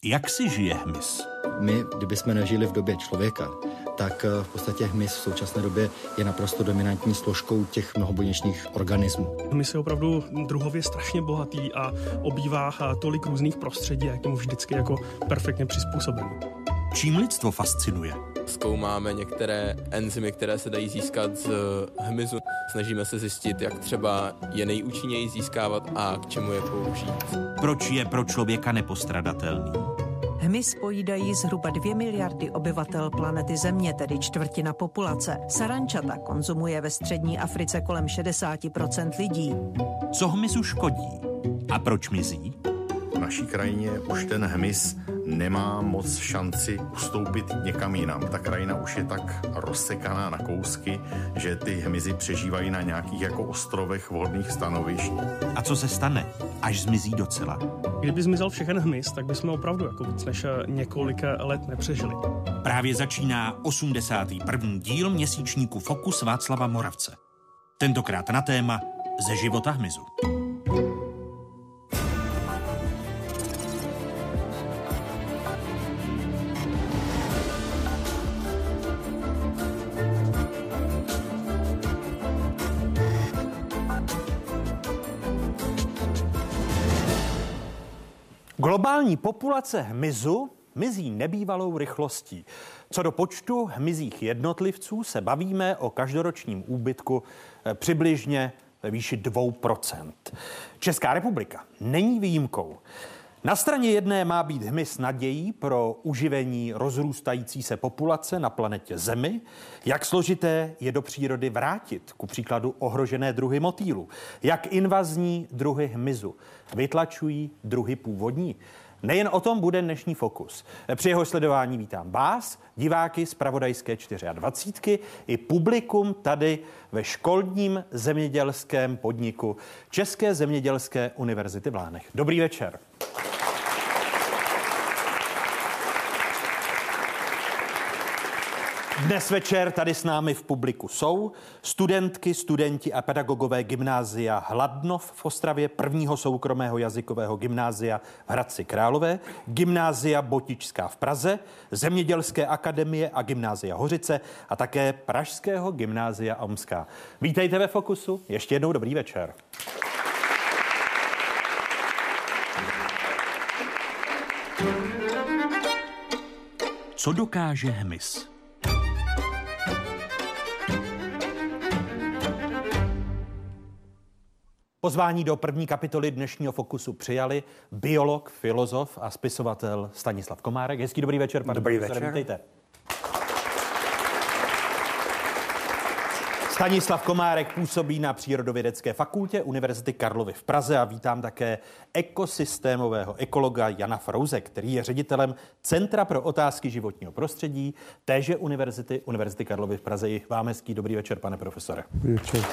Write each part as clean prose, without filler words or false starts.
Jak si žije hmyz? My, kdybychom nežili v době člověka, tak v podstatě hmyz v současné době je naprosto dominantní složkou těch mnohobuněčných organismů. Hmyz je opravdu druhově strašně bohatý a obývá tolik různých prostředí, jak je mu vždycky jako perfektně přizpůsobený. Čím lidstvo fascinuje? Zkoumáme některé enzymy, které se dají získat z hmyzu. Snažíme se zjistit, jak třeba je nejúčinněji získávat a k čemu je použít. Proč je pro člověka nepostradatelný? Hmyz pojídají zhruba 2 miliardy obyvatel planety Země, tedy čtvrtina populace. Sarančata konzumuje ve střední Africe kolem 60% lidí. Co hmyzu škodí? A proč mizí? V naší krajině už ten hmyz nemá moc šanci ustoupit někam jinam. Ta krajina už je tak rozsekaná na kousky, že ty hmyzy přežívají na nějakých jako ostrovech vhodných stanovišť. A co se stane, až zmizí docela? Kdyby zmizel všechen hmyz, tak bychom opravdu jako víc než několik let nepřežili. Právě začíná 81. díl měsíčníku Fokus Václava Moravce. Tentokrát na téma Ze života hmyzu. Globální populace hmyzu mizí nebývalou rychlostí. Co do počtu hmyzích jednotlivců se bavíme o každoročním úbytku přibližně ve výši 2%. Česká republika není výjimkou. Na straně jedné má být hmyz nadějí pro uživení rozrůstající se populace na planetě Zemi. Jak složité je do přírody vrátit, ku příkladu ohrožené druhy motýlů. Jak invazní druhy hmyzu vytlačují druhy původní. Nejen o tom bude dnešní Fokus. Při jeho sledování vítám vás, diváky z Pravodajské 24 i publikum tady ve školním zemědělském podniku České zemědělské univerzity v Lánech. Dobrý večer. Dnes večer tady s námi v publiku jsou studentky, studenti a pedagogové gymnázia Hladnov v Ostravě, prvního soukromého jazykového gymnázia v Hradci Králové, gymnázia Botičská v Praze, Zemědělské akademie a gymnázia Hořice a také Pražského gymnázia Omská. Vítejte ve Fokusu, ještě jednou dobrý večer. Co dokáže hmyz? Pozvání do první kapitoly dnešního Fokusu přijali biolog, filozof a spisovatel Stanislav Komárek. Hezký dobrý večer, pane profesore, vítejte. Stanislav Komárek působí na Přírodovědecké fakultě Univerzity Karlovy v Praze a vítám také ekosystémového ekologa Jana Frouze, který je ředitelem Centra pro otázky životního prostředí téže Univerzity Karlovy v Praze. I vám hezký dobrý večer, pane profesore. Dobrý večer.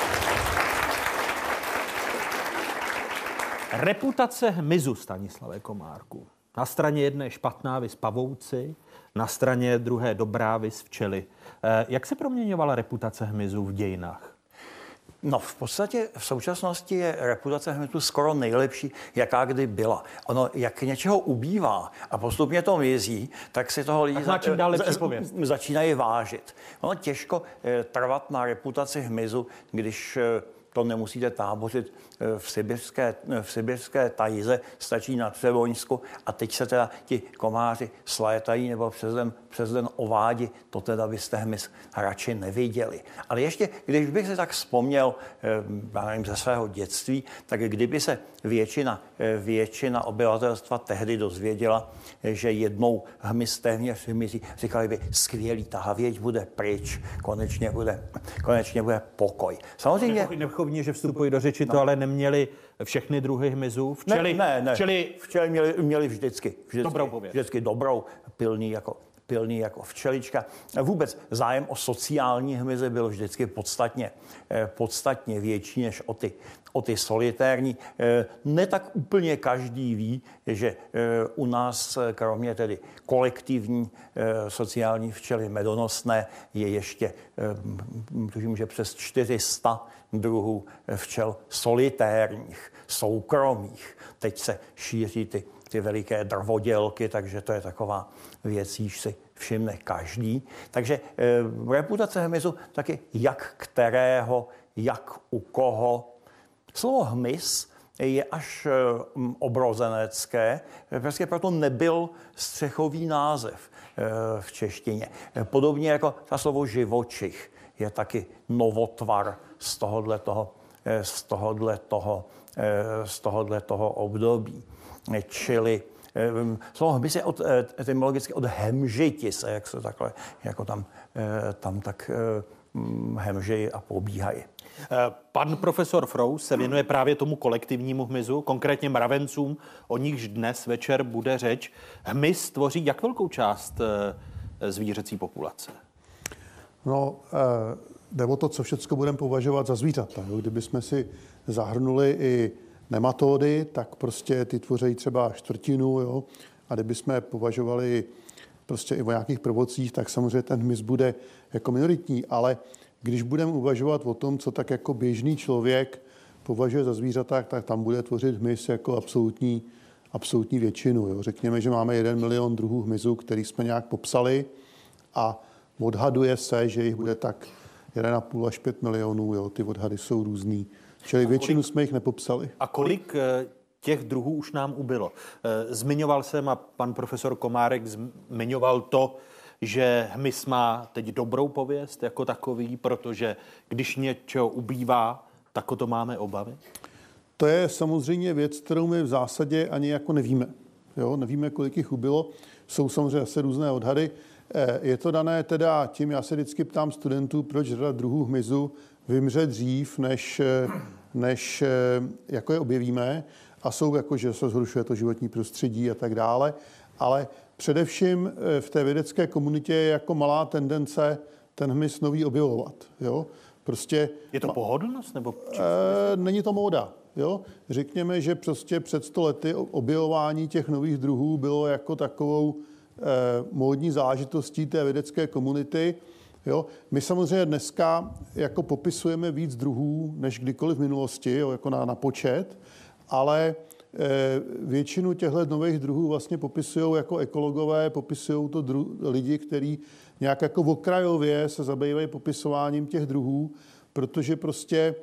Reputace hmyzu, Stanislave Komárku. Na straně jedné špatná, viz pavouci, na straně druhé dobrá, viz včely. Jak se proměňovala reputace hmyzu v dějinách? No, v podstatě v současnosti je reputace hmyzu skoro nejlepší, jaká kdy byla. Ono, jak něčeho ubývá a postupně to mizí, tak si toho lidi začínají vážit. Ono těžko trvat na reputaci hmyzu, když to nemusíte tábořit v sibirské tajize, stačí na Třeboňsku a teď se teda ti komáři slétají nebo přes den ovádi, to teda byste hmyz radši neviděli. Ale ještě, když bych si tak vzpomněl, nevím, ze svého dětství, tak kdyby se většina obyvatelstva tehdy dozvěděla, že jednou hmyz téměř vymizí, říkali by, skvělý, ta havěť bude pryč, konečně bude pokoj. Samozřejmě Nechovně, že vstupují do řeči, to ale neměli všechny druhy hmyzů. Včely, ne. Včely měli vždycky dobrou pověst. Vždycky dobrou, pilný jako včelička. Vůbec zájem o sociální hmyzy byl vždycky podstatně větší než o ty solitérní. Ne tak úplně každý ví, že u nás, kromě tedy kolektivní sociální včely medonosné, je ještě, tuším, že přes 400 druhů včel solitérních, soukromých. Teď se šíří ty ty veliké drvodělky, takže to je taková věc, již si všimne každý. Takže reputace hmyzu taky jak kterého, jak u koho. Slovo hmyz je až obrozenecké, prostě proto nebyl střechový název v češtině. Podobně jako ta slovo živočich je taky novotvar z tohohle toho období. Čili slovo hmyz je etymologicky od hemžiti se, jak se takhle, jako tam tak hemžejí a pobíhají. Pan profesor Frous se věnuje právě tomu kolektivnímu hmyzu, konkrétně mravencům, o nichž dnes večer bude řeč. Hmyz tvoří jak velkou část zvířecí populace? No, jde o to, co všechno budeme považovat za zvířata. Kdybychom si zahrnuli i nematody, tak prostě ty tvoří třeba čtvrtinu, jo? A kdybychom považovali prostě i o nějakých prvocích, tak samozřejmě ten hmyz bude jako minoritní, ale když budeme uvažovat o tom, co tak jako běžný člověk považuje za zvířata, tak tam bude tvořit hmyz jako absolutní většinu. Jo. Řekněme, že máme 1 milion druhů hmyzu, který jsme nějak popsali a odhaduje se, že jich bude tak 1,5 až 5 milionů. Jo. Ty odhady jsou různý. Čili většinu jsme jich nepopsali. A kolik těch druhů už nám ubylo? Zmiňoval jsem a pan profesor Komárek zmiňoval to, že hmyz má teď dobrou pověst jako takový, protože když něčeho ubývá, tak o to máme obavy? To je samozřejmě věc, kterou my v zásadě ani jako nevíme. Jo? Nevíme, kolik jich ubylo. Jsou samozřejmě asi různé odhady. Je to dané teda tím, já se vždycky ptám studentů, proč řada druhů hmyzu vymře dřív, než jako je objevíme. A jsou jako, že se zhoršuje to životní prostředí a tak dále. Ale především v té vědecké komunitě je jako malá tendence ten hmyz nový objevovat. Jo? Prostě, je to pohodlnost? Nebo není to móda. Jo? Řekněme, že prostě před 100 lety objevování těch nových druhů bylo jako takovou módní záležitostí té vědecké komunity. Jo? My samozřejmě dneska jako popisujeme víc druhů než kdykoliv v minulosti, jo? Jako na počet, ale většinu těchto nových druhů vlastně popisují jako ekologové, popisují to lidi, kteří nějak jako okrajově se zabývají popisováním těch druhů, protože prostě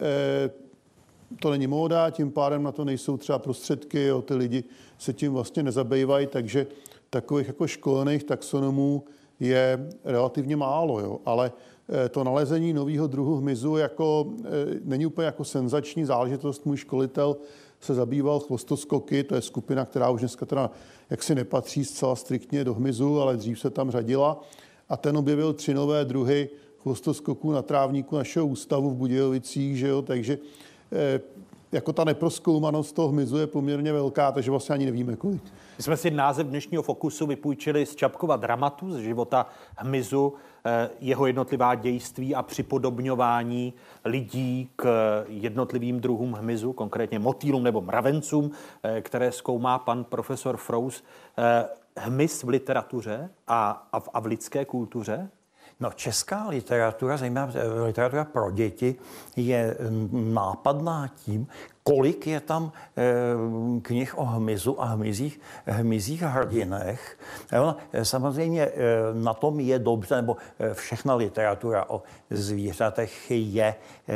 to není móda, tím pádem na to nejsou třeba prostředky, jo, ty lidi se tím vlastně nezabývají, takže takových jako školených taxonomů je relativně málo, jo, ale to nalezení nového druhu hmyzu jako, není úplně jako senzační záležitost. Můj školitel se zabýval chvostoskoky, to je skupina, která už dneska teda jaksi nepatří zcela striktně do hmyzu, ale dřív se tam řadila. A ten objevil 3 nové druhy chvostoskoků na trávníku našeho ústavu v Budějovicích, že jo? Takže jako ta neprozkoumanost toho hmyzu je poměrně velká, takže vlastně ani nevíme kolik. My jsme si název dnešního Fokusu vypůjčili z Čapkova dramatu, z života hmyzu, jeho jednotlivá dějství a připodobňování lidí k jednotlivým druhům hmyzu, konkrétně motýlům nebo mravencům, které zkoumá pan profesor Frous. Hmyz v literatuře a v lidské kultuře? No, česká literatura, zejména literatura pro děti, je nápadná tím, kolik je tam knih o hmyzu a hmyzích hrdinech. Samozřejmě na tom je dobře, nebo všechna literatura o zvířatech je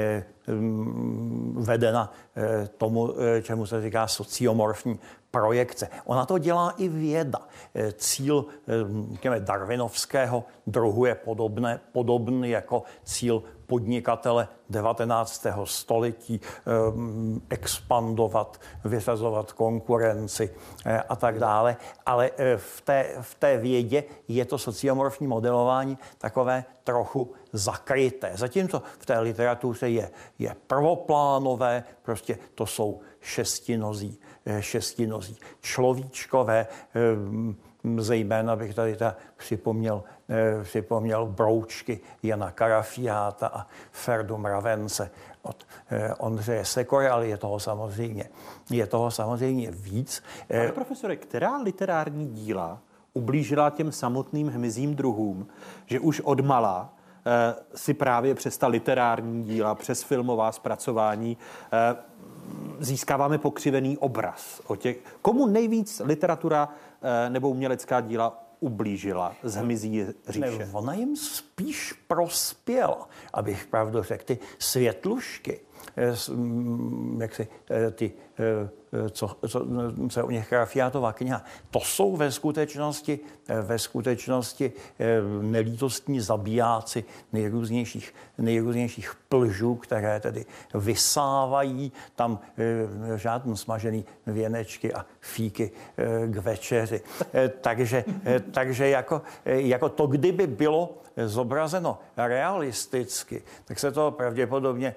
vedena tomu, čemu se říká sociomorfní projekce. Ona to dělá i věda. Cíl darwinovského druhu je podobný jako cíl podnikatele 19. století, expandovat, vyřazovat konkurenci a tak dále. Ale v té vědě je to sociomorfní modelování takové trochu zakryté. Zatímco v té literatuře je prvoplánové, prostě to jsou šestinozí človíčkové, zejména bych tady připomněl Broučky Jana Karafiáta a Ferdu Mravence od Ondřeje Sekory, ale je toho samozřejmě víc. Pane profesore, která literární díla ublížila těm samotným hmyzím druhům, že už odmala si právě přes ta literární díla, přes filmová zpracování získáváme pokřivený obraz o těch, komu nejvíc literatura nebo umělecká díla ublížila z hmyzí říše. Ona jim spíš prospěla, abych pravdu řekl. Ty světlušky, jak si co je u nich Karafiátova kniha, to jsou ve skutečnosti nelítostní zabijáci nejrůznějších plžů, které tedy vysávají tam žádný smažený věnečky a fíky k večeři. Takže jako to, kdyby bylo zobrazeno realisticky, tak se to pravděpodobně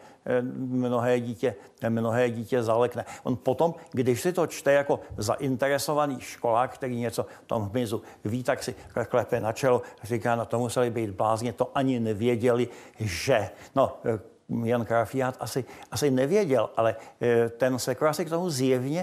mnohé dítě zalekne. On potom, když si to čte jako zainteresovaný školák, který něco v tom hmyzu ví, tak si klepe na čelo a říká, no to museli být blázni, to ani nevěděli, že... No, Jan Karafiát asi nevěděl, ale ten Sekora si k tomu zjevně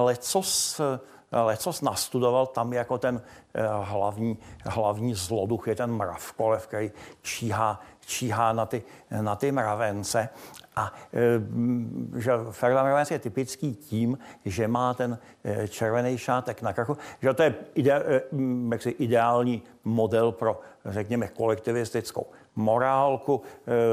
lecos nastudoval, tam jako ten hlavní zloduch je ten mravkolev, který číhá na ty mravence. A že Ferda Mravenec je typický tím, že má ten červený šátek na krku, že to je ideální model pro, řekněme, kolektivistickou morálku.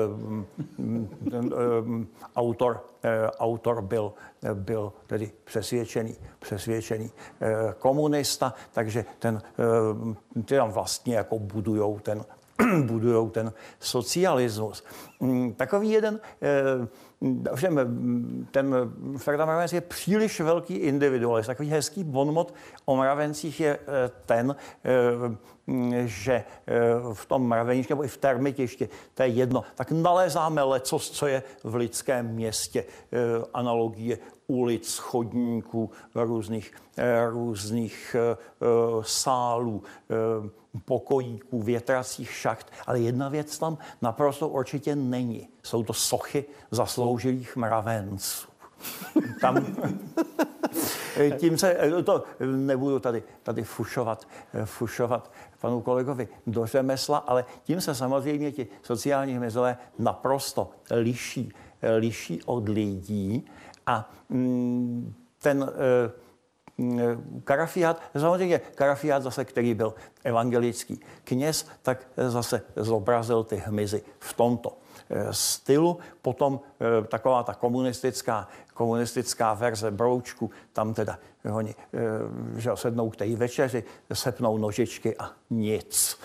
Autor byl tedy přesvědčený komunista, takže ty tam vlastně jako budujou ten socialismus. Takový jeden, ovšem ten Ferda Mravenec je příliš velký individualist. Takový hezký bonmot o mravencích je ten, že v tom mraveništi nebo i v termitišti, to je jedno, tak nalézáme lecos, co je v lidském městě. Analogie ulic, chodníků, různých sálů, pokojíků, větracích šacht, ale jedna věc tam naprosto určitě není. Jsou to sochy zasloužilých mravenců. Tam tím se, to nebudu tady fušovat panu kolegovi do řemesla, ale tím se samozřejmě ti sociální hmyzové naprosto liší od lidí a ten Karafiát, samozřejmě Karafiát zase, který byl evangelický kněz, tak zase zobrazil ty hmyzy v tomto stylu. Potom taková ta komunistická verze broučku, tam teda oni že sednou k té večeři, sepnou nožičky a nic.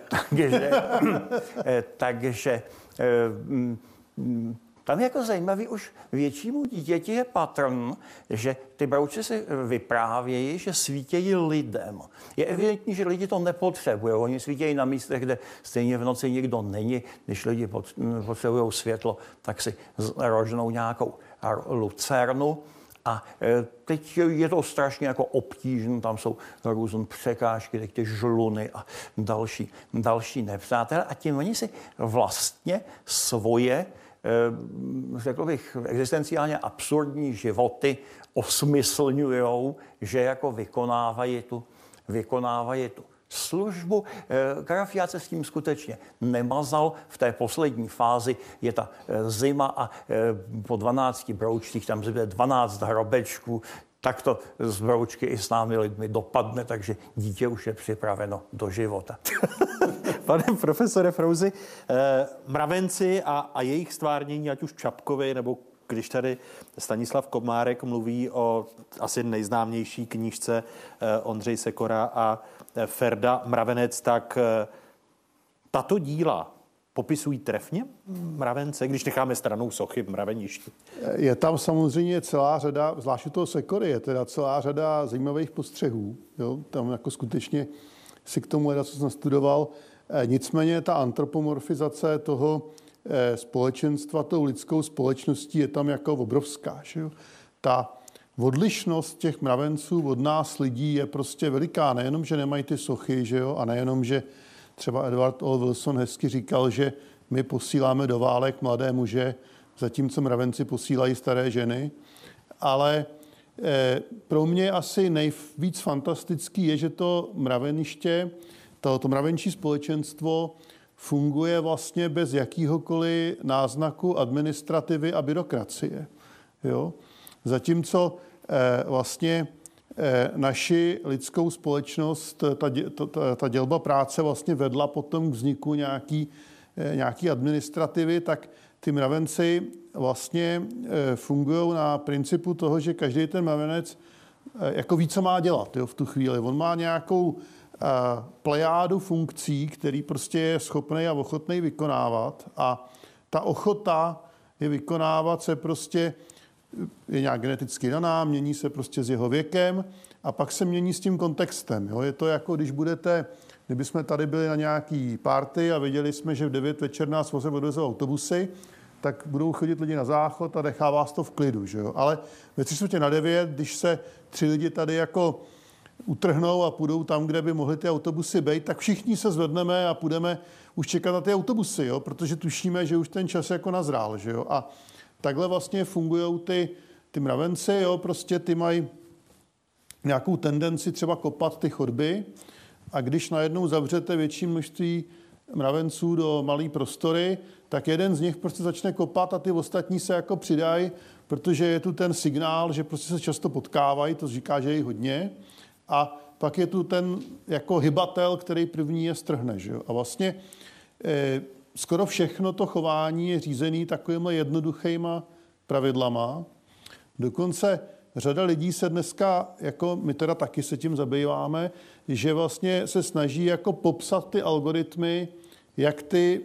Takže tam jako zajímavý už většímu dítěti je patrn, že ty broučky si vyprávějí, že svítějí lidem. Je evidentní, že lidi to nepotřebují. Oni svítějí na místech, kde stejně v noci nikdo není. Když lidi potřebují světlo, tak si rožnou nějakou lucernu. A teď je to strašně jako obtížné, tam jsou různé překážky, teď ty žluny a další nepřátelé. A tím oni si vlastně svoje, řekl bych, existenciálně absurdní životy osmyslňujou, že jako vykonávají tu službu. Karafiát se s tím skutečně nemazal. V té poslední fázi je ta zima a po 12 broučcích tam zbyde 12 hrobečků. Tak to z broučky i s námi lidmi dopadne, takže dítě už je připraveno do života. Pane profesore Frouzi, mravenci a jejich stvárnění, ať už Čapkovi, nebo když tady Stanislav Komárek mluví o asi nejznámější knížce Ondřej Sekora a Ferda Mravenec, tak tato díla popisují trefně mravence, když necháme stranou sochy v mraveništi? Je tam samozřejmě celá řada, zvláště toho Sekory, je teda celá řada zajímavých postřehů. Jo? Tam jako skutečně si k tomu co jsem nastudoval. Nicméně ta antropomorfizace toho společenstva, tou lidskou společností je tam jako obrovská. Že jo? Ta odlišnost těch mravenců od nás lidí je prostě veliká. Nejenom, že nemají ty sochy, že jo? A nejenom, že třeba Edward O. Wilson hezky říkal, že my posíláme do válek mladé muže, zatímco mravenci posílají staré ženy. Ale pro mě asi nejvíc fantastický je, že to mraveniště, to mravenčí společenstvo funguje vlastně bez jakýhokoliv náznaku administrativy a byrokracie. Jo? Zatímco vlastně naši lidskou společnost, ta dělba práce vlastně vedla potom k vzniku nějaký administrativy, tak ty mravenci vlastně fungují na principu toho, že každý ten mravenec jako ví, co má dělat, jo, v tu chvíli. On má nějakou plejádu funkcí, který prostě je schopný a ochotný vykonávat, a ta ochota je vykonávat se prostě je nějak geneticky daná, mění se prostě s jeho věkem a pak se mění s tím kontextem. Jo. Je to jako, kdybychom tady byli na nějaký party a věděli jsme, že v 9 večer nás odvezou autobusy, tak budou chodit lidi na záchod a nechá vás to v klidu. Že jo? Ale ve 8:45, když se 3 lidi tady jako utrhnou a půjdou tam, kde by mohly ty autobusy být, tak všichni se zvedneme a půjdeme už čekat na ty autobusy, jo? Protože tušíme, že už ten čas jako nazrál. Že jo? A takhle vlastně fungují ty mravenci, jo? Prostě ty mají nějakou tendenci třeba kopat ty chodby, a když najednou zavřete větší množství mravenců do malý prostory, tak jeden z nich prostě začne kopat a ty ostatní se jako přidají, protože je tu ten signál, že prostě se často potkávají, to říká, že je hodně, a pak je tu ten jako hybatel, který první je strhne. Že jo? A vlastně skoro všechno to chování je řízený takovýma jednoduchýma pravidlama. Dokonce řada lidí se dneska, jako my teda taky se tím zabýváme, že vlastně se snaží jako popsat ty algoritmy, jak ty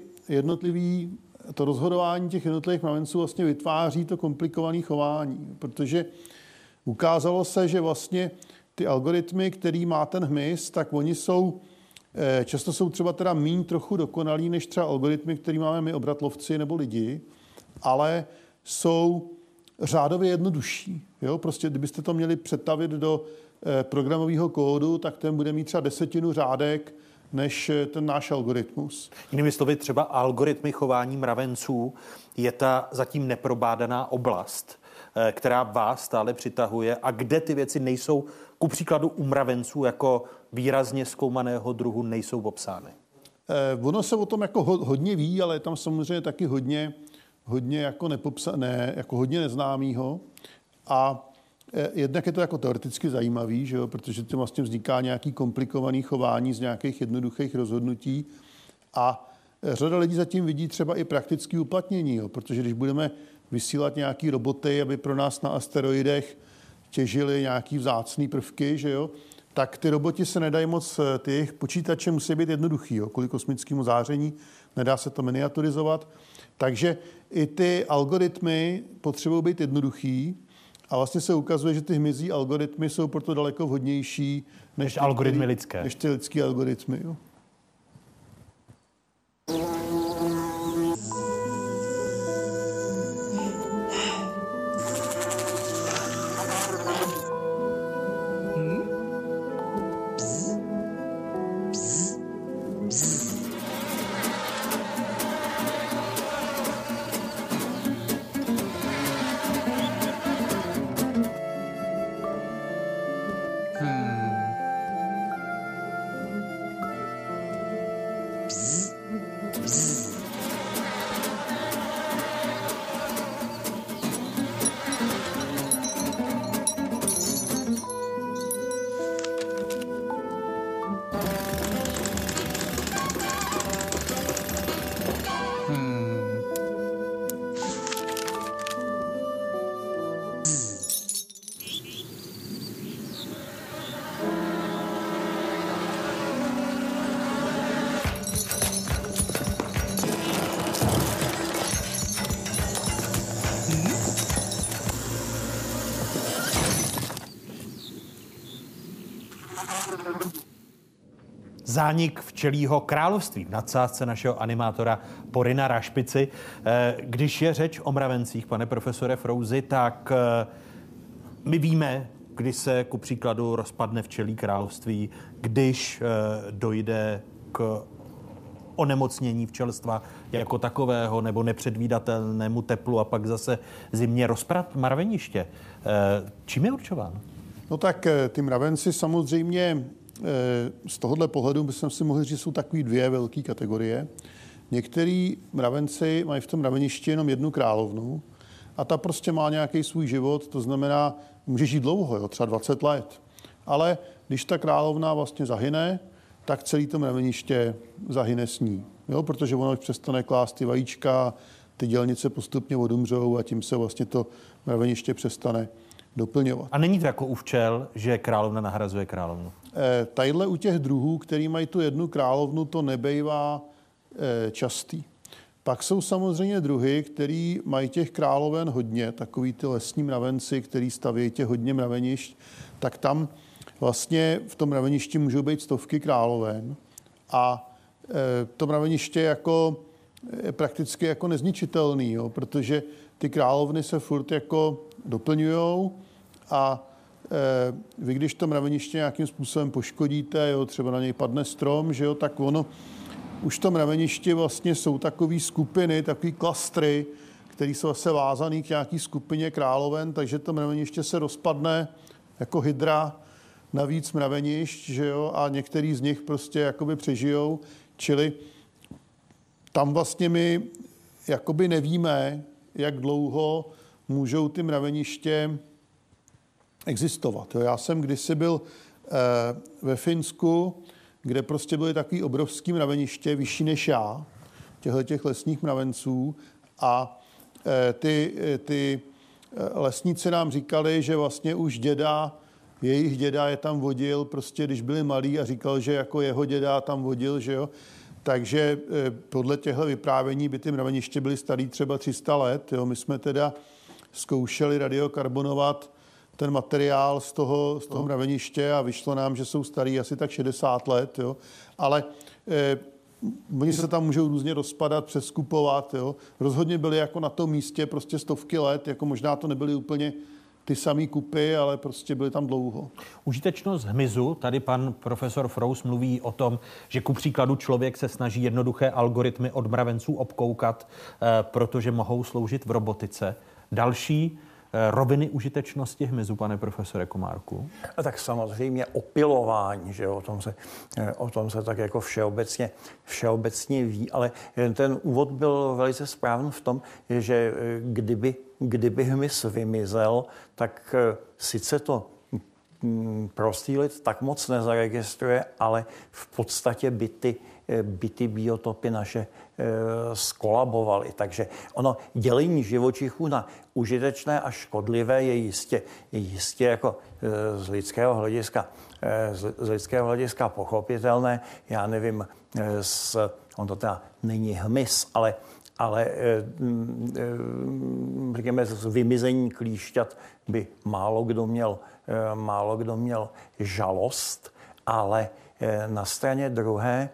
to rozhodování těch jednotlivých mravenců vlastně vytváří to komplikované chování. Protože ukázalo se, že vlastně ty algoritmy, který má ten hmyz, tak oni často jsou třeba teda míň trochu dokonalý než třeba algoritmy, který máme my obratlovci nebo lidi, ale jsou řádově jednodušší. Jo? Prostě kdybyste to měli přetavit do programového kódu, tak ten bude mít třeba 10 řádek než ten náš algoritmus. Jinými slovy, třeba algoritmy chování mravenců je ta zatím neprobádaná oblast, která vás stále přitahuje a kde ty věci nejsou, ku příkladu u mravenců jako výrazně zkoumaného druhu, nejsou popsány. Ono se o tom jako hodně ví, ale je tam samozřejmě taky hodně jako nepopsané, jako hodně neznámýho. A jednak je to jako teoreticky zajímavý, že jo, protože to vlastně vzniká nějaký komplikovaný chování z nějakých jednoduchých rozhodnutí. A řada lidí zatím vidí třeba i praktické uplatnění, jo, protože když budeme vysílat nějaký roboty, aby pro nás na asteroidech těžili nějaký vzácný prvky, že jo, tak ty roboti se nedají moc, ty jejich počítače musí být jednoduchý, jo, kvůli kosmickému záření, nedá se to miniaturizovat. Takže i ty algoritmy potřebují být jednoduchý a vlastně se ukazuje, že ty hmyzí algoritmy jsou proto daleko vhodnější než algoritmy lidské. Než ty lidské algoritmy. Jo. Zánik včelího království v nadsázce našeho animátora Porina Rašpici. Když je řeč o mravencích, pane profesore Frouzi, tak my víme, kdy se ku příkladu rozpadne včelí království, když dojde k onemocnění včelstva jako takového nebo nepředvídatelnému teplu a pak zase zimně rozprat mraveniště. Čím je určován? No tak ty mravenci samozřejmě z tohohle pohledu bychom si mohli říct, že jsou takové dvě velké kategorie. Některý mravenci mají v tom mraveništi jenom jednu královnu a ta prostě má nějaký svůj život, to znamená, může žít dlouho, jo, třeba 20 let. Ale když ta královna vlastně zahyne, tak celý to mraveniště zahyne s ní. Jo, protože ono už přestane klást ty vajíčka, ty dělnice postupně odumřou a tím se vlastně to mraveniště přestane doplňovat. A není to jako u včel, že královna nahrazuje královnu? Tadyhle u těch druhů, který mají tu jednu královnu, to nebejvá častý. Pak jsou samozřejmě druhy, který mají těch královen hodně, takový ty lesní mravenci, který stavějí těch hodně mravenišť, tak tam vlastně v tom mraveništi můžou být stovky královen a to mraveniště je prakticky jako nezničitelný, jo, protože ty královny se furt jako doplňujou a vy, když to mraveniště nějakým způsobem poškodíte, jo, třeba na něj padne strom, že jo, tak ono už v tom mraveništi vlastně jsou takové skupiny, takové klastry, které jsou zase vázané k nějaký skupině královen, takže to mraveniště se rozpadne jako hydra na víc mravenišť, že jo, a některý z nich prostě jakoby přežijou, čili tam vlastně my jakoby nevíme, jak dlouho můžou ty mraveniště existovat. Jo. Já jsem kdysi byl ve Finsku, kde prostě byly takový obrovský mraveniště, vyšší než já, těch lesních mravenců a ty lesníci nám říkali, že vlastně už jejich děda je tam vodil, prostě když byli malí a říkal, že jako jeho děda tam vodil, že jo. Takže podle těchto vyprávění by ty mraveniště byly starý třeba 300 let. Jo. My jsme teda zkoušeli radiokarbonovat ten materiál z toho mraveniště a vyšlo nám, že jsou starý asi tak 60 let. Jo. Ale oni se tam můžou různě rozpadat, přeskupovat. Jo. Rozhodně byli jako na tom místě prostě stovky let, jako možná to nebyly úplně ty samý kupy, ale prostě byly tam dlouho. Užitečnost hmyzu, tady pan profesor Frous mluví o tom, že ku příkladu člověk se snaží jednoduché algoritmy od mravenců obkoukat, protože mohou sloužit v robotice. Další roviny užitečnosti hmyzu, pane profesore Komárku? A tak samozřejmě opilování, že o tom se tak jako všeobecně ví, ale ten úvod byl velice správný v tom, že kdyby hmyz vymizel, tak sice to prostý lid tak moc nezaregistruje, ale v podstatě by ty biotopy naše skolabovaly. Takže ono dělení živočichů na užitečné a škodlivé je jistě jako z lidského hlediska pochopitelné. Já nevím, on to teda není hmyz, ale řekněme, z vymizení klíšťat by málo kdo měl žalost, ale na straně druhé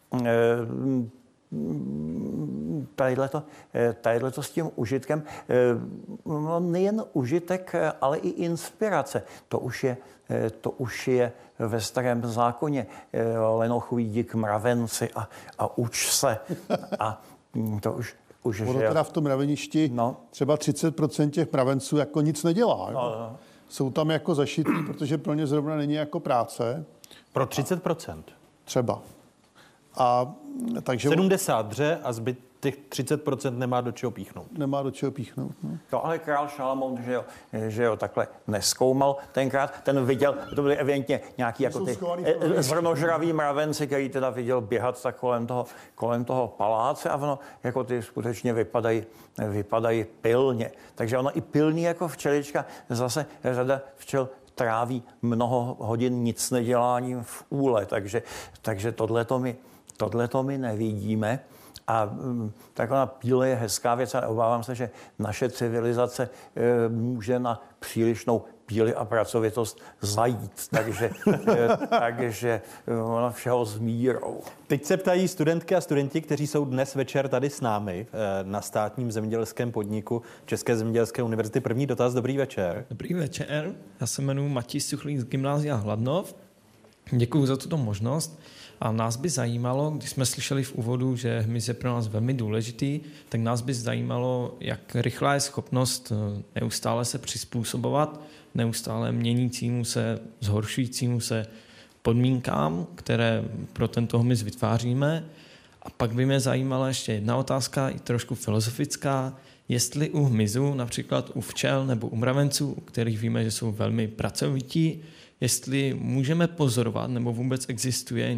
tadyhleto s tím užitkem, no nejen užitek, ale i inspirace. To už je ve Starém zákoně. Lenoch jdi k mravenci a uč se. A to už ono teda v tom mraveništi třeba 30% těch mravenců jako nic nedělá. No. Jsou tam jako zašitý, protože pro ně zrovna není jako práce. Pro 30%? Třeba. A takže 70 dře a zbyt těch 30% nemá do čeho píchnout. Nemá do čeho píchnout. No. To ale král Šalamoun, že jo, takhle nezkoumal tenkrát. Ten viděl, to byly evidentně nějaký jako ty zrnožravý mravenci, který teda viděl běhat tak kolem toho paláce a ono jako ty skutečně vypadají pilně. Takže ono i pilný jako včelička, zase řada včel tráví mnoho hodin nic neděláním v úle, takže tohleto my nevidíme. A taková píle je hezká věc a obávám se, že naše civilizace může na přílišnou píli a pracovitost zajít. Takže ona všeho s mírou. Teď se ptají studentky a studenti, kteří jsou dnes večer tady s námi na státním zemědělském podniku České zemědělské univerzity. První dotaz, dobrý večer. Dobrý večer, já se jmenuji Matěj Suchlík z Gymnázia Hladnov. Děkuji za tuto možnost. A nás by zajímalo, když jsme slyšeli v úvodu, že hmyz je pro nás velmi důležitý, tak nás by zajímalo, jak rychlá je schopnost neustále se přizpůsobovat, neustále měnícímu se, zhoršujícímu se podmínkám, které pro tento hmyz vytváříme. A pak by mě zajímala ještě jedna otázka, i trošku filozofická, jestli u hmyzu, například u včel nebo u mravenců, u kterých víme, že jsou velmi pracovití, jestli můžeme pozorovat, nebo vůbec existuje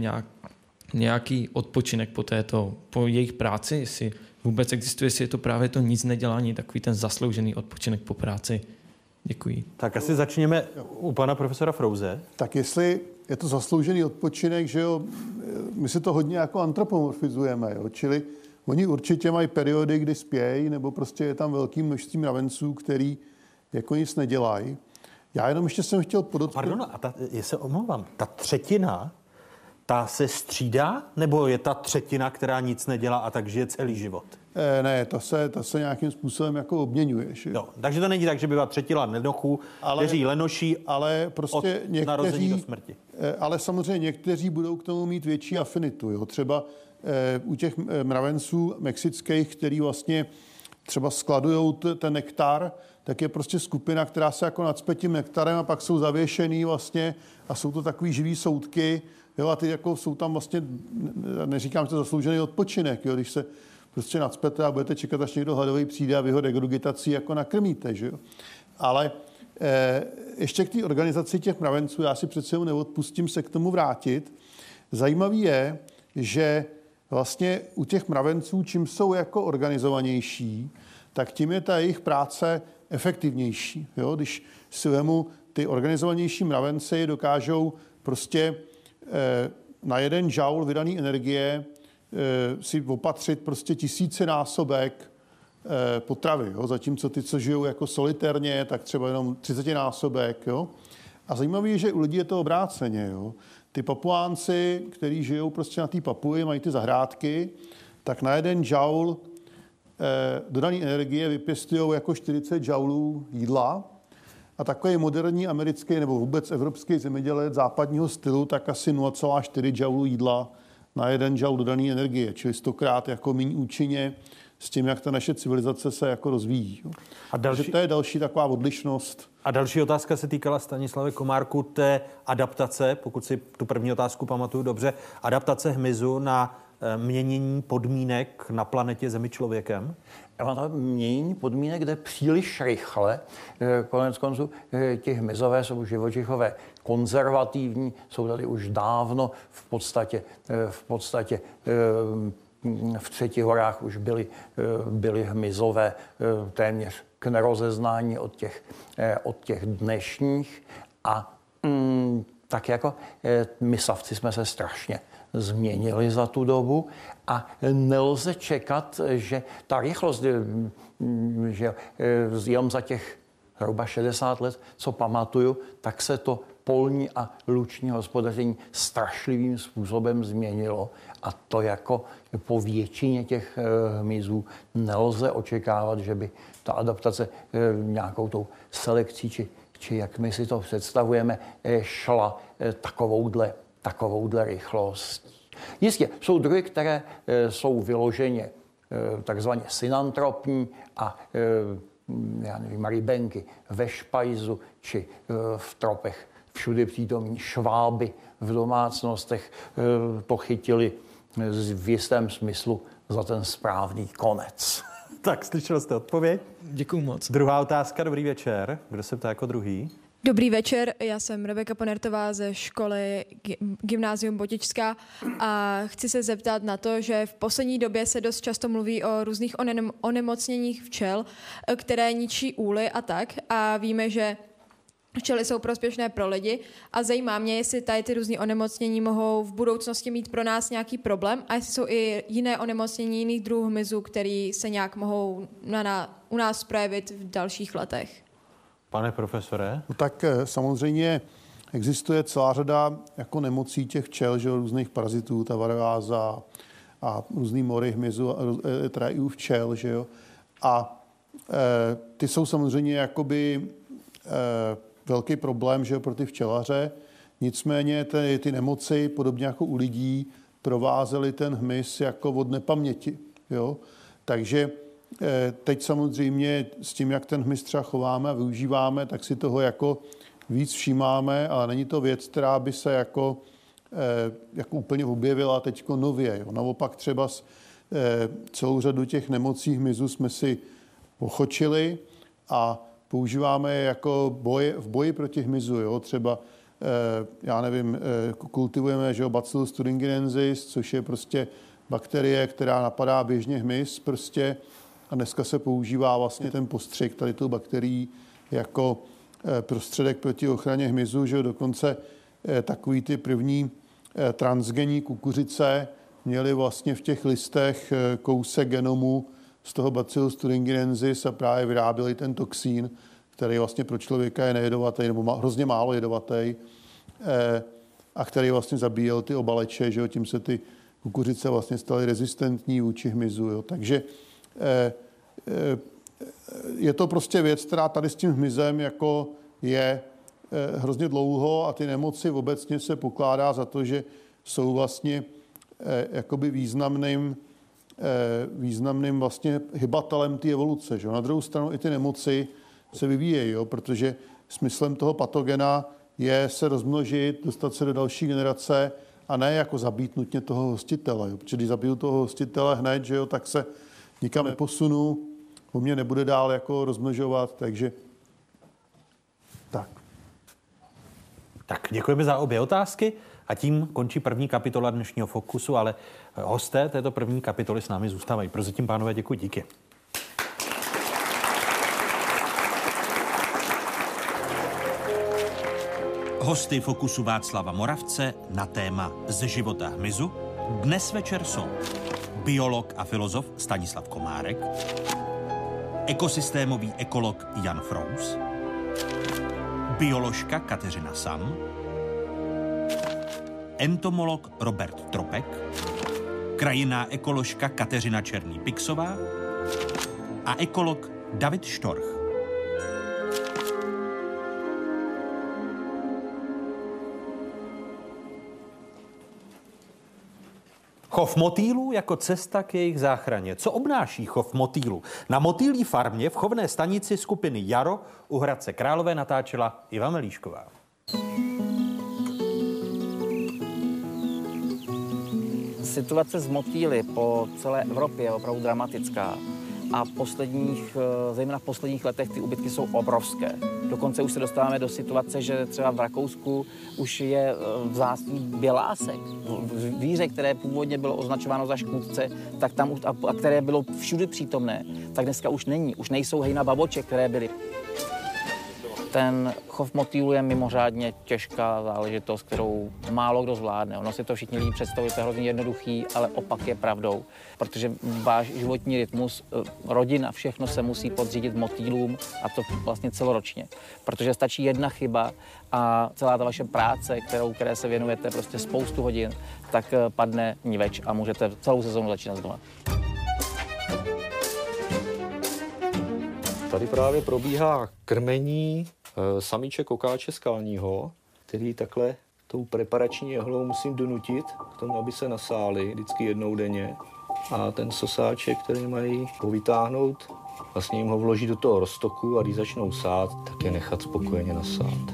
nějaký odpočinek po jejich práci, jestli vůbec existuje, jestli je to právě to nic nedělání, takový ten zasloužený odpočinek po práci. Děkuji. Tak asi začněme u pana profesora Frouze. Tak jestli je to zasloužený odpočinek, že jo, my si to hodně jako antropomorfizujeme, jo, čili oni určitě mají periody, kdy spějí, nebo prostě je tam velký množství mravenců, který jako nic nedělají. Já jenom ještě jsem chtěl podotknout. Pardon, a já se omlouvám, ta třetina, ta se střídá, nebo je ta třetina, která nic nedělá a tak žije celý život? Ne, ta se nějakým způsobem jako obměňuje. Jo, takže to není tak, že bývá třetina lenochů, kteří lenoší ale prostě od narození do smrti. Ale samozřejmě někteří budou k tomu mít větší afinitu. Jo. Třeba u těch mravenců mexických, který vlastně třeba skladují ten nektar, tak je prostě skupina, která se jako nacpe tím nektarem a pak jsou zavěšený vlastně a jsou to takový živý soudky. Jo, a ty jako jsou tam vlastně, neříkám, že to zasloužený odpočinek, jo, když se prostě nacpete a budete čekat, až někdo hladový přijde a vy ho degurgitací jako nakrmíte, že jo. Ale ještě k té organizaci těch mravenců, já si přece neodpustím se k tomu vrátit. Zajímavý je, že vlastně u těch mravenců, čím jsou jako organizovanější, tak tím je ta jejich práce efektivnější. Jo? Když si vemu, ty organizovanější mravenci dokážou prostě na 1 joule vydaný energie si opatřit prostě 1000násobek potravy. Jo? Zatímco ty, co žijou jako solitérně, tak třeba jenom 30násobek. Jo? A zajímavé je, že u lidí je to obráceně. Jo? Ty Papuánci, kteří žijou prostě na té Papuji, mají ty zahrádky, tak na 1 joule dodaný energie vypěstují jako 40 joulů jídla. A takový moderní americký nebo vůbec evropský zemědělec západního stylu, tak asi 0,4 joulů jídla na 1 joule dodaný energie, čili 100krát jako méně účinně s tím, jak ta naše civilizace se jako rozvíjí. A další, to je další taková odlišnost. A další otázka se týkala, Stanislave Komárku, té adaptace, pokud si tu první otázku pamatuju dobře, adaptace hmyzu na měnění podmínek na planetě Zemi člověkem? Měnění podmínek jde příliš rychle. Konec konců ti hmyzové jsou živočichové konzervativní, jsou tady už dávno v podstatě v Třetích horách už byly hmyzové téměř k nerozeznání od těch dnešních. A tak jako my savci jsme se strašně změnili za tu dobu a nelze čekat, že ta rychlost, že jenom za těch zhruba 60 let, co pamatuju, tak se to polní a luční hospodaření strašlivým způsobem změnilo. A to jako po většině těch hmyzů nelze očekávat, že by ta adaptace nějakou tou selekcí, či jak my si to představujeme, šla takovouhle rychlostí. Jistě, jsou druhy, které jsou vyloženě takzvaně synantropní a já nevím, rybenky ve špajzu či v tropech všude přítomní šváby v domácnostech pochytili v jistém smyslu za ten správný konec. Tak, slyšel jste odpověď? Děkuju moc. Druhá otázka, dobrý večer. Kdo se ptá jako druhý? Dobrý večer, já jsem Rebeka Ponertová ze školy Gymnázium Botičská a chci se zeptat na to, že v poslední době se dost často mluví o různých onemocněních včel, které ničí úly a tak, a víme, že včely jsou prospěšné pro lidi a zajímá mě, jestli tady ty různé onemocnění mohou v budoucnosti mít pro nás nějaký problém a jestli jsou i jiné onemocnění jiných druhů hmyzu, které se nějak mohou u nás projevit v dalších letech. Pane profesore? No tak samozřejmě existuje celá řada jako nemocí těch včel, že různých parazitů, ta varioáza a různý mory hmyzu, teda i u včel, že jo. A ty jsou samozřejmě jakoby velký problém, že jo, pro ty včelaře. Nicméně ty nemoci, podobně jako u lidí, provázely ten hmyz jako od nepaměti, jo. Takže teď samozřejmě s tím, jak ten hmyz třeba chováme a využíváme, tak si toho jako víc všímáme, ale není to věc, která by se jako jako úplně objevila teďko nově. Jo. Naopak třeba celou řadu těch nemocí hmyzu jsme si ochočili a používáme je jako v boji proti hmyzu. Jo. Třeba, já nevím, kultivujeme, že jo, Bacillus thuringiensis, což je prostě bakterie, která napadá běžně hmyz prostě a dneska se používá vlastně ten postřik tady tou bakterií jako prostředek proti ochraně hmyzu, že jo, dokonce takový ty první transgenní kukuřice měly vlastně v těch listech kousek genomu z toho Bacillus thuringiensis a právě vyráběli ten toxín, který vlastně pro člověka je nejedovatý nebo hrozně málo jedovatý a který vlastně zabíjel ty obaleče, že jo, tím se ty kukuřice vlastně staly rezistentní vůči hmyzu. Jo. Takže je to prostě věc, která tady s tím hmyzem jako je hrozně dlouho a ty nemoci obecně se pokládá za to, že jsou vlastně jakoby významným vlastně hybatelem té evoluce. Že? Na druhou stranu i ty nemoci se vyvíjejí, jo? Protože smyslem toho patogena je se rozmnožit, dostat se do další generace a ne jako zabít nutně toho hostitele. Jo? Protože když zabiju toho hostitele hned, že jo, tak se nikam neposunu, po mně nebude dál jako rozmnožovat, takže tak. Tak děkujeme za obě otázky a tím končí první kapitola dnešního Fokusu, ale hosté této první kapitoly s námi zůstávají. Prozatím, pánové, děkuji, díky. Hosty Fokusu Václava Moravce na téma ze života hmyzu dnes večer jsou biolog a filozof Stanislav Komárek, ekosystémový ekolog Jan Frous, bioložka Kateřina Sam, entomolog Robert Tropek, krajinná ekoložka Kateřina Černý-Pixová a ekolog David Štorch. Chov motýlů jako cesta k jejich záchraně. Co obnáší chov motýlů? Na motýlí farmě v chovné stanici skupiny Jaro u Hradce Králové natáčela Iva Melíšková. Situace s motýly po celé Evropě je opravdu dramatická a zejména v posledních letech ty úbytky jsou obrovské. Dokonce už se dostáváme do situace, že třeba v Rakousku už je vzácný bělásek. Zvíře, které původně bylo označováno za škůdce, tak tam a které bylo všude přítomné, tak dneska už není. Už nejsou hejna baboček, které byly. Ten chov motýlů je mimořádně těžká záležitost, kterou málo kdo zvládne. Ono si to všichni lidi představují, to je hrozně jednoduchý, ale opak je pravdou. Protože váš životní rytmus, rodina, všechno se musí podřídit motýlům a to vlastně celoročně. Protože stačí jedna chyba a celá ta vaše práce, které se věnujete prostě spoustu hodin, tak padne niveč a můžete celou sezónu začínat znova. Tady právě probíhá krmení samíček okáče skalního, který takhle tou preparační jehlou musím donutit k tomu, aby se nasály vždycky jednou denně. A ten sosáček, který mají povytáhnout, vlastně jim ho vloží do toho roztoku a když začnou sát, tak je nechat spokojeně nasát.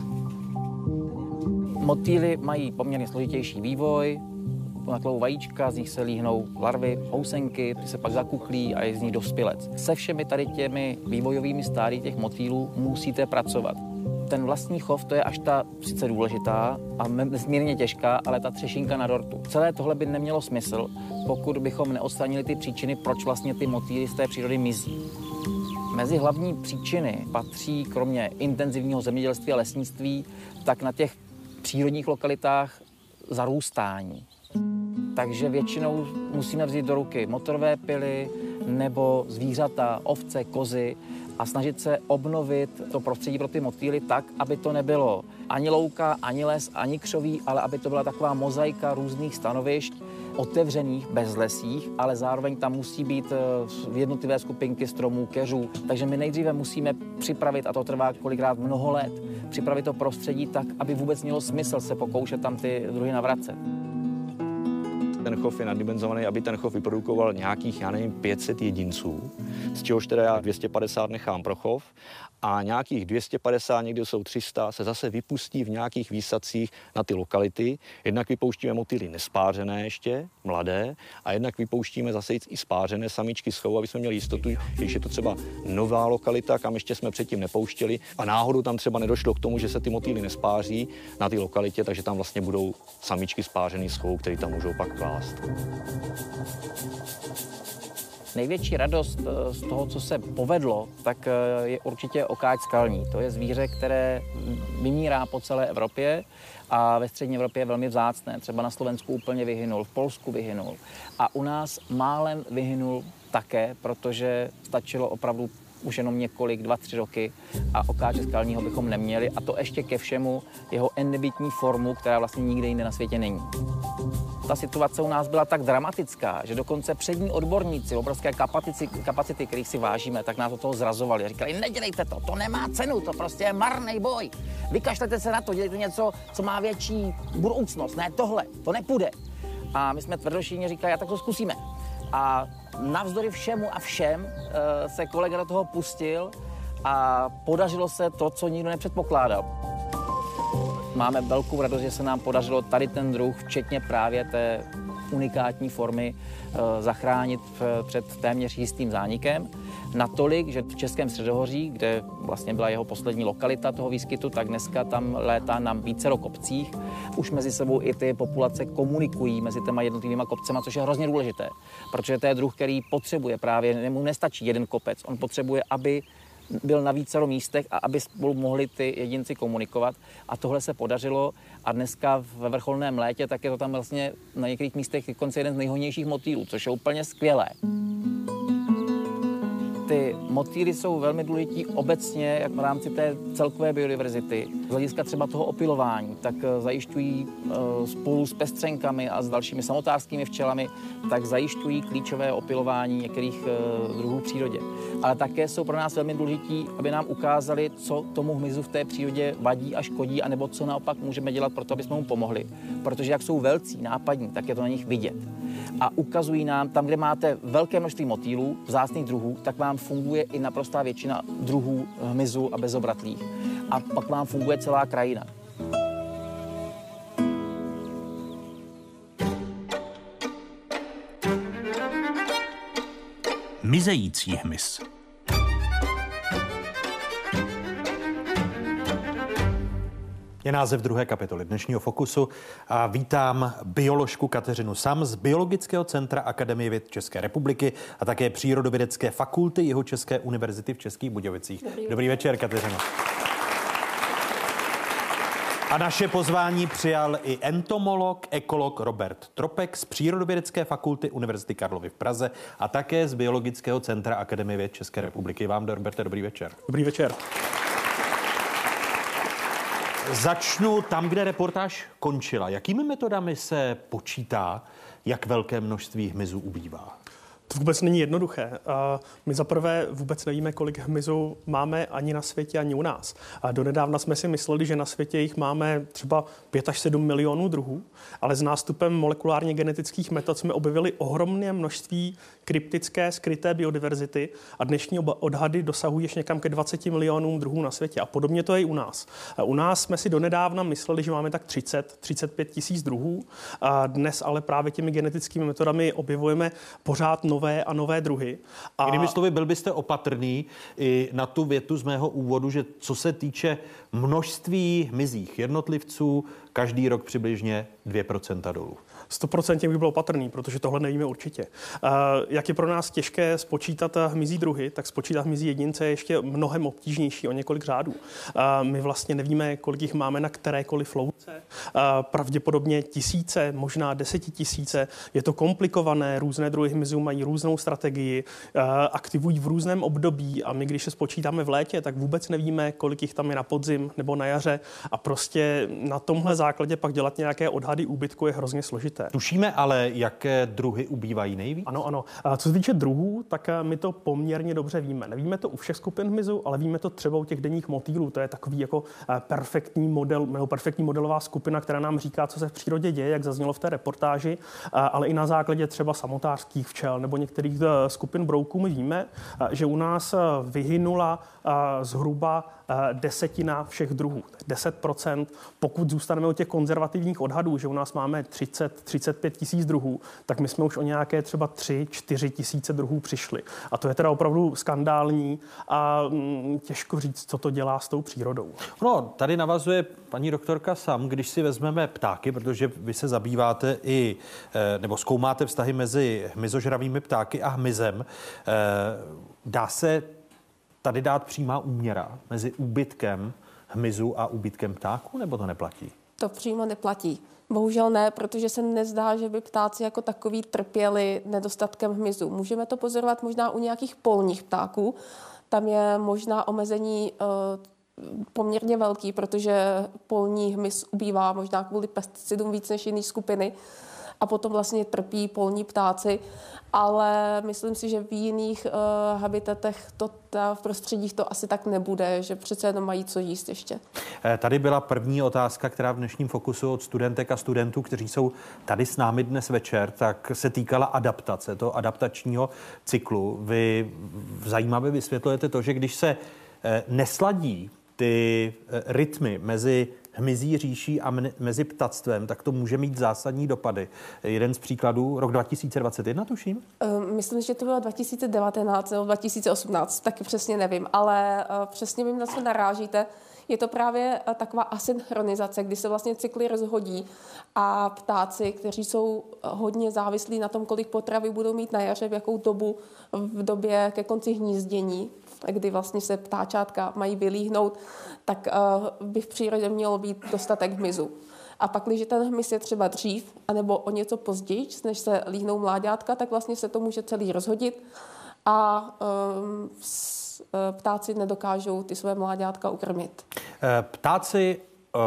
Motýly mají poměrně složitější vývoj, nakladou vajíčka, z nich se líhnou larvy, housenky, ty se pak zakuchlí a je z nich dospělec. Se všemi tady těmi vývojovými stády těch motýlů musíte pracovat. Ten vlastní chov, to je až ta sice důležitá a nesmírně těžká, ale ta třešinka na dortu. Celé tohle by nemělo smysl, pokud bychom neodstranili ty příčiny, proč vlastně ty motýly z té přírody mizí. Mezi hlavní příčiny patří kromě intenzivního zemědělství a lesnictví, tak na těch přírodních lokalitách zarůstání. Takže většinou musíme vzít do ruky motorové pily nebo zvířata, ovce, kozy a snažit se obnovit to prostředí pro ty motýly tak, aby to nebylo ani louka, ani les, ani křoví, ale aby to byla taková mozaika různých stanovišť, otevřených, bezlesích, ale zároveň tam musí být jednotlivé skupinky stromů, keřů. Takže my nejdříve musíme připravit, a to trvá kolikrát mnoho let, připravit to prostředí tak, aby vůbec mělo smysl se pokoušet tam ty druhy navracet. ten chov je naddimenzovaný, aby ten chov vyprodukoval nějakých, 500 jedinců, z čehož teda já 250 nechám pro chov a nějakých 250, někdy jsou 300, se zase vypustí v nějakých výsadcích na ty lokality. Jednak vypouštíme motýly nespářené ještě, mladé, a jednak vypouštíme zase i spářené samičky z chovu, aby jsme měli jistotu, když je to třeba nová lokalita, kam ještě jsme předtím nepouštěli a náhodou tam třeba nedošlo k tomu, že se ty motýly nespáří na té lokalitě, takže tam vlastně budou samičky spářený z chovu, které tam můžou pak klást. Největší radost z toho, co se povedlo, tak je určitě okáč skalní. To je zvíře, které vymírá po celé Evropě a ve střední Evropě je velmi vzácné. Třeba na Slovensku úplně vyhynul, v Polsku vyhynul. A u nás málem vyhynul také, protože stačilo opravdu už jenom několik, 2-3 roky a okáče skalního bychom neměli. A to ještě ke všemu jeho endemitní formu, která vlastně nikde jinde na světě není. Ta situace u nás byla tak dramatická, že dokonce přední odborníci, obrovské kapacity, kterých si vážíme, tak nás od toho zrazovali. Říkali, nedělejte to nemá cenu, to prostě je marný boj. Vykašlete se na to, dělejte něco, co má větší budoucnost. Ne tohle, to nepůjde. A my jsme tvrdošíjně říkali, tak to zkusíme. A navzdory všemu a všem se kolega do toho pustil a podařilo se to, co nikdo nepředpokládal. Máme velkou radost, že se nám podařilo tady ten druh, včetně právě té unikátní formy, zachránit před téměř jistým zánikem. Natolik, že v Českém středohoří, kde vlastně byla jeho poslední lokalita toho výskytu, tak dneska tam létá na vícero kopcích. Už mezi sebou i ty populace komunikují mezi těma jednotlivýma kopcema, což je hrozně důležité, protože to je druh, který potřebuje právě, mu nestačí jeden kopec, on potřebuje, aby byl na vícero místech a aby spolu mohli ty jedinci komunikovat. A tohle se podařilo a dneska ve vrcholném létě tak je to tam vlastně na některých místech dokonce jeden z nejhojnějších motýlů, což je úplně skvělé. Ty motýly jsou velmi důležitý obecně jak v rámci té celkové biodiverzity. Z hlediska třeba toho opylování, tak zajišťují spolu s pestřenkami a s dalšími samotářskými včelami, tak zajišťují klíčové opylování některých druhů v přírodě. Ale také jsou pro nás velmi důležitý, aby nám ukázali, co tomu hmyzu v té přírodě vadí a škodí, anebo co naopak můžeme dělat pro to, aby jsme mu pomohli. Protože jak jsou velcí, nápadní, tak je to na nich vidět. A ukazují nám, tam, kde máte velké množství motýlů, vzácných druhů, tak vám funguje i naprostá většina druhů hmyzu a bezobratlých. A pak vám funguje celá krajina. Mizející hmyz. Je název druhé kapitoly dnešního Fokusu a vítám bioložku Kateřinu Sam z Biologického centra Akademie věd České republiky a také Přírodovědecké fakulty Jihočeské univerzity v Českých Budějovicích. Dobrý večer, Kateřino. A naše pozvání přijal i entomolog, ekolog Robert Tropek z Přírodovědecké fakulty Univerzity Karlovy v Praze a také z Biologického centra Akademie věd České republiky. Vám, Roberte, dobrý večer. Dobrý večer. Začnu tam, kde reportáž končila. Jakými metodami se počítá, jak velké množství hmyzu ubývá? To vůbec není jednoduché. My zaprvé vůbec nevíme, kolik hmyzu máme ani na světě, ani u nás. Donedávna jsme si mysleli, že na světě jich máme třeba 5 až 7 milionů druhů, ale s nástupem molekulárně genetických metod jsme objevili ohromné množství kryptické, skryté biodiverzity a dnešní odhady dosahují ještě někam ke 20 milionům druhů na světě. A podobně to je i u nás. U nás jsme si donedávna mysleli, že máme tak 30-35 tisíc druhů. Dnes ale právě těmi genetickými metodami objevujeme pořád nové a nové druhy. Jinými slovy, byl byste opatrný i na tu větu z mého úvodu, že co se týče množství hmyzích jednotlivců, každý rok přibližně 2% dolů. 100% bych byl opatrný, protože tohle nevíme určitě. Jak je pro nás těžké spočítat hmyzí druhy, tak spočítat hmyzí jedince je ještě mnohem obtížnější, o několik řádů. My vlastně nevíme, kolik jich máme na kterékoliv louce. Pravděpodobně tisíce, možná 10 000. Je to komplikované, různé druhy hmyzů mají různou strategii, aktivují v různém období a my, když se spočítáme v létě, tak vůbec nevíme, kolik jich tam je na podzim nebo na jaře a prostě na tomhle základě pak dělat nějaké odhady úbytku je hrozně složité. Tušíme ale, jaké druhy ubývají nejvíc? Ano. A co se týče druhů, tak my to poměrně dobře víme. Nevíme to u všech skupin hmyzu, ale víme to třeba u těch denních motýlů. To je takový jako perfektní model, nebo perfektní modelová skupina, která nám říká, co se v přírodě děje, jak zaznělo v té reportáži, ale i na základě třeba samotářských včel nebo některých skupin brouků my víme, že u nás vyhynula zhruba 10% všech druhů, 10%. Pokud zůstaneme u těch konzervativních odhadů, že u nás máme 30-35 tisíc druhů, tak my jsme už o nějaké třeba 3-4 tisíce druhů přišli. A to je teda opravdu skandální a těžko říct, co to dělá s tou přírodou. No, tady navazuje paní doktorka Sam, když si vezmeme ptáky, protože vy se zabýváte i, nebo zkoumáte vztahy mezi hmyzožravými ptáky a hmyzem. Dá se tady dát přímá úměra mezi úbytkem hmyzu a úbytkem ptáků, nebo to neplatí? To přímo neplatí. Bohužel ne, protože se nezdá, že by ptáci jako takový trpěli nedostatkem hmyzu. Můžeme to pozorovat možná u nějakých polních ptáků. Tam je možná omezení poměrně velký, protože polní hmyz ubývá možná kvůli pesticidům víc než jiné skupiny. A potom vlastně trpí polní ptáci, ale myslím si, že v jiných habitatech v prostředích to asi tak nebude, že přece jenom mají co jíst ještě. Tady byla první otázka, která v dnešním fokusu od studentek a studentů, kteří jsou tady s námi dnes večer, tak se týkala adaptace, toho adaptačního cyklu. Vy zajímavě vysvětlujete to, že když se nesladí ty rytmy mezi hmyzí říší a mezi ptactvem, tak to může mít zásadní dopady. Jeden z příkladů, rok 2021, tuším? Myslím, že to bylo 2019 nebo 2018, taky přesně nevím, ale přesně vím, na co narážíte. Je to právě taková asynchronizace, kdy se vlastně cykly rozhodí a ptáci, kteří jsou hodně závislí na tom, kolik potravy budou mít na jaře, v jakou dobu, v době ke konci hnízdění, kdy vlastně se ptáčátka mají vylíhnout, tak by v přírodě mělo být dostatek hmyzu. A pak, když ten hmyz je třeba dřív, anebo o něco později, než se líhnou mláďátka, tak vlastně se to může celý rozhodit a ptáci nedokážou ty své mláďátka ukrmit. Ptáci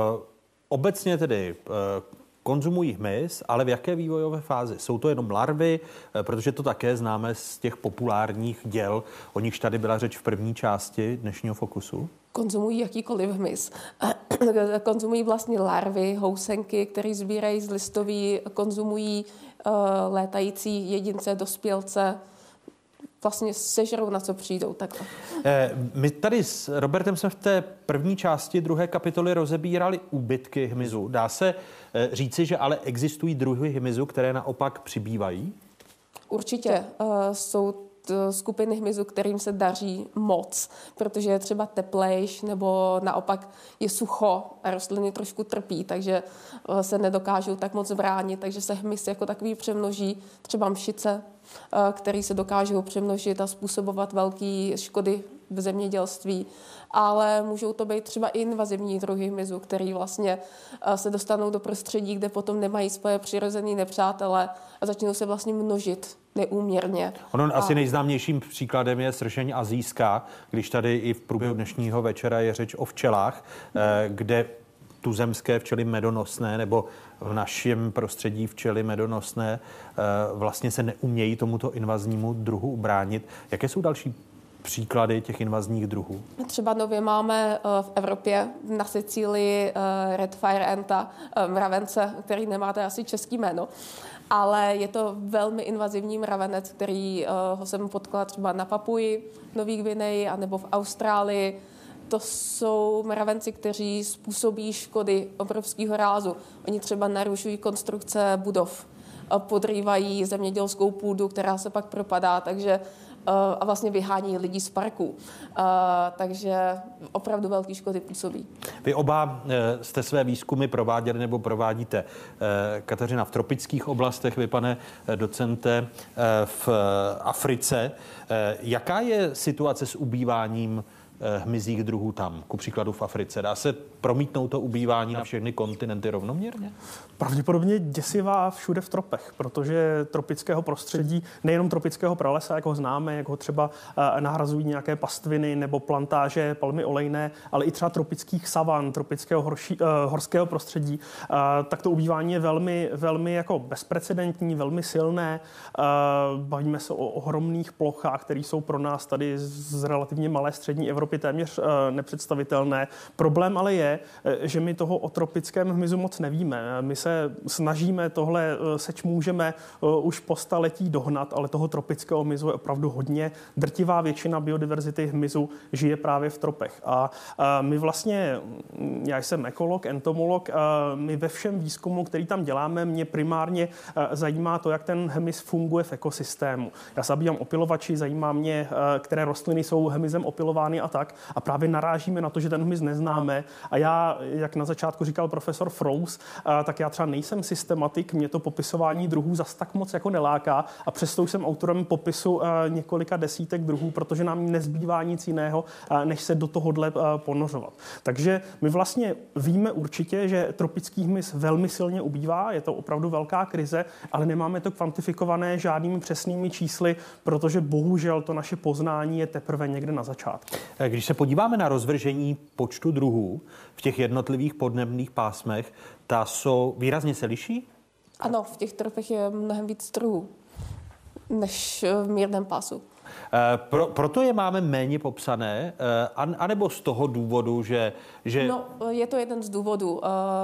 obecně tedy konzumují hmyz, ale v jaké vývojové fázi? Jsou to jenom larvy, protože to také známe z těch populárních děl, o nichž tady byla řeč v první části dnešního fokusu? Konzumují jakýkoliv hmyz. Konzumují vlastně larvy, housenky, které sbírají z listoví, konzumují létající jedince, dospělce, vlastně sežerou, na co přijdou. Takhle. My tady s Robertem jsme v té první části druhé kapitoly rozebírali úbytky hmyzu. Dá se říci, že ale existují druhy hmyzu, které naopak přibývají? Určitě. Jsou skupiny hmyzu, kterým se daří moc, protože je třeba teplejš nebo naopak je sucho a rostliny trošku trpí, takže se nedokážou tak moc bránit, takže se hmyz jako takový přemnoží, třeba mšice, který se dokážou přemnožit a způsobovat velké škody v zemědělství, ale můžou to být třeba i invazivní druhy hmyzu, který vlastně se dostanou do prostředí, kde potom nemají svoje přirozené nepřátele a začnou se vlastně množit neúměrně. Asi nejznámějším příkladem je sršeň asijská, když tady i v průběhu dnešního večera je řeč o včelách, kde tuzemské včely medonosné nebo v našem prostředí včely medonosné vlastně se neumějí tomuto invaznímu druhu ubránit. Jaké jsou další příklady těch invazních druhů? Třeba nově máme v Evropě na Sicílii Red Fire Anta, mravence, který nemáte asi český jméno, ale je to velmi invazivní mravenec, který ho jsem potkala třeba na Papuji, Nový Gvineji, anebo v Austrálii. To jsou mravenci, kteří způsobí škody obrovského rázu. Oni třeba narušují konstrukce budov, podrývají zemědělskou půdu, která se pak propadá, takže a vlastně vyhání lidí z parku. Takže opravdu velký škody působí. Vy oba jste své výzkumy prováděli nebo provádíte, Kateřina, v tropických oblastech, vy, pane docente, v Africe. Jaká je situace s ubýváním hmyzích druhů tam, ku příkladu v Africe? Dá se promítnout to ubývání na všechny kontinenty rovnoměrně? Pravděpodobně děsivá všude v tropech, protože tropického prostředí, nejenom tropického pralesa, jak ho známe, jak ho třeba nahrazují nějaké pastviny nebo plantáže palmy olejné, ale i třeba tropických savan, tropického horského prostředí, tak to ubývání je velmi, velmi jako bezprecedentní, velmi silné. Bavíme se o ohromných plochách, které jsou pro nás tady z relativně malé střední Evropy téměř nepředstavitelné. Problém ale je, že my toho o tropickém hmyzu moc nevíme. My se snažíme tohle, seč můžeme už po staletí dohnat, ale toho tropického hmyzu je opravdu hodně. Drtivá většina biodiverzity hmyzu žije právě v tropech. A my vlastně, já jsem ekolog, entomolog, my ve všem výzkumu, který tam děláme, mě primárně zajímá to, jak ten hmyz funguje v ekosystému. Já se zabývám opilovači, zajímá mě, které rostliny jsou hmyzem opilovány a tak. A právě narážíme na to, že ten hmyz neznáme. A já, jak na začátku říkal profesor Frous, tak já třeba nejsem systematik, mě to popisování druhů zas tak moc jako neláká a přesto jsem autorem popisu několika desítek druhů, protože nám nezbývá nic jiného, než se do tohohle ponořovat. Takže my vlastně víme určitě, že tropický hmyz velmi silně ubývá, je to opravdu velká krize, ale nemáme to kvantifikované žádnými přesnými čísly, protože bohužel to naše poznání je teprve někde na začátku. Když se podíváme na rozvržení počtu druhů v těch jednotlivých podnebných pásmech, ta jsou výrazně se liší? Ano, v těch tropech je mnohem víc druhů než v mírném pásu. Proto je máme méně popsané, anebo z toho důvodu, že... No, je to jeden z důvodů.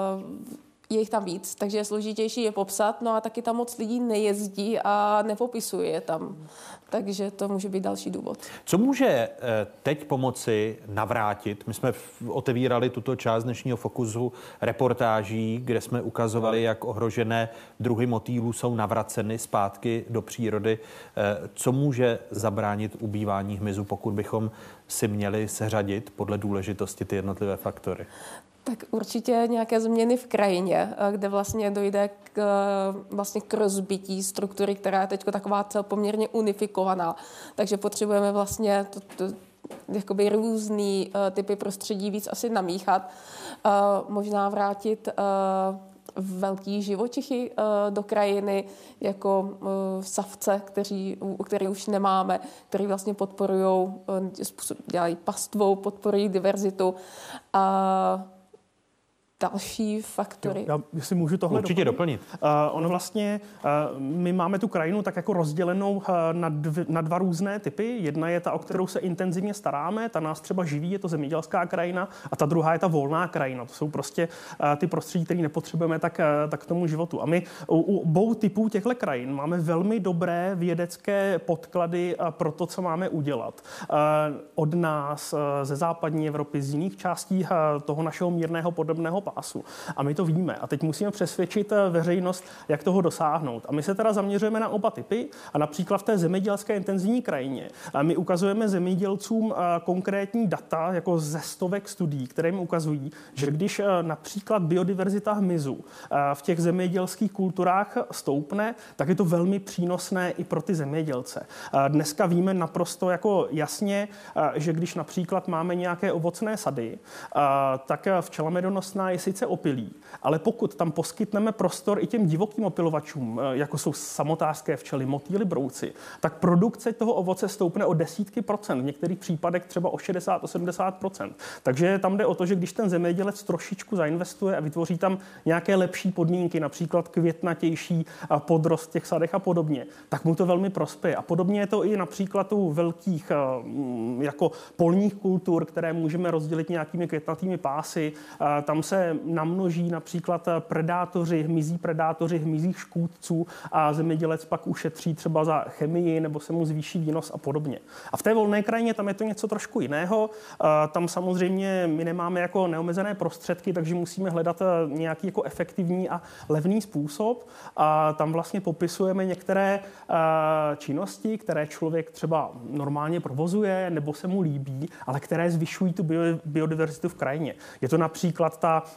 Je jich tam víc, takže je složitější je popsat, no a taky tam moc lidí nejezdí a nepopisuje je tam. Takže to může být další důvod. Co může teď pomoci navrátit? My jsme otevírali tuto část dnešního Fokusu reportáží, kde jsme ukazovali, jak ohrožené druhy motýlů jsou navraceny zpátky do přírody. Co může zabránit ubývání hmyzu, pokud bychom si měli seřadit podle důležitosti ty jednotlivé faktory? Tak určitě nějaké změny v krajině, kde vlastně dojde k rozbití struktury, která je teď taková poměrně unifikovaná. Takže potřebujeme vlastně jakoby různý typy prostředí víc asi namíchat. Možná vrátit velký živočichy do krajiny, jako savce, který už nemáme, který vlastně dělají pastvou, podporují diverzitu. Další faktory. Já si můžu tohle určitě doplnit. Ono vlastně, my máme tu krajinu tak jako rozdělenou na dva různé typy. Jedna je ta, o kterou se intenzivně staráme, ta nás třeba živí, je to zemědělská krajina, a ta druhá je ta volná krajina. To jsou prostě ty prostředí, které nepotřebujeme tak k tomu životu. A my u obou typů těchto krajin máme velmi dobré vědecké podklady pro to, co máme udělat. Od nás, ze západní Evropy, z jiných částí toho našeho mírného podobného pásu. A my to víme. A teď musíme přesvědčit veřejnost, jak toho dosáhnout. A my se teda zaměřujeme na oba typy a například v té zemědělské intenzivní krajině. A my ukazujeme zemědělcům konkrétní data jako ze stovek studií, které jim ukazují, že když například biodiverzita hmyzu v těch zemědělských kulturách stoupne, tak je to velmi přínosné i pro ty zemědělce. Dneska víme naprosto jako jasně, že když například máme nějaké ovocné sady, tak včela medonosná je sice opilí, ale pokud tam poskytneme prostor i těm divokým opilovačům, jako jsou samotářské včely, motýly, brouci, tak produkce toho ovoce stoupne o desítky procent, v některých případech třeba o 60-70%. Takže tam jde o to, že když ten zemědělec trošičku zainvestuje a vytvoří tam nějaké lepší podmínky, například květnatější podrost v těch sadech a podobně, tak mu to velmi prospěje. A podobně je to i například u velkých jako polních kultur, které můžeme rozdělit nějakými květnatými pásy. Tam se namnoží například predátoři hmyzích škůdců a zemědělec pak ušetří třeba za chemii nebo se mu zvýší výnos a podobně. A v té volné krajině tam je to něco trošku jiného. Tam samozřejmě my nemáme jako neomezené prostředky, takže musíme hledat nějaký jako efektivní a levný způsob. A tam vlastně popisujeme některé činnosti, které člověk třeba normálně provozuje nebo se mu líbí, ale které zvyšují tu biodiverzitu v krajině. Je to například ta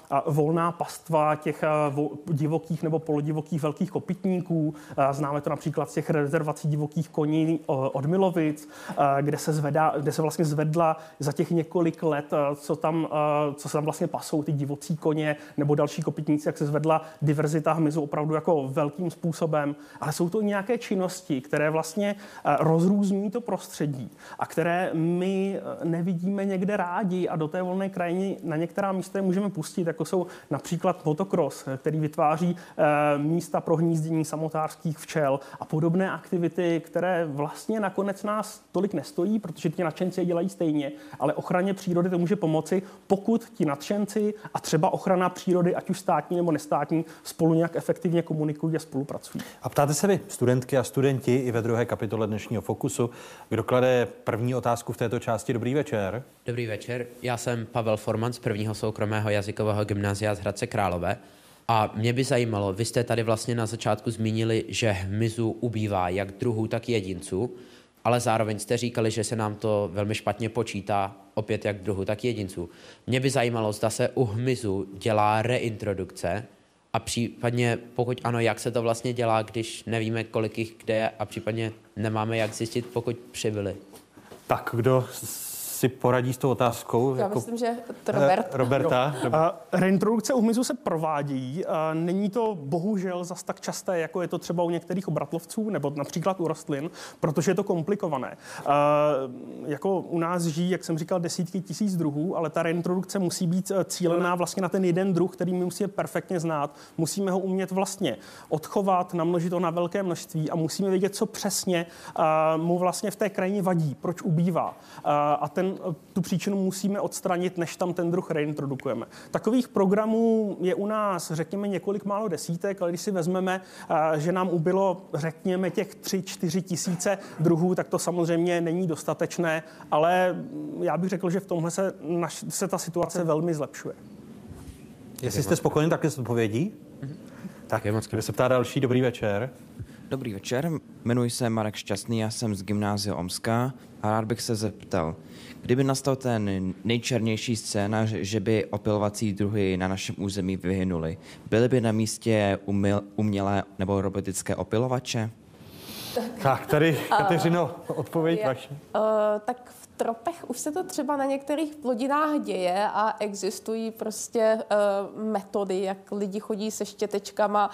volná pastva těch divokých nebo polodivokých velkých kopytníků. Známe to například z těch rezervací divokých koní od Milovic, kde se vlastně zvedla za těch několik let, co se tam vlastně pasou ty divocí koně nebo další kopytníci, jak se zvedla diverzita hmyzu opravdu jako velkým způsobem. Ale jsou to nějaké činnosti, které vlastně rozrůzní to prostředí a které my nevidíme někde rádi a do té volné krajiny na některá místa můžeme pustit, jako jsou například motocross, který vytváří místa pro hnízdění samotářských včel a podobné aktivity, které vlastně nakonec nás tolik nestojí, protože ti nadšenci je dělají stejně, ale ochraně přírody to může pomoci, pokud ti nadšenci a třeba ochrana přírody, ať už státní nebo nestátní, spolu nějak efektivně komunikují a spolupracují. A ptáte se vy, studentky a studenti, i ve druhé kapitole dnešního Fokusu, kdo klade první otázku v této části. Dobrý večer. Dobrý večer, já jsem Pavel Forman z prvního soukromého jazykového gymnázia z Hradce Králové a mě by zajímalo, vy jste tady vlastně na začátku zmínili, že hmyzu ubývá jak druhů, tak jedinců, ale zároveň jste říkali, že se nám to velmi špatně počítá, opět jak druhů, tak jedinců. Mě by zajímalo, zda se u hmyzu dělá reintrodukce a případně, pokud ano, jak se to vlastně dělá, když nevíme, kolik jich kde je a případně nemáme jak zjistit, pokud přibyli. Tak, kdo si poradí s tou otázkou? Já myslím, že Robert. Roberta. Reintrodukce u hmyzu se provádí. Není to bohužel zas tak časté, jako je to třeba u některých obratlovců nebo například u rostlin, protože je to komplikované. Jako u nás žijí, jak jsem říkal, desítky tisíc druhů, ale ta reintrodukce musí být cílená vlastně na ten jeden druh, který my musíme perfektně znát. Musíme ho umět vlastně odchovat, namnožit ho na velké množství a musíme vědět, co přesně mu vlastně v té krajině vadí, proč ubývá. A tu příčinu musíme odstranit, než tam ten druh reintrodukujeme. Takových programů je u nás, řekněme, několik málo desítek, ale když si vezmeme, že nám ubylo, řekněme, těch 3-4 tisíce druhů, tak to samozřejmě není dostatečné, ale já bych řekl, že v tomhle se ta situace velmi zlepšuje. Jestli jste spokojen, tak s odpovědí? Tak, kdyby se ptá další. Dobrý večer. Dobrý večer, jmenuji se Marek Šťastný, já jsem z Gymnázia Omska a rád bych se zeptal, kdyby nastal ten nejčernější scénář, že by opylovací druhy na našem území vyhynuly, byly by na místě umělé nebo robotické opylovače? Tak, tady, Kateřino, odpověď vaši. Tak v tropech už se to třeba na některých plodinách děje a existují prostě metody, jak lidi chodí se štětečkama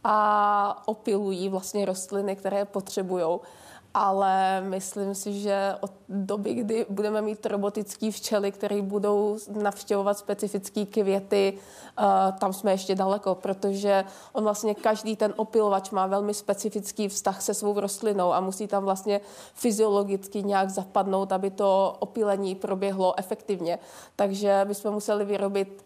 a opylují vlastně rostliny, které potřebujou. Ale myslím si, že od doby, kdy budeme mít robotický včely, které budou navštěvovat specifické květy, tam jsme ještě daleko, protože on vlastně každý ten opylovač má velmi specifický vztah se svou rostlinou a musí tam vlastně fyziologicky nějak zapadnout, aby to opylení proběhlo efektivně. Takže bychom museli vyrobit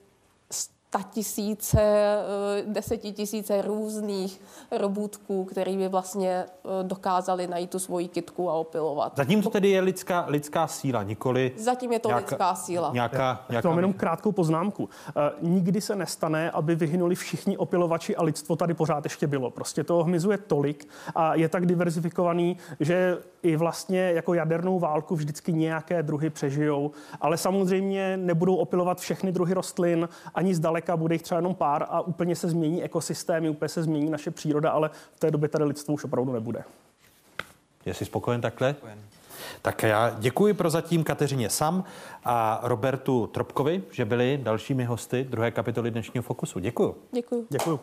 10 000 různých robůtků, který by vlastně dokázali najít tu svoji kytku a opylovat. Zatím to tedy je lidská síla, nikoli... Zatím je to lidská síla. Nějaká... To mám jenom krátkou poznámku. Nikdy se nestane, aby vyhynuli všichni opylovači a lidstvo tady pořád ještě bylo. Prostě toho hmyzu je tolik a je tak diverzifikovaný, že i vlastně jako jadernou válku vždycky nějaké druhy přežijou, ale samozřejmě nebudou opylovat všechny druhy rostlin, ani zdaleka, bude jich třeba jenom pár a úplně se změní ekosystémy, úplně se změní naše příroda, ale v té době tady lidstvo už opravdu nebude. Jsi spokojen takhle? Tak já děkuji prozatím Kateřině Sam a Robertu Tropkovi, že byli dalšími hosty druhé kapitoly dnešního Fokusu. Děkuji. Děkuji.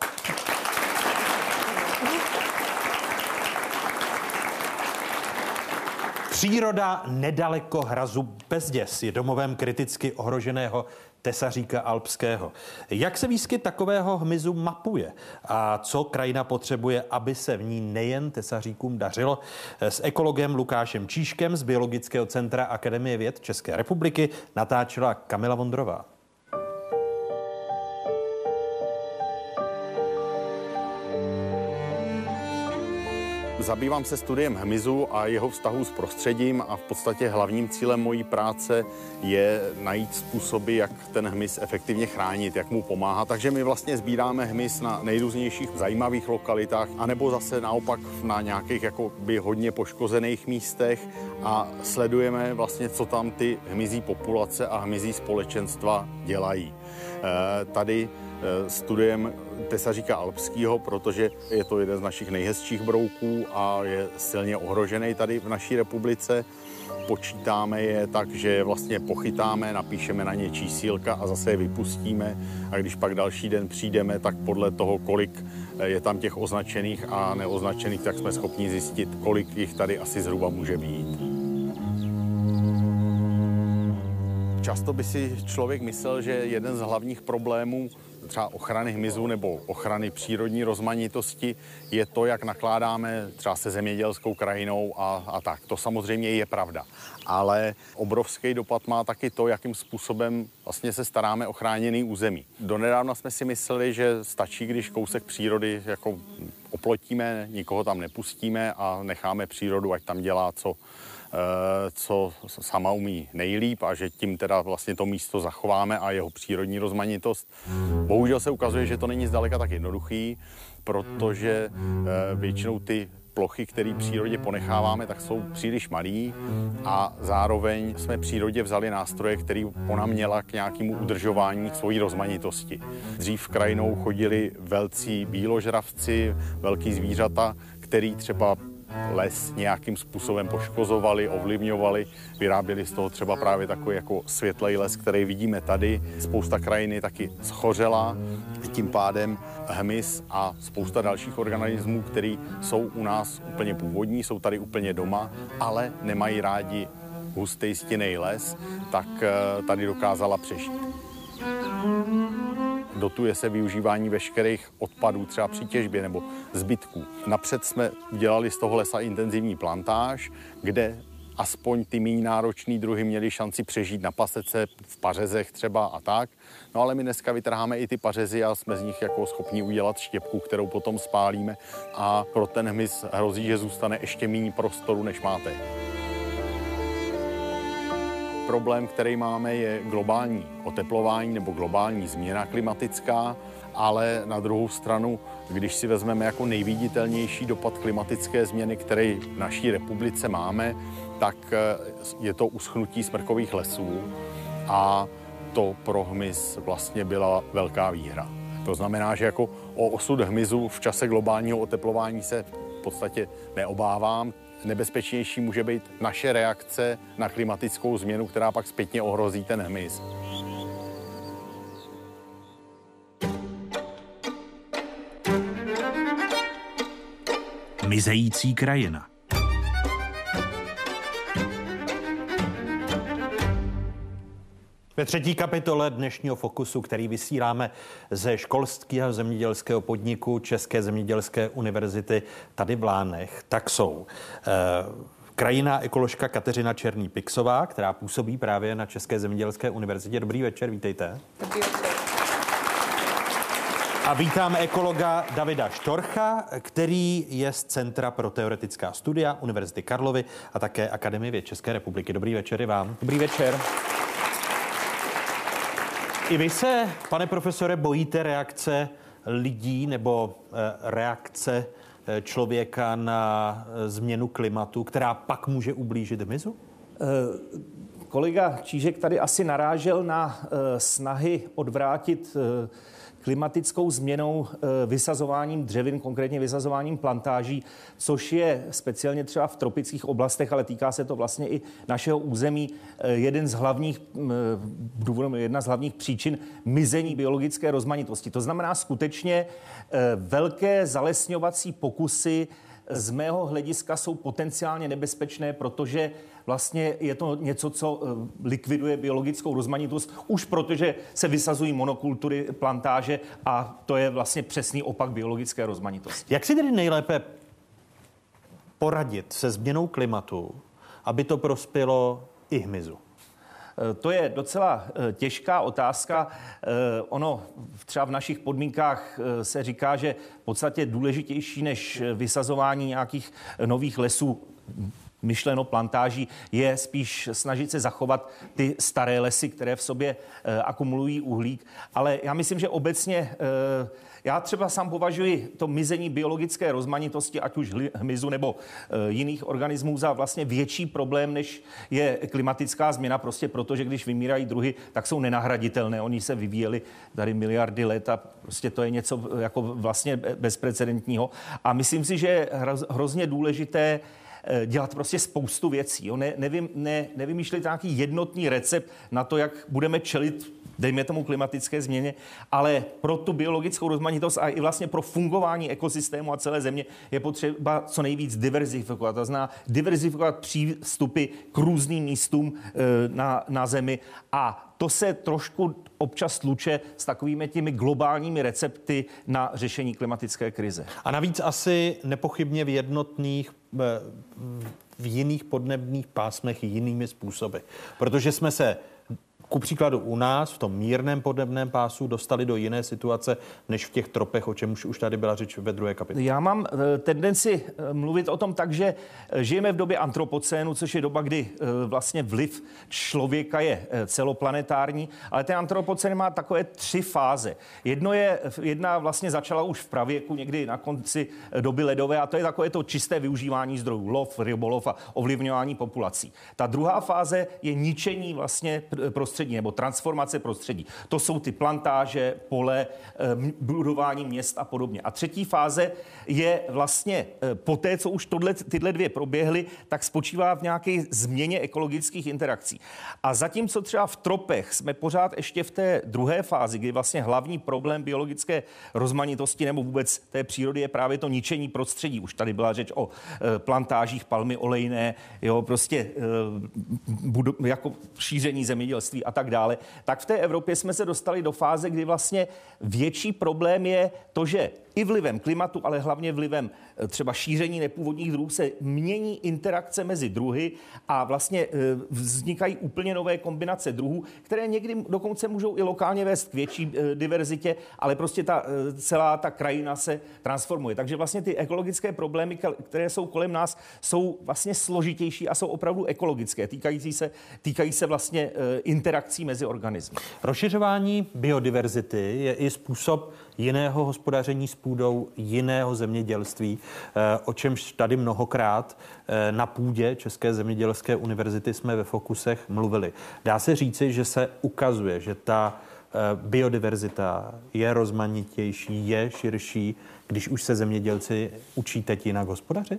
Příroda nedaleko hrazu Bezděs je domovem kriticky ohroženého tesaříka alpského. Jak se výskyt takového hmyzu mapuje a co krajina potřebuje, aby se v ní nejen tesaříkům dařilo? S ekologem Lukášem Číškem z Biologického centra Akademie věd České republiky natáčela Kamila Vondrová. Zabývám se studiem hmyzu a jeho vztahu s prostředím a v podstatě hlavním cílem mojí práce je najít způsoby, jak ten hmyz efektivně chránit, jak mu pomáhat. Takže my vlastně sbíráme hmyz na nejrůznějších zajímavých lokalitách, anebo zase naopak na nějakých jakoby hodně poškozených místech a sledujeme vlastně, co tam ty hmyzí populace a hmyzí společenstva dělají. Tady studujeme tesaříka alpského, protože je to jeden z našich nejhezčích brouků a je silně ohrožený tady v naší republice. Počítáme je tak, že je vlastně pochytáme, napíšeme na ně čísílka a zase je vypustíme. A když pak další den přijdeme, tak podle toho, kolik je tam těch označených a neoznačených, tak jsme schopni zjistit, kolik jich tady asi zhruba může být. Často by si člověk myslel, že jeden z hlavních problémů třeba ochrany hmyzu nebo ochrany přírodní rozmanitosti je to, jak nakládáme třeba se zemědělskou krajinou a tak. To samozřejmě je pravda. Ale obrovský dopad má taky to, jakým způsobem vlastně se staráme o chráněný území. Donedávna jsme si mysleli, že stačí, když kousek přírody jako oplotíme, nikoho tam nepustíme a necháme přírodu, ať tam dělá, co sama umí nejlíp a že tím teda vlastně to místo zachováme a jeho přírodní rozmanitost. Bohužel se ukazuje, že to není zdaleka tak jednoduchý, protože většinou ty plochy, které přírodě ponecháváme, tak jsou příliš malý a zároveň jsme přírodě vzali nástroje, které ona měla k nějakému udržování svojí rozmanitosti. Dřív krajinou chodili velcí býložravci, velký zvířata, který třeba les nějakým způsobem poškozovali, ovlivňovali, vyráběli z toho třeba právě takový jako světlej les, který vidíme tady. Spousta krajiny taky schořela, tím pádem hmyz a spousta dalších organismů, který jsou u nás úplně původní, jsou tady úplně doma, ale nemají rádi hustý stinný les, tak tady dokázala přežít. Dotuje se využívání veškerých odpadů třeba při těžbě nebo zbytků. Napřed jsme dělali z toho lesa intenzivní plantáž, kde aspoň ty méně náročný druhy měly šanci přežít na pasece, v pařezech třeba a tak. No ale my dneska vytrháme i ty pařezy a jsme z nich jako schopni udělat štěpku, kterou potom spálíme a pro ten hmyz hrozí, že zůstane ještě méně prostoru, než máte. Problém, který máme, je globální oteplování nebo globální změna klimatická, ale na druhou stranu, když si vezmeme jako nejviditelnější dopad klimatické změny, který v naší republice máme, tak je to uschnutí smrkových lesů a to pro hmyz vlastně byla velká výhra. To znamená, že jako o osud hmyzu v čase globálního oteplování se v podstatě neobávám. Nebezpečnější může být naše reakce na klimatickou změnu, která pak zpětně ohrozí ten hmyz. Mizející krajina. Ve třetí kapitole dnešního Fokusu, který vysíláme ze školského zemědělského podniku České zemědělské univerzity tady v Lánech, tak jsou krajinná ekoložka Kateřina Černý-Pixová, která působí právě na České zemědělské univerzitě. Dobrý večer, vítejte. Dobrý večer. A vítáme ekologa Davida Štorcha, který je z Centra pro teoretická studia Univerzity Karlovy a také Akademie věd České republiky. Dobrý večer i vám. Dobrý večer. I vy se, pane profesore, bojíte reakce lidí nebo reakce člověka na změnu klimatu, která pak může ublížit hmyzu? Kolega Čížek tady asi narážel na snahy odvrátit klimatickou změnou vysazováním dřevin, konkrétně vysazováním plantáží, což je speciálně třeba v tropických oblastech, ale týká se to vlastně i našeho území, jedna z hlavních příčin mizení biologické rozmanitosti. To znamená skutečně velké zalesňovací pokusy z mého hlediska jsou potenciálně nebezpečné, protože vlastně je to něco, co likviduje biologickou rozmanitost, už protože se vysazují monokultury, plantáže a to je vlastně přesný opak biologické rozmanitosti. Jak si tedy nejlépe poradit se změnou klimatu, aby to prospělo i hmyzu? To je docela těžká otázka. Ono třeba v našich podmínkách se říká, že v podstatě důležitější než vysazování nějakých nových lesů, myšleno plantáží, je spíš snažit se zachovat ty staré lesy, které v sobě akumulují uhlík. Ale já myslím, že obecně já třeba sám považuji to mizení biologické rozmanitosti, ať už hmyzu nebo jiných organismů, za vlastně větší problém, než je klimatická změna, prostě proto, že když vymírají druhy, tak jsou nenahraditelné. Oni se vyvíjeli tady miliardy let a prostě to je něco jako vlastně bezprecedentního. A myslím si, že je hrozně důležité dělat prostě spoustu věcí. Nevymýšlet nějaký jednotný recept na to, jak budeme čelit, dejme tomu, klimatické změně, ale pro tu biologickou rozmanitost a i vlastně pro fungování ekosystému a celé země je potřeba co nejvíc diverzifikovat. To znamená diverzifikovat přístupy k různým místům na zemi a to se trošku občas sluče s takovými těmi globálními recepty na řešení klimatické krize. A navíc asi nepochybně v jiných podnebných pásmech jinými způsoby. Protože jsme se ku příkladu u nás v tom mírném podnebném pásu dostali do jiné situace než v těch tropech, o čem už tady byla řeč ve druhé kapitole. Já mám tendenci mluvit o tom tak, že žijeme v době antropocénu, což je doba, kdy vlastně vliv člověka je celoplanetární, ale ten antropocén má takové 3 fáze. Jedna vlastně začala už v pravěku, někdy na konci doby ledové, a to je takové to čisté využívání zdrojů, lov, rybolov a ovlivňování populací. Ta druhá fáze je ničení vlastně prostředí nebo transformace prostředí. To jsou ty plantáže, pole, budování měst a podobně. A třetí fáze je vlastně poté, co už tyhle 2 proběhly, tak spočívá v nějaké změně ekologických interakcí. A zatímco třeba v tropech jsme pořád ještě v té druhé fázi, kdy vlastně hlavní problém biologické rozmanitosti nebo vůbec té přírody je právě to ničení prostředí. Už tady byla řeč o plantážích palmy olejné, prostě jako šíření zemědělství a tak dále, tak v té Evropě jsme se dostali do fáze, kdy vlastně větší problém je to, že i vlivem klimatu, ale hlavně vlivem třeba šíření nepůvodních druhů se mění interakce mezi druhy a vlastně vznikají úplně nové kombinace druhů, které někdy dokonce můžou i lokálně vést k větší diverzitě, ale prostě celá ta krajina se transformuje. Takže vlastně ty ekologické problémy, které jsou kolem nás, jsou vlastně složitější a jsou opravdu ekologické, týkají se vlastně interakcí mezi organismy. Rozšiřování biodiverzity je i způsob jiného hospodaření s půdou, jiného zemědělství, o čemž tady mnohokrát na půdě České zemědělské univerzity jsme ve Fokusech mluvili. Dá se říci, že se ukazuje, že ta biodiverzita je rozmanitější, je širší, když už se zemědělci učí teď jinak hospodařit?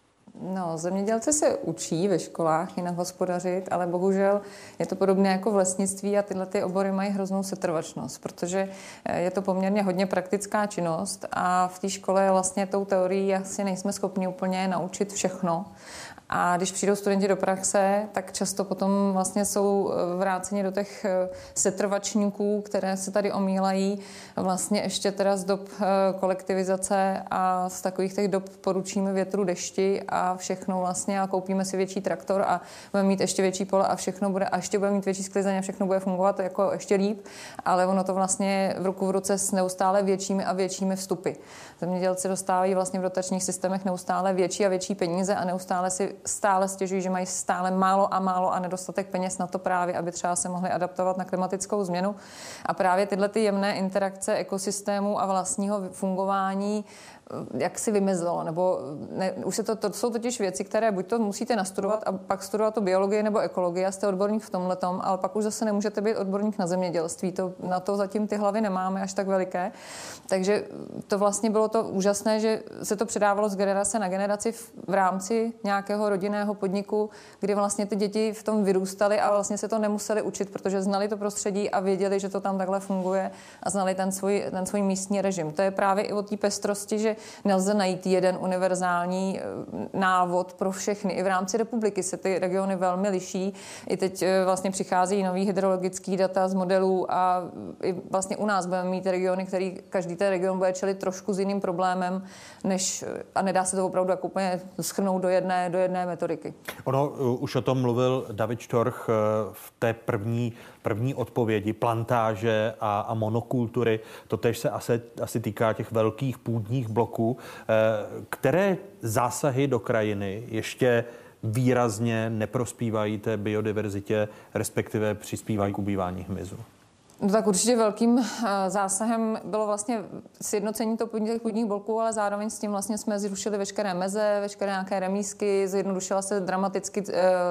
No, zemědělci se učí ve školách jinak hospodařit, ale bohužel je to podobné jako v lesnictví a tyhle ty obory mají hroznou setrvačnost, protože je to poměrně hodně praktická činnost a v té škole vlastně tou teorií asi nejsme schopni úplně naučit všechno. A když přijdou studenti do praxe, tak často potom vlastně jsou vráceni do těch setrvačníků, které se tady omílají vlastně ještě teda z dob kolektivizace a z takových těch dob poručíme větru, dešti a všechno vlastně a koupíme si větší traktor a budeme mít ještě větší pole a všechno bude a ještě budeme mít větší sklizeň a všechno bude fungovat jako ještě líp, ale ono to vlastně v ruku v ruce s neustále většími a většími vstupy. Zemědělci dostávají vlastně v dotačních systémech neustále větší a větší peníze a neustále si stěžují, že mají stále málo a nedostatek peněz na to právě, aby třeba se mohli adaptovat na klimatickou změnu. A právě tyhle ty jemné interakce ekosystému a vlastního fungování jak si vymezilo, nebo ne, už se to jsou totiž věci, které buď to musíte nastudovat a pak studovat tu biologii nebo ekologii a jste odborník v tomhletom, ale pak už zase nemůžete být odborník na zemědělství. Na to zatím ty hlavy nemáme až tak veliké. Takže to vlastně bylo to úžasné, že se to předávalo z generace na generaci v rámci nějakého rodinného podniku, kdy vlastně ty děti v tom vyrůstaly a vlastně se to nemuseli učit, protože znali to prostředí a věděli, že to tam takhle funguje a znali ten svůj místní režim. To je právě i o té pestrosti, že nelze najít jeden univerzální návod pro všechny. I v rámci republiky se ty regiony velmi liší. I teď vlastně přichází nový hydrologický data z modelů a i vlastně u nás budeme mít regiony, který každý ten region bude čelit trošku s jiným problémem, a nedá se to opravdu jako úplně shrnout do jedné metodiky. Ono už o tom mluvil David Štorch v té první odpovědi, plantáže a monokultury. To též se asi týká těch velkých půdních bloků. Které zásahy do krajiny ještě výrazně neprospívají té biodiverzitě, respektive přispívají k ubývání hmyzu? No tak určitě velkým zásahem bylo vlastně sjednocení těch půdních bloků, ale zároveň s tím vlastně jsme zrušili veškeré meze, veškeré nějaké remízky, zjednodušila se dramaticky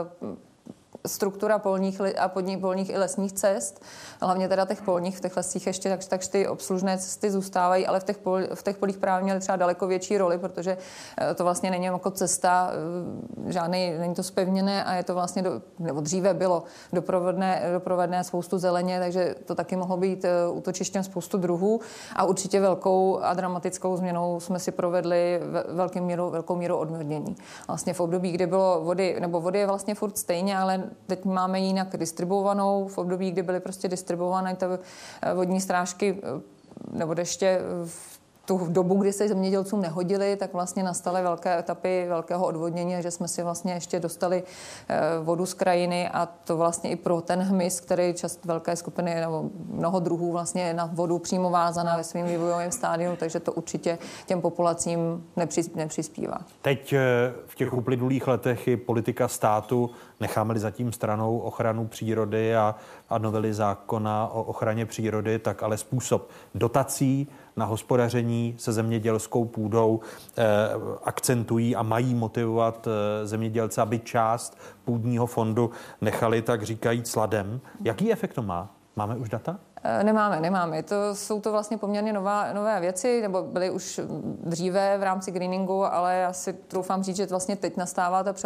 struktura polních i lesních cest, hlavně teda těch polních, v těch lesích ještě takže ty obslužné cesty zůstávají, ale v těch polích právě měly třeba daleko větší roli, protože to vlastně není jako cesta, není to zpevněné a je to vlastně, nebo dříve bylo doprovodné spoustu zeleně, takže to taky mohlo být útočištěm spoustu druhů a určitě velkou a dramatickou změnou jsme si provedli velkou míru odvodnění. Vlastně v období, kdy bylo vody je vlastně furt stejně, ale teď máme jinak distribuovanou. V období, kdy byly prostě distribuované ty vodní strážky nebo deště v tu dobu, kdy se zemědělcům nehodili, tak vlastně nastaly velké etapy velkého odvodnění, že jsme si vlastně ještě dostali vodu z krajiny a to vlastně i pro ten hmyz, který velké skupiny nebo mnoho druhů vlastně na vodu přímo vázaná ve svým vývojovém stádiu, takže to určitě těm populacím nepřispívá. Teď v těch uplynulých letech i politika státu, necháme-li zatím stranou ochranu přírody a novely zákona o ochraně přírody, tak ale způsob dotací na hospodaření se zemědělskou půdou akcentují a mají motivovat zemědělce, aby část půdního fondu nechali, tak říkajíc, ladem. Jaký efekt to má? Máme už data? Nemáme. Jsou to vlastně poměrně nové věci, nebo byly už dříve v rámci greeningu, ale já si troufám říct, že vlastně teď nastává ta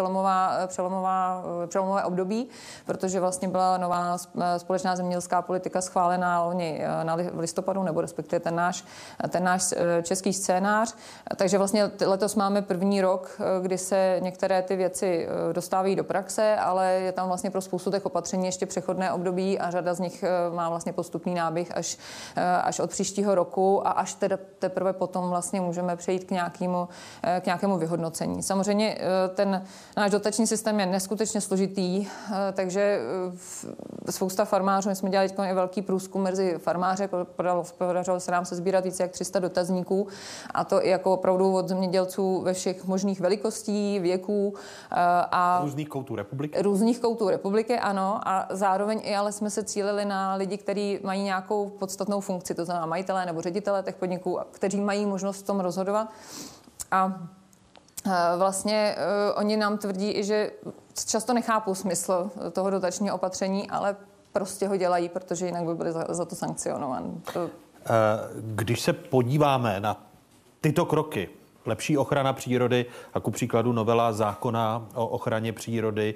přelomové období, protože vlastně byla nová společná zemědělská politika schválená loni v listopadu, nebo respektive ten náš český scénář. Takže vlastně letos máme první rok, kdy se některé ty věci dostávají do praxe, ale je tam vlastně pro spoustu těch opatření ještě přechodné období a řada z nich má vlastně postupný náběh až od příštího roku a až teprve potom vlastně můžeme přejít k nějakému vyhodnocení. Samozřejmě ten náš dotační systém je neskutečně složitý, takže spousta farmářů, my jsme dělali i velký průzkum mezi farmáře, podařilo se nám sesbírat více jak 300 dotazníků a to i jako opravdu od zemědělců ve všech možných velikostí, věků a různých koutů republiky, ano, a zároveň i ale jsme se cílili na lidi, kteří mají nějakou podstatnou funkci, to znamená majitelé nebo ředitelé těch podniků, kteří mají možnost v tom rozhodovat. A vlastně oni nám tvrdí i, že často nechápou smysl toho dotačního opatření, ale prostě ho dělají, protože jinak by byli za to sankcionováni. Když se podíváme na tyto kroky, lepší ochrana přírody a ku příkladu novela zákona o ochraně přírody,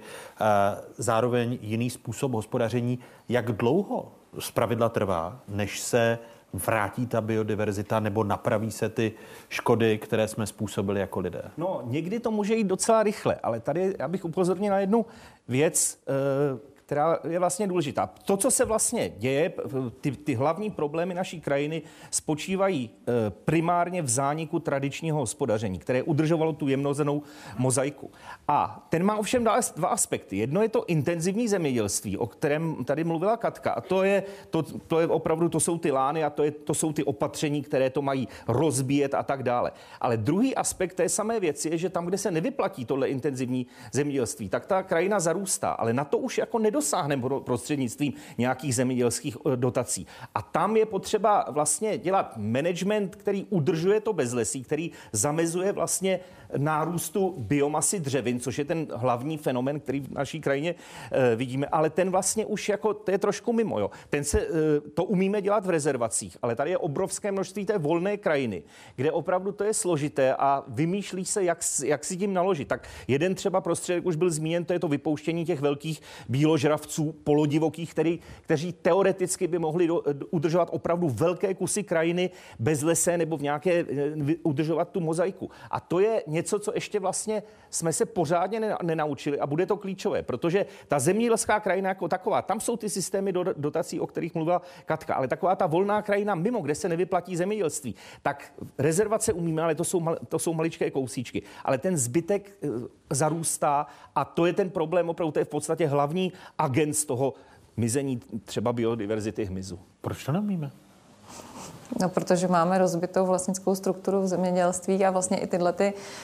zároveň jiný způsob hospodaření, jak dlouho zpravidla trvá, než se vrátí ta biodiverzita nebo napraví se ty škody, které jsme způsobili jako lidé? No, někdy to může jít docela rychle, ale tady já bych upozornil na jednu věc, která je vlastně důležitá. To, co se vlastně děje, ty hlavní problémy naší krajiny spočívají primárně v zániku tradičního hospodaření, které udržovalo tu jemnozenou mozaiku. A ten má ovšem dva aspekty. Jedno je to intenzivní zemědělství, o kterém tady mluvila Katka, a to je opravdu, to jsou ty lány a to jsou ty opatření, které to mají rozbíjet a tak dále. Ale druhý aspekt té samé věci je, že tam, kde se nevyplatí tohle intenzivní zemědělství, tak ta krajina zarůstá, ale na to už jako nedosáhneme prostřednictvím nějakých zemědělských dotací. A tam je potřeba vlastně dělat management, který udržuje to bezlesí, který zamezuje vlastně nárůstu biomasy dřevin, což je ten hlavní fenomén, který v naší krajině vidíme, ale ten vlastně už jako, to je trošku mimo, jo. To umíme dělat v rezervacích, ale tady je obrovské množství té volné krajiny, kde opravdu to je složité a vymýšlí se, jak si tím naložit. Tak jeden třeba prostředek už byl zmíněn, to je to vypouštění těch velkých bíložravců. živočišných polodivokých, kteří teoreticky by mohli udržovat opravdu velké kusy krajiny bez lese nebo udržovat tu mozaiku. A to je něco, co ještě vlastně jsme se pořádně nenaučili a bude to klíčové, protože ta zemědělská krajina jako taková, tam jsou ty systémy dotací, o kterých mluvila Katka, ale taková ta volná krajina mimo, kde se nevyplatí zemědělství, tak rezervace umíme, ale to jsou maličké kousíčky. Ale ten zbytek zarůstá a to je ten problém, opravdu to je v podstatě hlavní agent z toho mizení třeba biodiverzity hmyzu. Proč to neumíme? No, protože máme rozbitou vlastnickou strukturu v zemědělství a vlastně i tyhle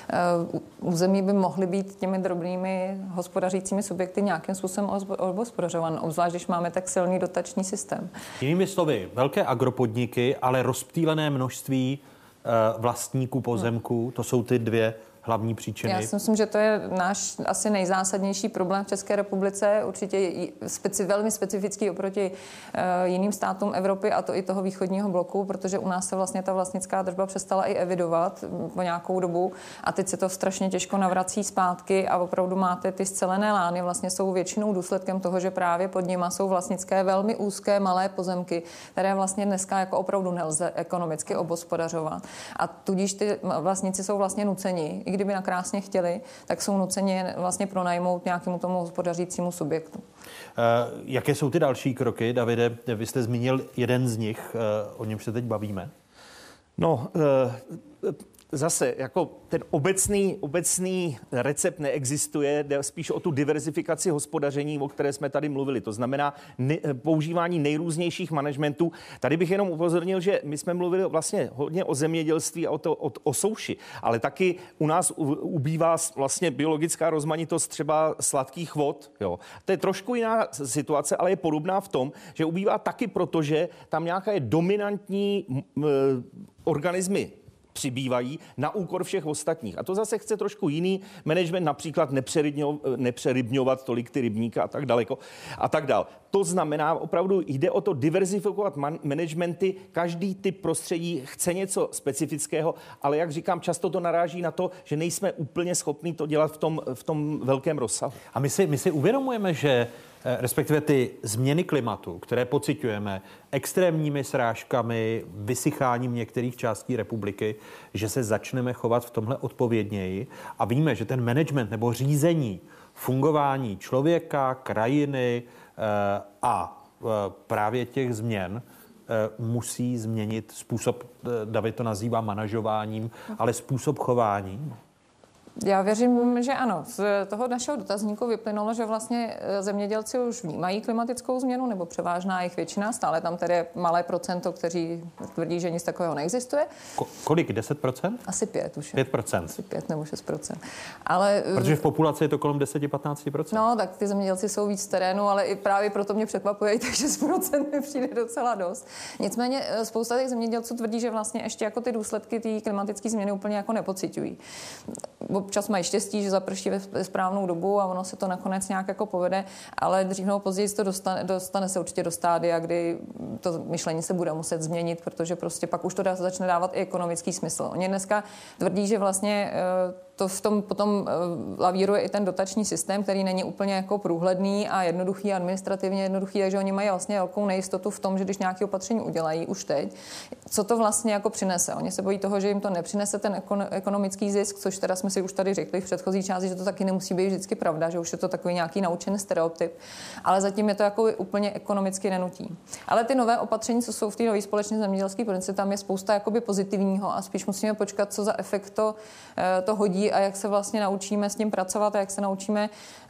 území by mohly být těmi drobnými hospodařícími subjekty nějakým způsobem obhospodařovány, obzvlášť když máme tak silný dotační systém. Jinými slovy, velké agropodniky, ale rozptýlené množství vlastníků pozemků, to jsou ty dvě hlavní příčiny. Já si myslím, že to je náš asi nejzásadnější problém v České republice, určitě velmi specifický oproti jiným státům Evropy a to i toho východního bloku, protože u nás se vlastně ta vlastnická držba přestala i evidovat po nějakou dobu a teď se to strašně těžko navrací zpátky a opravdu máte ty scelené lány, vlastně jsou většinou důsledkem toho, že právě pod nima jsou vlastnické velmi úzké malé pozemky, které vlastně dneska jako opravdu nelze ekonomicky obhospodařovat. A tudíž ty vlastníci jsou vlastně nuceni, i kdyby nakrásně chtěli, tak jsou nuceni vlastně pronajmout nějakému tomu hospodařícímu subjektu. Jaké jsou ty další kroky, Davide? Vy jste zmínil jeden z nich, o něm se teď bavíme. No, zase, jako ten obecný recept neexistuje, jde spíš o tu diverzifikaci hospodaření, o které jsme tady mluvili. To znamená používání nejrůznějších managementů. Tady bych jenom upozornil, že my jsme mluvili vlastně hodně o zemědělství a o souši, ale taky u nás ubývá vlastně biologická rozmanitost třeba sladkých vod. Jo. To je trošku jiná situace, ale je podobná v tom, že ubývá taky proto, že tam nějaké dominantní organismy přibývají na úkor všech ostatních. A to zase chce trošku jiný management, například nepřerybňovat tolik ty rybníky a tak daleko a tak dál. To znamená, opravdu jde o to diverzifikovat managementy, každý typ prostředí chce něco specifického, ale jak říkám, často to naráží na to, že nejsme úplně schopni to dělat v tom velkém rozsahu. A my si uvědomujeme, že respektive ty změny klimatu, které pociťujeme extrémními srážkami, vysycháním některých částí republiky, že se začneme chovat v tomhle odpovědněji a víme, že ten management nebo řízení fungování člověka, krajiny a právě těch změn musí změnit způsob, David to nazývá manažováním, ale způsob chování. Já věřím, že ano. Z toho našeho dotazníku vyplynulo, že vlastně zemědělci už vnímají klimatickou změnu, nebo převážná jejich většina, stále tam tedy je malé procento, kteří tvrdí, že nic takového neexistuje. Kolik? 10%? Asi 5 už. 5%. Asi 5 nebo 6%. Ale protože v populaci je to kolem 10-15%. No, tak ty zemědělci jsou víc z terénu, ale i právě proto mě překvapuje, takže 6% mi přijde docela dost. Nicméně spousta těch zemědělců tvrdí, že vlastně ještě jako ty důsledky té klimatické změny úplně jako nepociťují. Občas mají štěstí, že zaprší ve správnou dobu a ono se to nakonec nějak jako povede, ale dřív nebo později to dostane se určitě do stádia, kdy to myšlení se bude muset změnit, protože prostě pak už to začne dávat i ekonomický smysl. Oni dneska tvrdí, že vlastně to v tom potom lavíruje i ten dotační systém, který není úplně jako průhledný a jednoduchý, administrativně jednoduchý, takže oni mají vlastně velkou nejistotu v tom, že když nějaké opatření udělají už teď, co to vlastně jako přinese. Oni se bojí toho, že jim to nepřinese ten ekonomický zisk, což teda jsme si už tady řekli v předchozí části, že to taky nemusí být vždycky pravda, že už je to takový nějaký naučený stereotyp, ale zatím je to jako úplně ekonomicky nenutí. Ale ty nové opatření, co jsou v té nové společné zemědělské politice, tam je spousta jakoby pozitivního a spíš musíme počkat, co za efekt to hodí a jak se vlastně naučíme s tím pracovat a jak se naučíme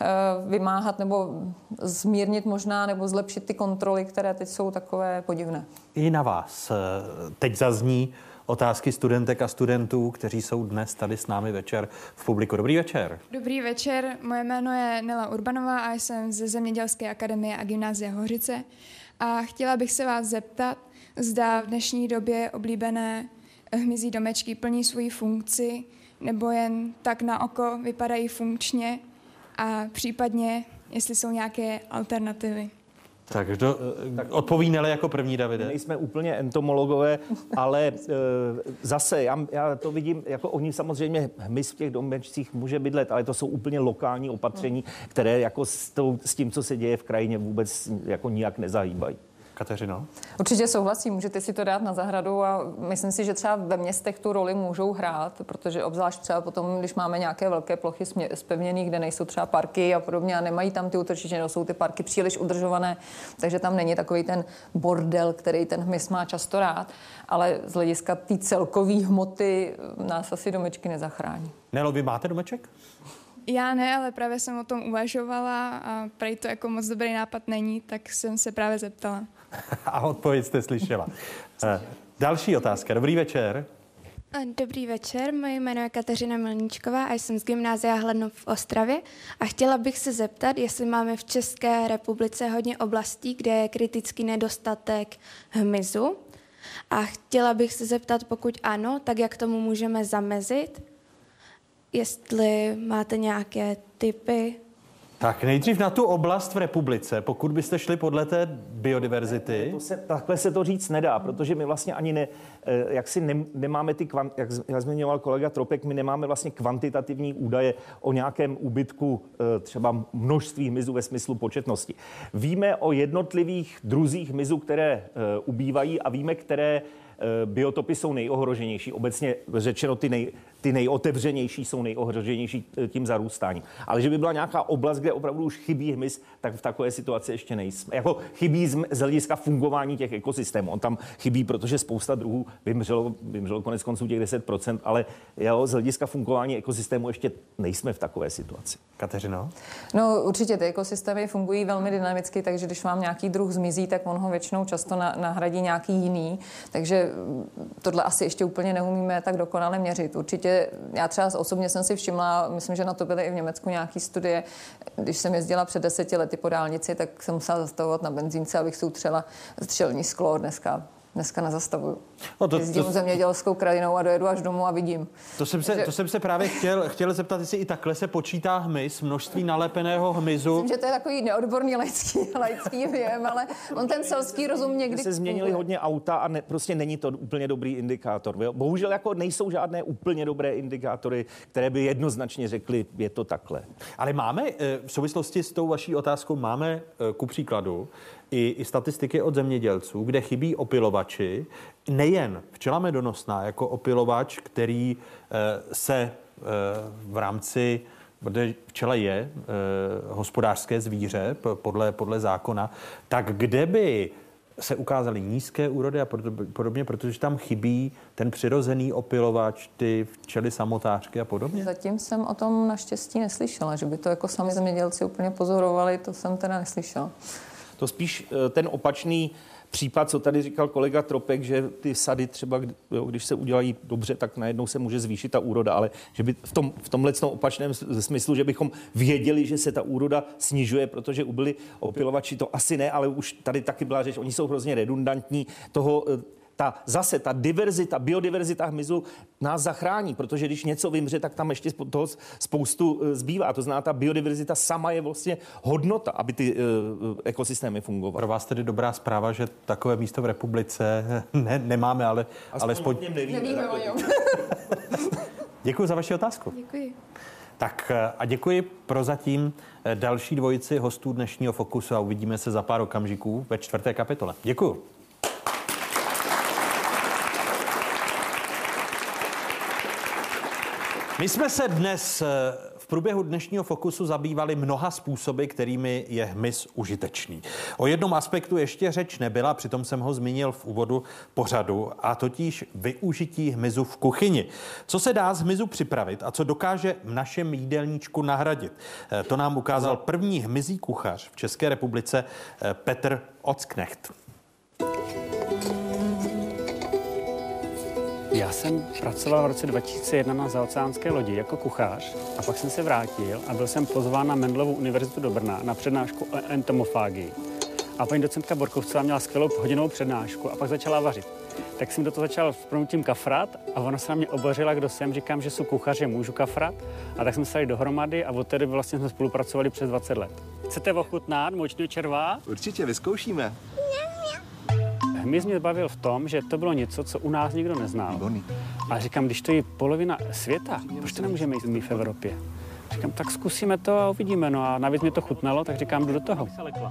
vymáhat nebo zmírnit možná nebo zlepšit ty kontroly, které teď jsou takové podivné. I na vás teď zazní otázky studentek a studentů, kteří jsou dnes tady s námi večer v publiku. Dobrý večer. Dobrý večer, moje jméno je Nela Urbanová a jsem ze Zemědělské akademie a gymnázia Hořice. A chtěla bych se vás zeptat, zda v dnešní době oblíbené hmyzí domečky plní svoji funkci, nebo jen tak na oko vypadají funkčně a případně, jestli jsou nějaké alternativy. Tak odpoví Nele jako první, Davide. Nejsme úplně entomologové, ale zase já to vidím, jako oni samozřejmě hmyz v těch domečcích může bydlet, ale to jsou úplně lokální opatření, které jako s tím, co se děje v krajině, vůbec jako nijak nezahýbají. Kateřino? Určitě souhlasím, můžete si to dát na zahradu a myslím si, že třeba ve městech tu roli můžou hrát, protože obzvlášť třeba potom, když máme nějaké velké plochy zpevněné, kde nejsou třeba parky a podobně a nemají tam ty útočiště, jsou ty parky příliš udržované, takže tam není takový ten bordel, který ten hmyz má často rád, ale z hlediska té celkové hmoty nás asi domečky nezachrání. Nelo, vy máte domeček? Já ne, ale právě jsem o tom uvažovala a prej to jako moc dobrý nápad není, tak jsem se právě zeptala. A odpověď jste slyšela. Další otázka. Dobrý večer. Dobrý večer, moje jméno je Kateřina Milníčková a jsem z Gymnázia Hladnov v Ostravě a chtěla bych se zeptat, jestli máme v České republice hodně oblastí, kde je kritický nedostatek hmyzu a chtěla bych se zeptat, pokud ano, tak jak tomu můžeme zamezit, jestli máte nějaké tipy. Tak nejdřív na tu oblast v republice, pokud byste šli podle té biodiverzity. Takhle se to říct nedá, protože my vlastně ani nemáme ty, jak zmiňoval kolega Tropek, my nemáme vlastně kvantitativní údaje o nějakém úbytku třeba množství hmyzu ve smyslu početnosti. Víme o jednotlivých druzích hmyzu, které ubývají a víme, které biotopy jsou nejohroženější. Obecně řečeno, ty nejotevřenější jsou nejohroženější tím zarůstáním. Ale že by byla nějaká oblast, kde opravdu už chybí hmyz, tak v takové situaci ještě nejsme. Jako chybí z hlediska fungování těch ekosystémů. On tam chybí, protože spousta druhů vymřelo konec konců těch 10%, ale z hlediska fungování ekosystému ještě nejsme v takové situaci. Kateřino? No určitě ty ekosystémy fungují velmi dynamicky, takže když vám nějaký druh zmizí, tak on ho většinou často nahradí nějaký jiný. Takže tohle asi ještě úplně neumíme tak dokonale měřit. Určitě já třeba osobně jsem si všimla, myslím, že na to byly i v Německu nějaký studie, když jsem jezdila před 10 lety po dálnici, tak jsem musela zastavovat na benzínce, abych si utřela střelní sklo. Dneska nezastavuju. Jezdím zemědělskou krajinou a dojedu až domů a vidím. To jsem se právě chtěl zeptat, jestli i takhle se počítá hmyz, množství nalepeného hmyzu. Myslím, že to je takový neodborný laický věm, ale on ten selský rozum někdy... Se změnili hodně auta a prostě není to úplně dobrý indikátor. Bohužel jako nejsou žádné úplně dobré indikátory, které by jednoznačně řekly, je to takhle. Ale máme, v souvislosti s tou vaší otázkou, máme ku příkladu i statistiky od zemědělců, kde chybí opylovači, nejen včela medonosná jako opylovač, který se v rámci, protože včela je hospodářské zvíře podle zákona, tak kde by se ukázaly nízké úrody a podobně, protože tam chybí ten přirozený opylovač, ty včely samotářky a podobně? Zatím jsem o tom naštěstí neslyšela, že by to jako sami zemědělci úplně pozorovali, to jsem teda neslyšela. To spíš ten opačný případ, co tady říkal kolega Tropek, že ty sady třeba, když se udělají dobře, tak najednou se může zvýšit ta úroda, ale že by v tomhle opačném smyslu, že bychom věděli, že se ta úroda snižuje, protože ubyli opylovači, to asi ne, ale už tady taky byla řeč, oni jsou hrozně redundantní, ta diverzita, biodiverzita hmyzu nás zachrání, protože když něco vymře, tak tam ještě toho spoustu zbývá. To znamená, ta biodiverzita sama je vlastně hodnota, aby ty ekosystémy fungovaly. Pro vás tedy dobrá zpráva, že takové místo v republice nemáme, ale alespoň... Nevíme o něm. Děkuji za vaši otázku. Děkuji. Tak a děkuji prozatím další dvojici hostů dnešního Fokusu a uvidíme se za pár okamžiků ve 4. kapitole. Děkuji. My jsme se dnes v průběhu dnešního Fokusu zabývali mnoha způsoby, kterými je hmyz užitečný. O jednom aspektu ještě řeč nebyla, přitom jsem ho zmínil v úvodu pořadu, a totiž využití hmyzu v kuchyni. Co se dá z hmyzu připravit a co dokáže v našem jídelníčku nahradit? To nám ukázal první hmyzí kuchař v České republice Petr Ocknecht. Já jsem pracoval v roce 2001 na zaoceánské lodi jako kuchař a pak jsem se vrátil a byl jsem pozván na Mendelovu univerzitu do Brna na přednášku o entomofágii. A paní docentka Borkovcová měla skvělou hodinovou přednášku a pak začala vařit. tak jsem do toho začal s prominutím kafrat a ona se na mě obořila, kdo jsem, říkám, že jsou kuchaře, můžu kafrat. A tak jsme se dali dohromady a od té doby vlastně jsme spolupracovali přes 20 let. Chcete ochutnat močního červa? Určitě, vyzkoušíme. Hmyz mě bavil v tom, že to bylo něco, co u nás nikdo neznal. A říkám, když to je polovina světa, proč to nemůžeme jít my v Evropě? Říkám, tak zkusíme to a uvidíme. No a navíc mě to chutnalo, tak říkám, jdu do toho.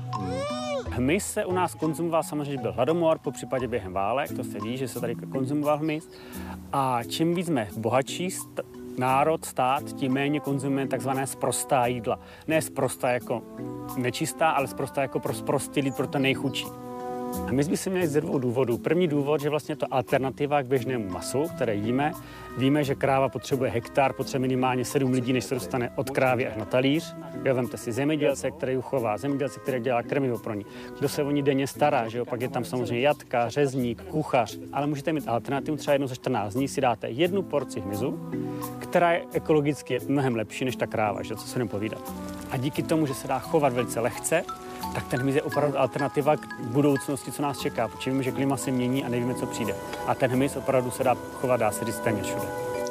Hmyz se u nás konzumoval, samozřejmě byl hladomor, po případě během válek, to se ví, že se tady konzumoval hmyz. A čím víc jsme bohatší národ, stát, tím méně konzumujeme takzvané sprostá jídla. Ne sprostá jako nečistá, ale sprostá jako pro sprostý lid, pro to nejchudší. Hmyz by se měli ze 2 důvodů. První důvod, že vlastně to alternativa k běžnému masu, které jíme. Víme, že kráva potřebuje hektar, potřebuje minimálně 7 lidí, než se dostane od krávy až na talíř. Jo, vemte si zemědělce, který ji chová, zemědělce, který dělá krmivo pro ní. Kdo se o ní denně stará, že jo? Pak je tam samozřejmě jatka, řezník, kuchař. Ale můžete mít alternativu, třeba jednou za 14 dní si dáte 1 porci hmyzu, která je ekologicky mnohem lepší než ta kráva, že? Co se nepovídat. A díky tomu, že se dá chovat velice lehce, tak ten hmyz je opravdu alternativa k budoucnosti, co nás čeká, protože víme, že klima se mění a nevíme, co přijde. A ten hmyz opravdu se dá chovat, dá se říct téměř všude.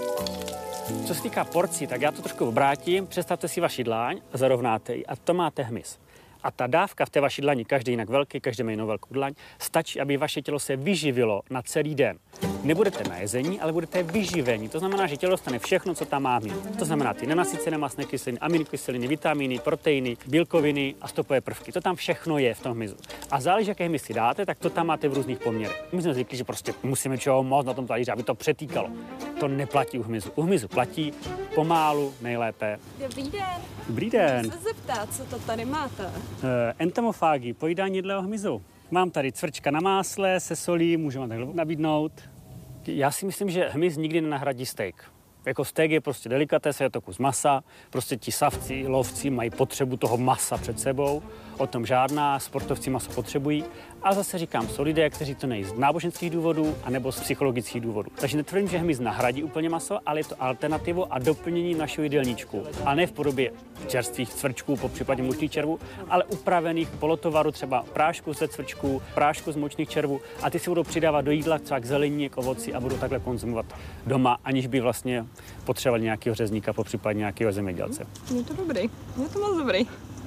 Co se týká porcí, tak já to trošku obrátím, představte si vaši dláň a zarovnáte ji a to máte hmyz. A ta dávka v té vaší dlani, každý jinak velký, každý má jinou velkou dlaň, stačí, aby vaše tělo se vyživilo na celý den. Nebudete na jezení, ale budete vyživení. To znamená, že tělo dostane všechno, co tam má mít. To znamená ty nenasycené mastné kyseliny, aminokyseliny, vitamíny, proteiny, bílkoviny a stopové prvky. To tam všechno je v tom hmyzu. A záleží, jaké hmyz si dáte, tak to tam máte v různých poměrech. My jsme zvykli, že prostě musíme čeho moc na tom talíři, aby to přetýkalo. To neplatí u hmyzu. U hmyzu platí pomálu nejlépe. Dobrý den. Dobrý den. Chci se zeptat, co to tady máte? Entomofágy, pojídání jedlého hmyzu. Mám tady cvrčka na másle se solí, můžu vám takhle nabídnout. Já si myslím, že hmyz nikdy nenahradí steak. Jako steak je prostě delikatesa, je to kus masa, prostě ti savci, lovci mají potřebu toho masa před sebou, o tom žádná, sportovci maso potřebují. A zase říkám, jsou lidé, kteří to nejí z náboženských důvodů anebo z psychologických důvodů. Takže netvrdím, že hmyz nahradí úplně maso, ale je to alternativu a doplnění našeho jídelníčku. A ne v podobě čerstvých cvrčků, po případě močných červů, ale upravených polotovaru, třeba prášku ze cvrčků, prášku z močných červů a ty si budou přidávat do jídla, třeba k zelení, k ovoci a budou takhle konzumovat doma, aniž by vlastně potřebovali nějakého řezníka, po případě nějakého zemědělce. Je to dobrý, je to moc dobrý.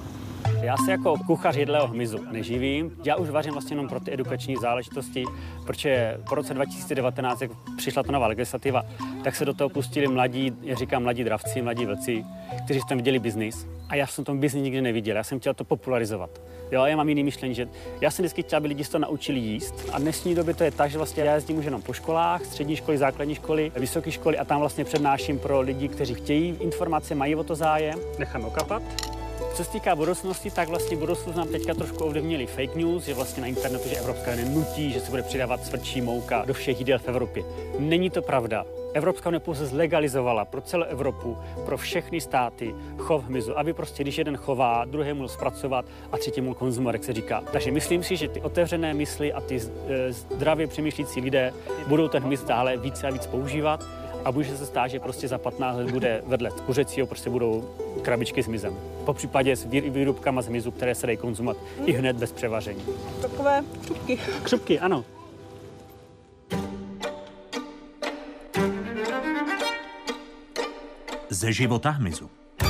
Já se jako kuchař jedlého hmyzu neživím. Já už vařím vlastně jenom pro ty edukační záležitosti, protože po roce 2019, jak přišla ta nová legislativa, tak se do toho pustili mladí, já říkám mladí dravci, mladí vlci, kteří v tom viděli biznis. A já jsem v tom biznis nikdy neviděl, já jsem chtěl to popularizovat. Jo, já mám jiný myšlení, že já jsem vždycky chtěl, aby lidi se to naučili jíst. A dnešní době to je tak, že vlastně já jezdím už jenom po školách, střední školy, základní školy, vysoké školy a tam vlastně přednáším pro lidi, kteří chtějí informace, mají o to zájem. Necháme okapat. Co se týká budoucnosti, tak vlastně budoucnost nám teďka trošku ovlivnili fake news, že vlastně na internetu, že Evropská unie nutí, že se bude přidávat cvrčí mouka do všech jídel v Evropě. Není to pravda. Evropská unie pouze zlegalizovala pro celou Evropu, pro všechny státy chov hmyzu, aby prostě, když jeden chová, druhý mohl zpracovat a třetí mohl konzumovat, jak se říká. Takže myslím si, že ty otevřené mysli a ty zdravě přemýšlící lidé budou ten hmyz dále více a víc používat. A může se stát, že prostě za 15 let bude vedle kuřecího prostě budou krabičky s hmyzem. Po případě s výrobkama z hmyzu, které se dají konzumovat i hned bez převaření. Takové křupky. Křupky, ano. Ze života hmyzu.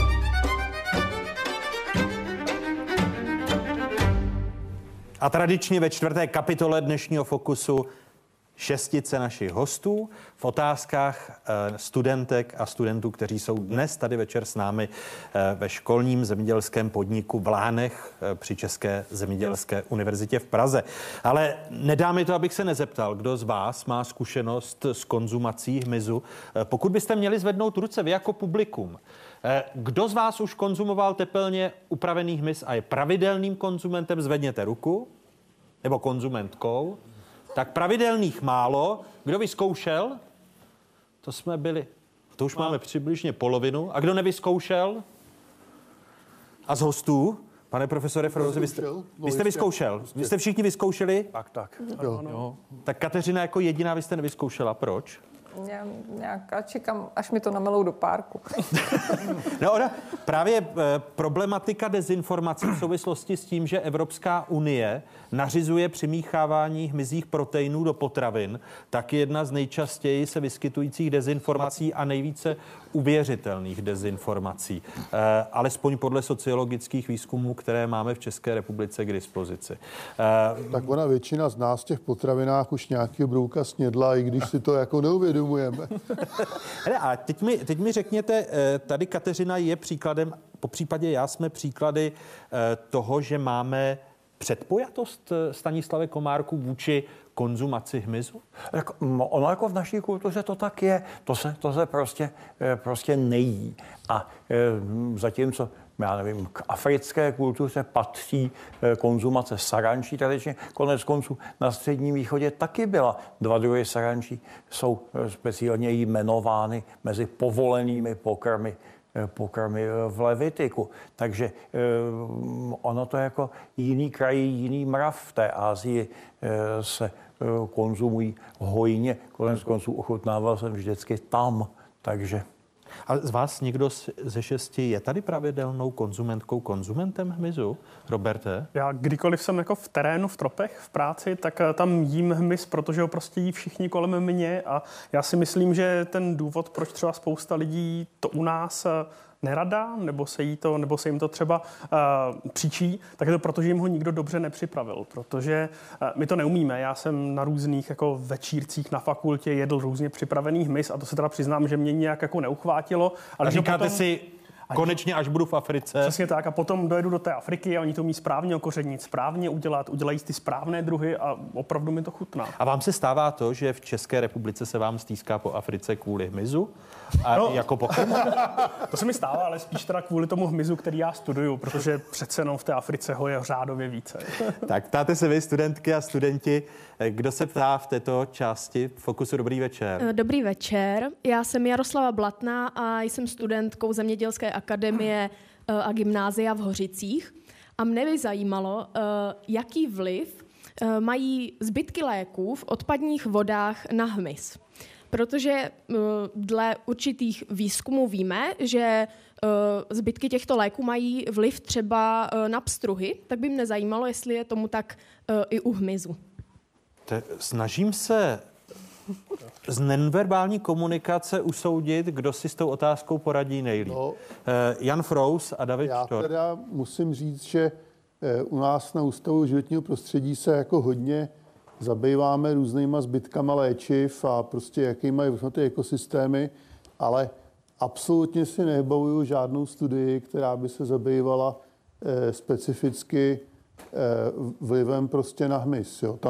A tradičně ve 4. kapitole dnešního Fokusu šestice našich hostů v otázkách studentek a studentů, kteří jsou dnes tady večer s námi ve školním zemědělském podniku v Lánech při České zemědělské univerzitě v Praze. Ale nedá mi to, abych se nezeptal, kdo z vás má zkušenost s konzumací hmyzu. Pokud byste měli zvednout ruce, vy jako publikum, kdo z vás už konzumoval tepelně upravený hmyz a je pravidelným konzumentem, zvedněte ruku, nebo konzumentkou. Tak pravidelných málo. Kdo vyzkoušel? To jsme byli. To už máme přibližně polovinu. A kdo nevyzkoušel? A z hostů? Pane profesore Froze, vy jste vyzkoušel? Vy jste všichni vyzkoušeli? Tak. Jo. Tak Kateřina jako jediná, vy jste nevyzkoušela. Proč? Já čekám, až mi to namelou do párku. No, právě problematika dezinformací v souvislosti s tím, že Evropská unie nařizuje přimíchávání hmyzích proteinů do potravin, tak je jedna z nejčastěji se vyskytujících dezinformací a nejvíce uvěřitelných dezinformací. Alespoň podle sociologických výzkumů, které máme v České republice k dispozici. Tak ona většina z nás v těch potravinách už nějaký brouka snědla, i když si to jako neuvědomujeme. A teď mi řekněte, tady Kateřina je příkladem, po případě já jsme příklady toho, že máme předpojatost Stanislave Komárku vůči konzumaci hmyzu? Ono jako v naší kultuře to tak je. To se prostě nejí. A zatímco, já nevím, k africké kultuře patří konzumace sarančí tradičně. Konec konců na Středním východě taky byla 2 druhy sarančí. Jsou speciálně jmenovány mezi povolenými pokrmy v Levitiku. Takže ono to jako jiný kraj, jiný mrav. V té Asii se konzumují hojně. Konec konců ochutnával jsem vždycky tam. Takže... A z vás někdo ze 6 je tady pravidelnou konzumentem hmyzu? Roberte? Já kdykoliv jsem jako v terénu, v tropech, v práci, tak tam jím hmyz, protože ho prostě jí všichni kolem mě a já si myslím, že ten důvod, proč třeba spousta lidí to u nás nerada, nebo se jim to třeba příčí, tak je to proto, že jim ho nikdo dobře nepřipravil, protože my to neumíme. Já jsem na různých jako večírcích na fakultě jedl různě připravený hmyz a to se teda přiznám, že mě nějak jako neuchvátilo. Ale a říkáte potom... si, konečně, až budu v Africe. Přesně tak. A potom dojedu do té Afriky a oni to umí správně okořenit, správně udělají ty správné druhy a opravdu mi to chutná. A vám se stává to, že v České republice se vám stýská po Africe kvůli hmyzu? A jako pokrmu? To se mi stává, ale spíš teda kvůli tomu hmyzu, který já studuju, protože přece jenom v té Africe ho je řádově více. Tak ptáte se vy, studentky a studenti, kdo se ptá v této části Fokusu? Dobrý večer. Dobrý večer. Já jsem Jaroslava Blatná a jsem studentkou Zemědělské akademie a gymnázia v Hořicích. A mne by zajímalo, jaký vliv mají zbytky léků v odpadních vodách na hmyz. Protože dle určitých výzkumů víme, že zbytky těchto léků mají vliv třeba na pstruhy, tak by mě zajímalo, jestli je tomu tak i u hmyzu. Snažím se z nonverbální komunikace usoudit, kdo si s tou otázkou poradí nejlíp. No, Jan Frous a David Štor. Já teda musím říct, že u nás na Ústavu životního prostředí se jako hodně zabýváme různýma zbytkama léčiv a prostě jaký mají ty ekosystémy, ale absolutně si nevybavuju žádnou studii, která by se zabývala specificky vlivem prostě na hmyz. Jo.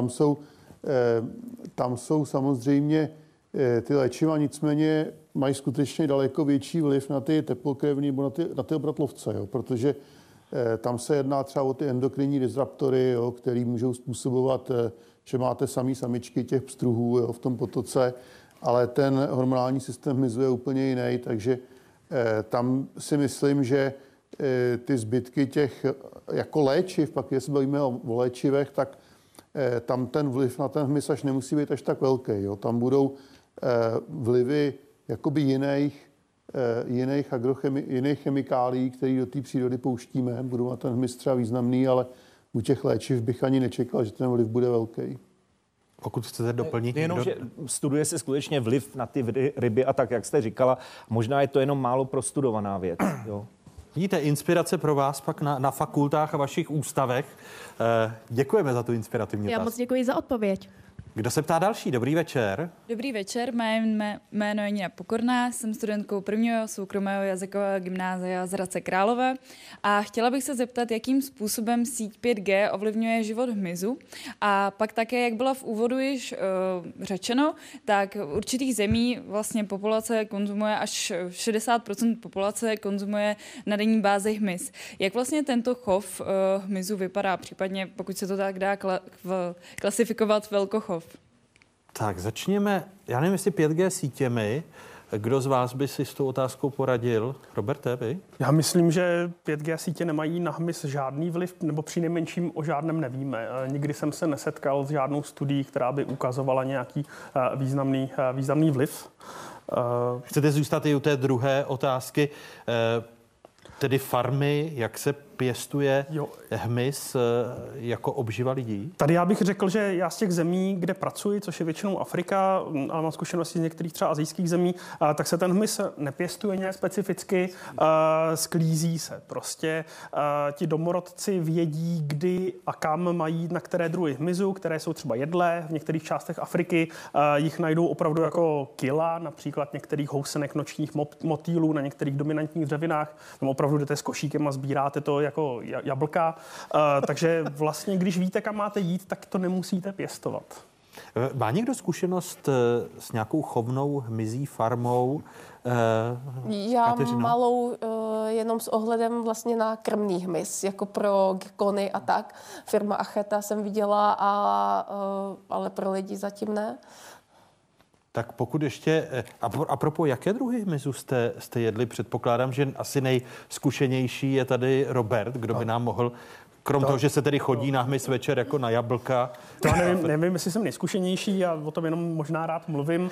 Tam jsou samozřejmě ty léčiva, nicméně mají skutečně daleko větší vliv na ty teplokrevní nebo na ty obratlovce, jo, protože tam se jedná třeba o ty endokrinní disruptory, jo, který můžou způsobovat, že máte samý samičky těch pstruhů, jo, v tom potoce, ale ten hormonální systém hmyzu je úplně jiný, takže tam si myslím, že ty zbytky těch jako léčiv, pak jestli bavíme o léčivech, tak tam ten vliv na ten hmyz až nemusí být až tak velký. Jo. Tam budou vlivy jakoby jiných chemikálií, které do té přírody pouštíme. Budou na ten hmyz třeba významný, ale u těch léčiv bych ani nečekal, že ten vliv bude velký. Pokud chcete doplnit. Jenom, že studuje se skutečně vliv na ty ryby a tak, jak jste říkala, možná je to jenom málo prostudovaná věc. Jo. Vidíte, inspirace pro vás pak na fakultách a vašich ústavech. Děkujeme za tu inspirativní otázku. Já moc děkuji za odpověď. Kdo se ptá další? Dobrý večer. Dobrý večer, mé jméno je Nina Pokorná, jsem studentkou 1. soukromého jazykového gymnázia z Hradce Králové a chtěla bych se zeptat, jakým způsobem síť 5G ovlivňuje život hmyzu a pak také, jak byla v úvodu již řečeno, tak v určitých zemí vlastně populace konzumuje až 60% populace konzumuje na denní bázi hmyz. Jak vlastně tento chov hmyzu vypadá, případně pokud se to tak dá klasifikovat velkochov? Tak začněme, já nevím, jestli 5G sítěmi. Kdo z vás by si s tou otázkou poradil? Roberte, vy? Já myslím, že 5G sítě nemají na hmyz žádný vliv, nebo přinejmenším o žádném nevíme. Nikdy jsem se nesetkal s žádnou studií, která by ukazovala nějaký významný vliv. Chcete zůstat i u té druhé otázky, tedy farmy, jak se pěstuje hmyz jako obživa lidí? Tady já bych řekl, že já z těch zemí, kde pracuji, což je většinou Afrika, ale mám zkušenosti z některých třeba asijských zemí, tak se ten hmyz nepěstuje nějak specificky, sklízí se. Prostě ti domorodci vědí, kdy a kam mají jít, na které druhy hmyzu, které jsou třeba jedlé. V některých částech Afriky jich najdou opravdu jako kila, například některých housenek, nočních motýlů na některých dominantních dřevinách. Tam opravdu jdete s košíkem a sbíráte to jako jablka. Takže vlastně, když víte, kam máte jít, tak to nemusíte pěstovat. Má někdo zkušenost s nějakou chovnou hmyzí farmou? Já Kateřino? malou jenom s ohledem vlastně na krmný hmyz, jako pro gekony a tak. Firma Acheta jsem viděla, ale pro lidi zatím ne. Tak pokud ještě, a propos, jaké druhy hmyzu jste jedli? Předpokládám, že asi nejzkušenější je tady Robert, kdo by nám mohl, krom toho, že se tedy chodí na hmyz večer jako na jablka. To nevím, jestli jsem nejzkušenější, já o tom jenom možná rád mluvím.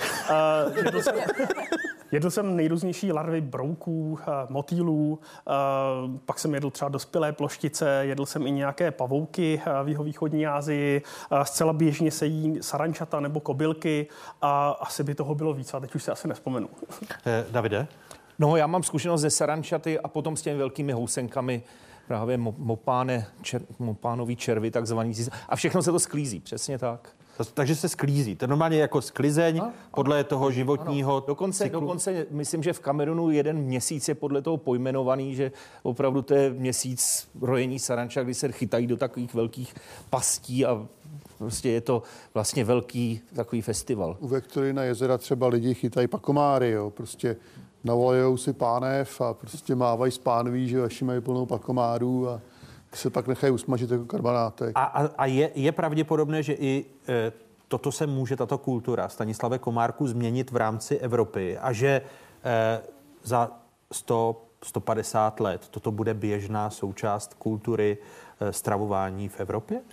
Jedl jsem nejrůznější larvy brouků, motýlů, pak jsem jedl třeba dospělé ploštice, jedl jsem i nějaké pavouky v jihovýchodní Asii, zcela běžně se jí sarančata nebo kobylky a asi by toho bylo víc, a teď už si asi nevzpomenu. Davide? No, já mám zkušenost se sarančaty a potom s těmi velkými housenkami, právě mopánový červy, takzvaný. A všechno se to sklízí, přesně tak. Takže se sklízí. To normálně jako sklizeň podle toho životního Dokonce myslím, že v Kamerunu 1 měsíc je podle toho pojmenovaný, že opravdu to je měsíc rojení sarančat, kdy se chytají do takových velkých pastí a prostě je to vlastně velký takový festival. U Viktorina jezera třeba lidi chytají pakomáry, jo, prostě navolejou si pánev a prostě mávají z pánví, že vaši mají plnou pakomárů a se pak nechají usmažit jako karbanátek. A je pravděpodobné, že i toto se může, tato kultura, Stanislave Komárku, změnit v rámci Evropy a že za 100-150 let toto bude běžná součást kultury stravování v Evropě?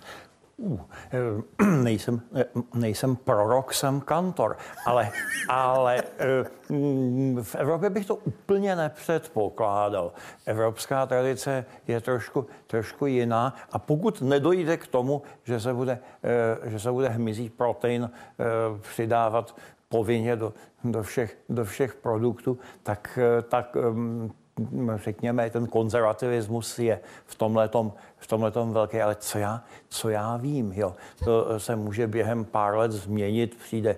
Nejsem prorok, jsem kantor, ale v Evropě bych to úplně nepředpokládal. Evropská tradice je trošku jiná a pokud nedojde k tomu, že se bude hmyzí protein přidávat povinně do všech produktů, tak řekněme, ten konzervativismus je v tomhletom velký, ale co já vím, jo, to se může během pár let změnit,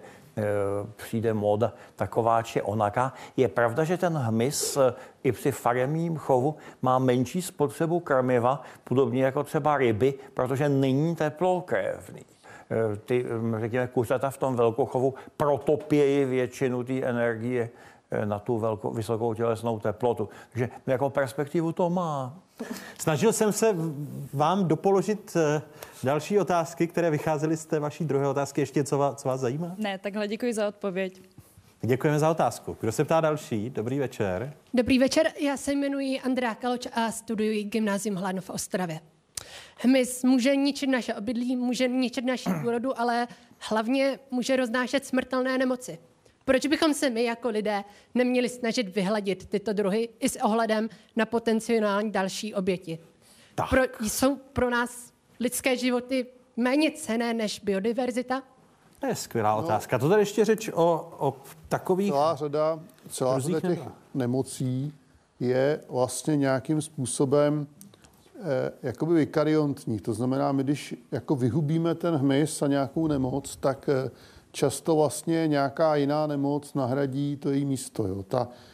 přijde móda taková či onaká. Je pravda, že ten hmyz i při faremním chovu má menší spotřebu krmiva, podobně jako třeba ryby, protože není teplokrevný. Ty, řekněme, kuřata v tom velkochovu protopějí většinu té energie na tu vysokou tělesnou teplotu. Takže jako perspektivu to má. Snažil jsem se vám dopoložit další otázky, které vycházely z té vaší druhé otázky. Ještě co vás zajímá? Ne, takhle děkuji za odpověď. Děkujeme za otázku. Kdo se ptá další? Dobrý večer. Dobrý večer, já se jmenuji Andrea Kaloč a studuji Gymnázium Hladnov v Ostravě. Hmyz může ničit naše obydlí, může ničit naši úrodu, ale hlavně může roznášet smrtelné nemoci. Proč bychom se my jako lidé neměli snažit vyhladit tyto druhy i s ohledem na potenciální další oběti? Jsou pro nás lidské životy méně cenné než biodiverzita? To je skvělá otázka. To tady ještě řeč o takových... Celá řada těch nemocí je vlastně nějakým způsobem jakoby vykariontních. To znamená, my když jako vyhubíme ten hmyz a nějakou nemoc, tak často vlastně nějaká jiná nemoc nahradí to její místo. Jo.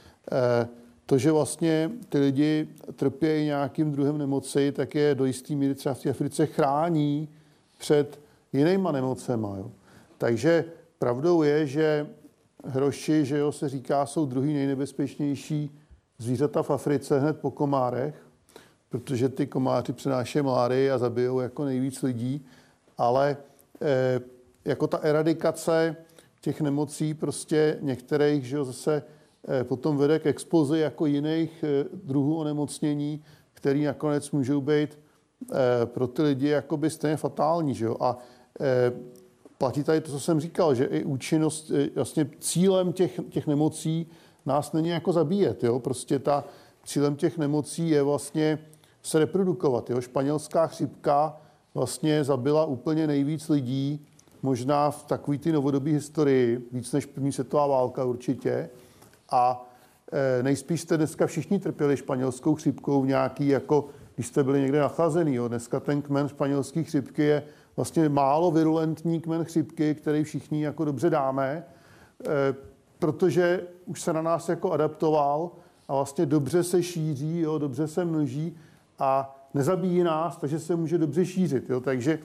To, že vlastně ty lidi trpějí nějakým druhem nemoci, tak je do jistý míry třeba v té Africe chrání před jinýma nemocema. Jo. Takže pravdou je, že hroši, že jo, se říká, jsou druhý nejnebezpečnější zvířata v Africe hned po komárech, protože ty komáři přenášejí malárii a zabijou jako nejvíc lidí, ale jako ta eradikace těch nemocí prostě některých, že jo, zase potom vede k explozi jako jiných druhů onemocnění, které nakonec můžou být pro ty lidi jakoby stejně fatální. Že jo? A platí tady to, co jsem říkal, že i účinnost, vlastně cílem těch nemocí nás není jako zabíjet. Jo? Prostě cílem těch nemocí je vlastně se reprodukovat. Jo? Španělská chřipka vlastně zabila úplně nejvíc lidí, možná v takové ty novodobé historii, víc než první světová válka určitě. A nejspíš jste dneska všichni trpěli španělskou chřipkou v nějaký, jako když jste byli někde nachlazený. Jo. Dneska ten kmen španělské chřipky je vlastně málo virulentní kmen chřipky, který všichni jako dobře dáme, protože už se na nás jako adaptoval a vlastně dobře se šíří, jo, dobře se množí a nezabíjí nás, takže se může dobře šířit. Jo. Takže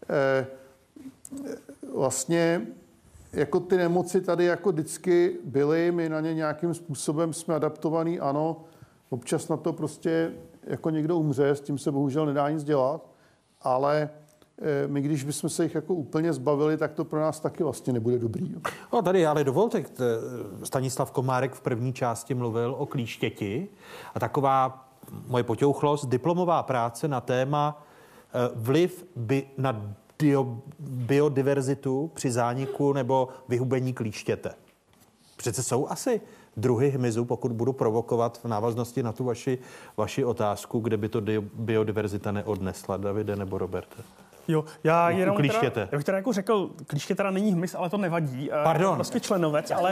vlastně jako ty nemoci tady jako vždycky byly, my na ně nějakým způsobem jsme adaptovaní, ano, občas na to prostě jako někdo umře, s tím se bohužel nedá nic dělat, ale my, když bychom se jich jako úplně zbavili, tak to pro nás taky vlastně nebude dobrý. No tady ale dovolte, Stanislav Komárek v první části mluvil o klíštěti a taková moje poťouchlost, diplomová práce na téma vliv na biodiverzitu při zániku nebo vyhubení klíštěte. Přece jsou asi druhy hmyzu, pokud budu provokovat v návaznosti na tu vaši otázku, kde by to biodiverzita neodnesla, Davide nebo Roberte. Jo, já jenom bych teda jako řekl, klíště teda není hmyz, ale to nevadí. Pardon. Prostě členovec, ale...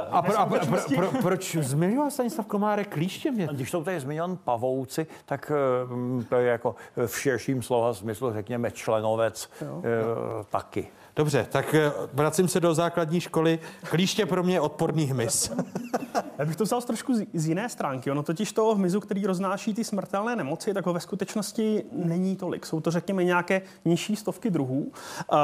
Proč zmiňoval Stanislav Komárek klíště mě? Když jsou tady zmiňovan pavouci, tak to je jako v širším slova smyslu, řekněme, členovec taky. Dobře, tak vracím se do základní školy. Klíště pro mě odporný hmyz. Já bych to vzal trošku z jiné stránky. Ono totiž toho hmyzu, který roznáší ty smrtelné nemoci, tak ho ve skutečnosti není tolik. Jsou to, řekněme, nějaké nižší stovky druhů.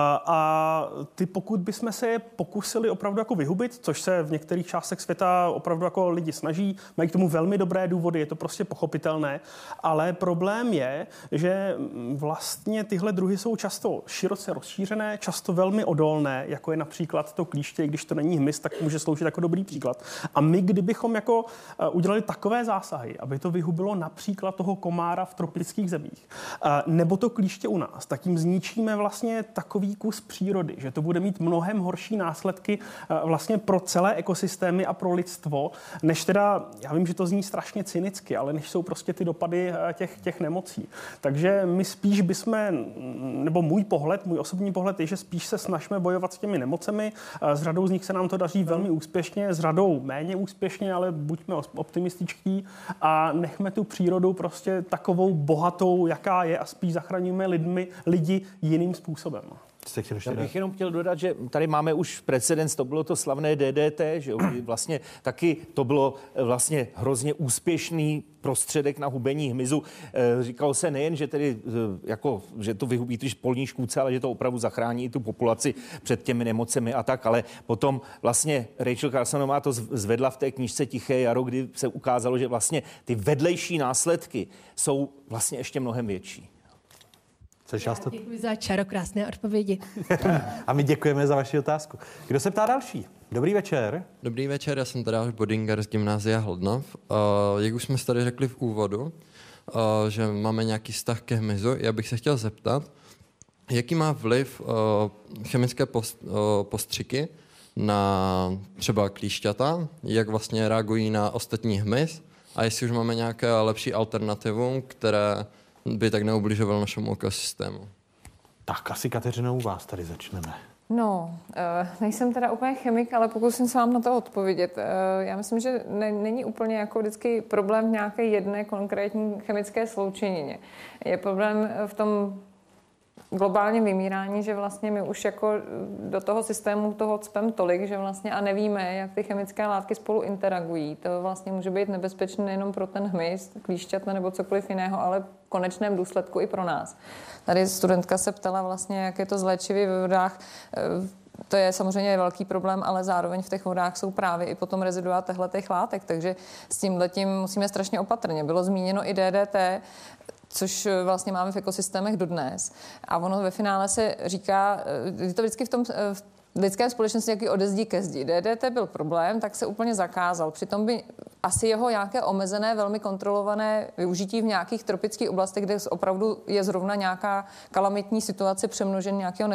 A ty, pokud bychom se je pokusili opravdu jako vyhubit, což se v některých částech světa opravdu jako lidi snaží, mají k tomu velmi dobré důvody, je to prostě pochopitelné, ale problém je, že vlastně tyhle druhy jsou často široce rozšířené, často velmi odolné, jako je například to klíště, když to není hmyz, tak může sloužit jako dobrý příklad. A my, kdybychom jako udělali takové zásahy, aby to vyhubilo například toho komára v tropických zemích, nebo to klíště u nás, tak jim zničíme vlastně takový kus přírody, že to bude mít mnohem horší následky vlastně pro celé ekosystémy a pro lidstvo, než teda, já vím, že to zní strašně cynicky, ale než jsou prostě ty dopady těch nemocí. Takže my spíš bychom, nebo můj osobní pohled je, že spíš se snažíme bojovat s těmi nemocemi. S řadou z nich se nám to daří velmi úspěšně, s řadou méně úspěšně, ale buďme optimističtí a nechme tu přírodu prostě takovou bohatou, jaká je, a spíš zachraňujeme lidi jiným způsobem. Já bych jenom chtěl dodat, že tady máme už precedens, to bylo to slavné DDT, že vlastně taky to bylo vlastně hrozně úspěšný prostředek na hubení hmyzu. Říkalo se nejen, že tedy jako, že to vyhubí ty polní škůdce, ale že to opravdu zachrání i tu populaci před těmi nemocemi a tak, ale potom vlastně Rachel Carsonová to zvedla v té knížce Tiché jaro, kdy se ukázalo, že vlastně ty vedlejší následky jsou vlastně ještě mnohem větší. Děkuji za čarokrásné odpovědi. A my děkujeme za vaši otázku. Kdo se ptá další? Dobrý večer. Dobrý večer, já jsem Tadeáš Bodinger z Gymnázia Hladnov. Jak už jsme tady řekli v úvodu, že máme nějaký vztah ke hmyzu, já bych se chtěl zeptat, jaký má vliv chemické postřiky na třeba klíšťata, jak vlastně reagují na ostatní hmyz a jestli už máme nějaké lepší alternativu, které by tak neubližoval našemu ekosystému. Tak asi Kateřinou vás tady začneme. No, nejsem teda úplně chemik, ale pokusím se vám na to odpovědět. Já myslím, že není úplně jako vždycky problém v nějaké jedné konkrétní chemické sloučenině. Je problém v tom globálním vymírání, že vlastně my už jako do toho systému toho cpem tolik, že vlastně a nevíme, jak ty chemické látky spolu interagují. To vlastně může být nebezpečné nejenom pro ten hmyz, klíšťata nebo cokoliv jiného, ale v konečném důsledku i pro nás. Tady studentka se ptala vlastně, jak je to s léčivy ve vodách. To je samozřejmě velký problém, ale zároveň v těch vodách jsou právě i potom rezidua těchto látek, takže s tímhletím musíme strašně opatrně. Bylo zmíněno i DDT, což vlastně máme v ekosystémech dodnes. A ono ve finále se říká, je to vždycky v tom lidské společnosti jaký odezdí ke zdi. DDT byl problém, tak se úplně zakázal. Přitom by asi jeho nějaké omezené, velmi kontrolované využití v nějakých tropických oblastech, kde opravdu je zrovna nějaká kalamitní situace, přemnožen nějakého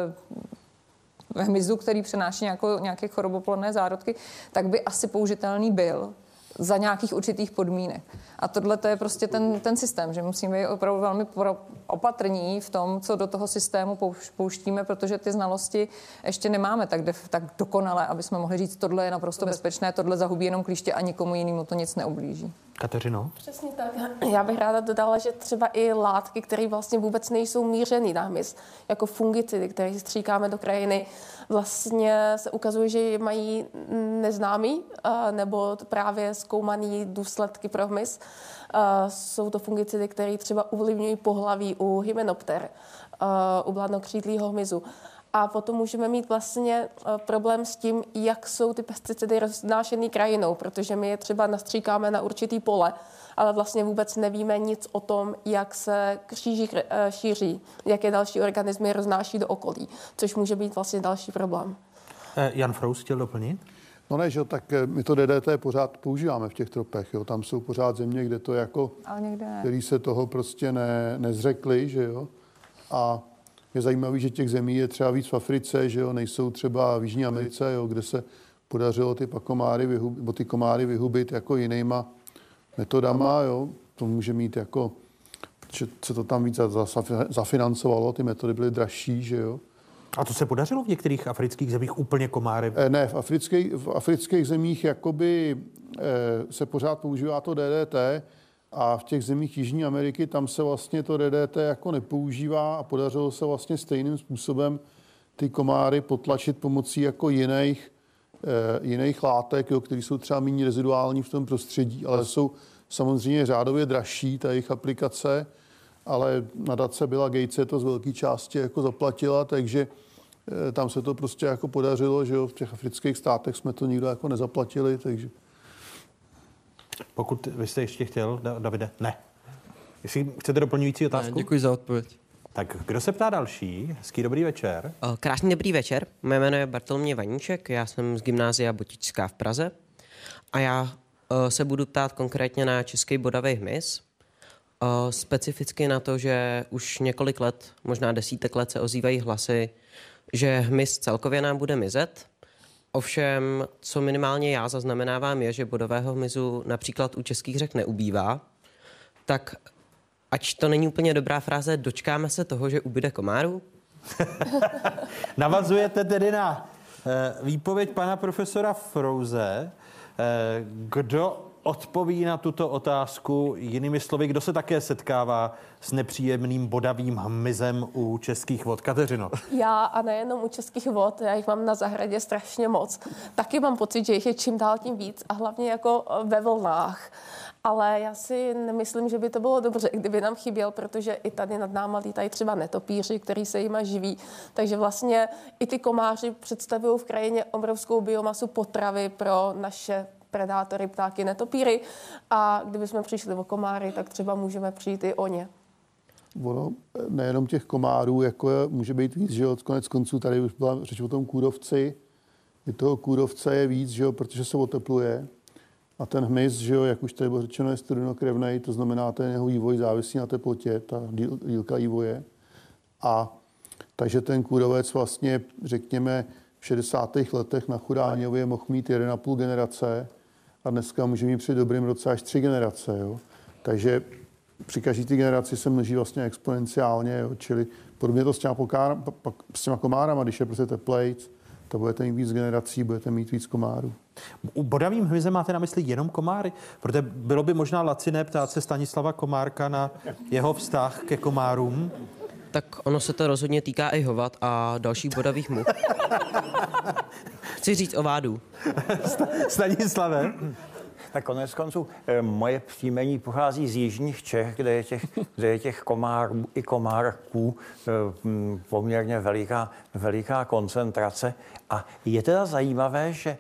hmyzu, který přenáší nějaké choroboplodné zárodky, tak by asi použitelný byl za nějakých určitých podmínek. A tohle to je prostě ten systém, že musíme být opravdu velmi opatrní v tom, co do toho systému pouštíme, protože ty znalosti ještě nemáme tak dokonale, aby jsme mohli říct, tohle je naprosto bezpečné, tohle zahubí jenom klíště a nikomu jinému to nic neublíží. Kateřino? Přesně tak. Já bych ráda dodala, že třeba i látky, které vlastně vůbec nejsou mířený na hmyz, jako fungicidy, které stříkáme do krajiny, vlastně se ukazuje, že mají neznámý nebo právě zkoumaný důsledky pro hmyz. Jsou to fungicidy, které třeba ovlivňují pohlaví u hymenopter, u bladnokřídlého hmyzu. A potom můžeme mít vlastně problém s tím, jak jsou ty pesticidy roznášený krajinou, protože my je třeba nastříkáme na určitý pole, ale vlastně vůbec nevíme nic o tom, jak se kříží šíří, jaké další organismy roznáší do okolí, což může být vlastně další problém. Jan Frous chtěl doplnit? No ne, že tak my to DDT pořád používáme v těch tropech, jo. Tam jsou pořád země, kde to jako, který se toho prostě nezřekli, že jo. A je zajímavý, že těch zemí je třeba víc v Africe, že jo, nejsou třeba v Jižní Americe, jo, kde se podařilo ty komáry vyhubit jako jinýma metodama, jo. To může mít jako, že se to tam víc zafinancovalo, ty metody byly dražší, že jo. A to se podařilo v některých afrických zemích úplně komáry? Ne, v afrických zemích jakoby se pořád používá to DDT a v těch zemích Jižní Ameriky tam se vlastně to DDT jako nepoužívá a podařilo se vlastně stejným způsobem ty komáry potlačit pomocí jako jiných látek, jo, které jsou třeba méně reziduální v tom prostředí, ale jsou samozřejmě řádově dražší, ta jejich aplikace, ale nadace Billa Gatese to z velké části jako zaplatila, takže tam se to prostě jako podařilo, že jo, v těch afrických státech jsme to nikdo jako nezaplatili, takže... Pokud vy jste ještě chtěl, Davide? Ne. Jestli chcete doplňující otázku? Ne, děkuji za odpověď. Tak kdo se ptá další? Hezký dobrý večer. Krásný dobrý večer. Moje jméno je Bartoloměj Vaníček, já jsem z Gymnázia Botičská v Praze a já se budu ptát konkrétně na český bodavý hmyz. Specificky na to, že už několik let, možná desítek let se ozývají hlasy, že hmyz celkově nám bude mizet. Ovšem, co minimálně já zaznamenávám, je, že bodového hmyzu například u českých řek neubývá. Tak ač to není úplně dobrá fráze, dočkáme se toho, že ubyde komárů? Navazujete tedy na výpověď pana profesora Frouse. Kdo odpoví na tuto otázku? Jinými slovy, kdo se také setkává s nepříjemným bodavým hmyzem u českých vod? Kateřino. Já a nejenom u českých vod, já jich mám na zahradě strašně moc. Taky mám pocit, že jich je čím dál tím víc a hlavně jako ve vlnách. Ale já si nemyslím, že by to bylo dobře, kdyby nám chyběl, protože i tady nad náma lítají třeba netopíři, který se jima živí. Takže vlastně i ty komáři představují v krajině obrovskou biomasu potravy pro naše predátory, ptáky, netopíry. A kdybychom přišli o komáry, tak třeba můžeme přijít i o ně. Ono, nejenom těch komárů, jako může být víc, že jo, konec konců tady už byla řeč o tom kůrovci. I toho kůrovce je víc, že jo, protože se otepluje. A ten hmyz, že jo, jak už tady bylo řečeno, je studenokrevnej, to znamená, ten jeho vývoj závisí na teplotě, ta dílka vývoje. A takže ten kůrovec vlastně, řekněme, v 60. letech na Chudáňově mohl mít 1,5 generace a dneska může mít při dobrým roce až 3 generace. Jo. Takže při každé té generaci se množí vlastně exponenciálně, jo. Čili podobně to s těma komárama, když je prostě teplejc, to budete mít víc generací, budete mít víc komárů. U bodavým hmyzem máte na mysli jenom komáry? Protože bylo by možná laciné ptát se Stanislava Komárka na jeho vztah ke komárům. Tak ono se to rozhodně týká i hovat a dalších bodavých much. Chci říct ovádu. Stanislave? Tak konec konců moje příjmení pochází z jižních Čech, kde je těch komárů i komárků poměrně veliká koncentrace. A je teda zajímavé, že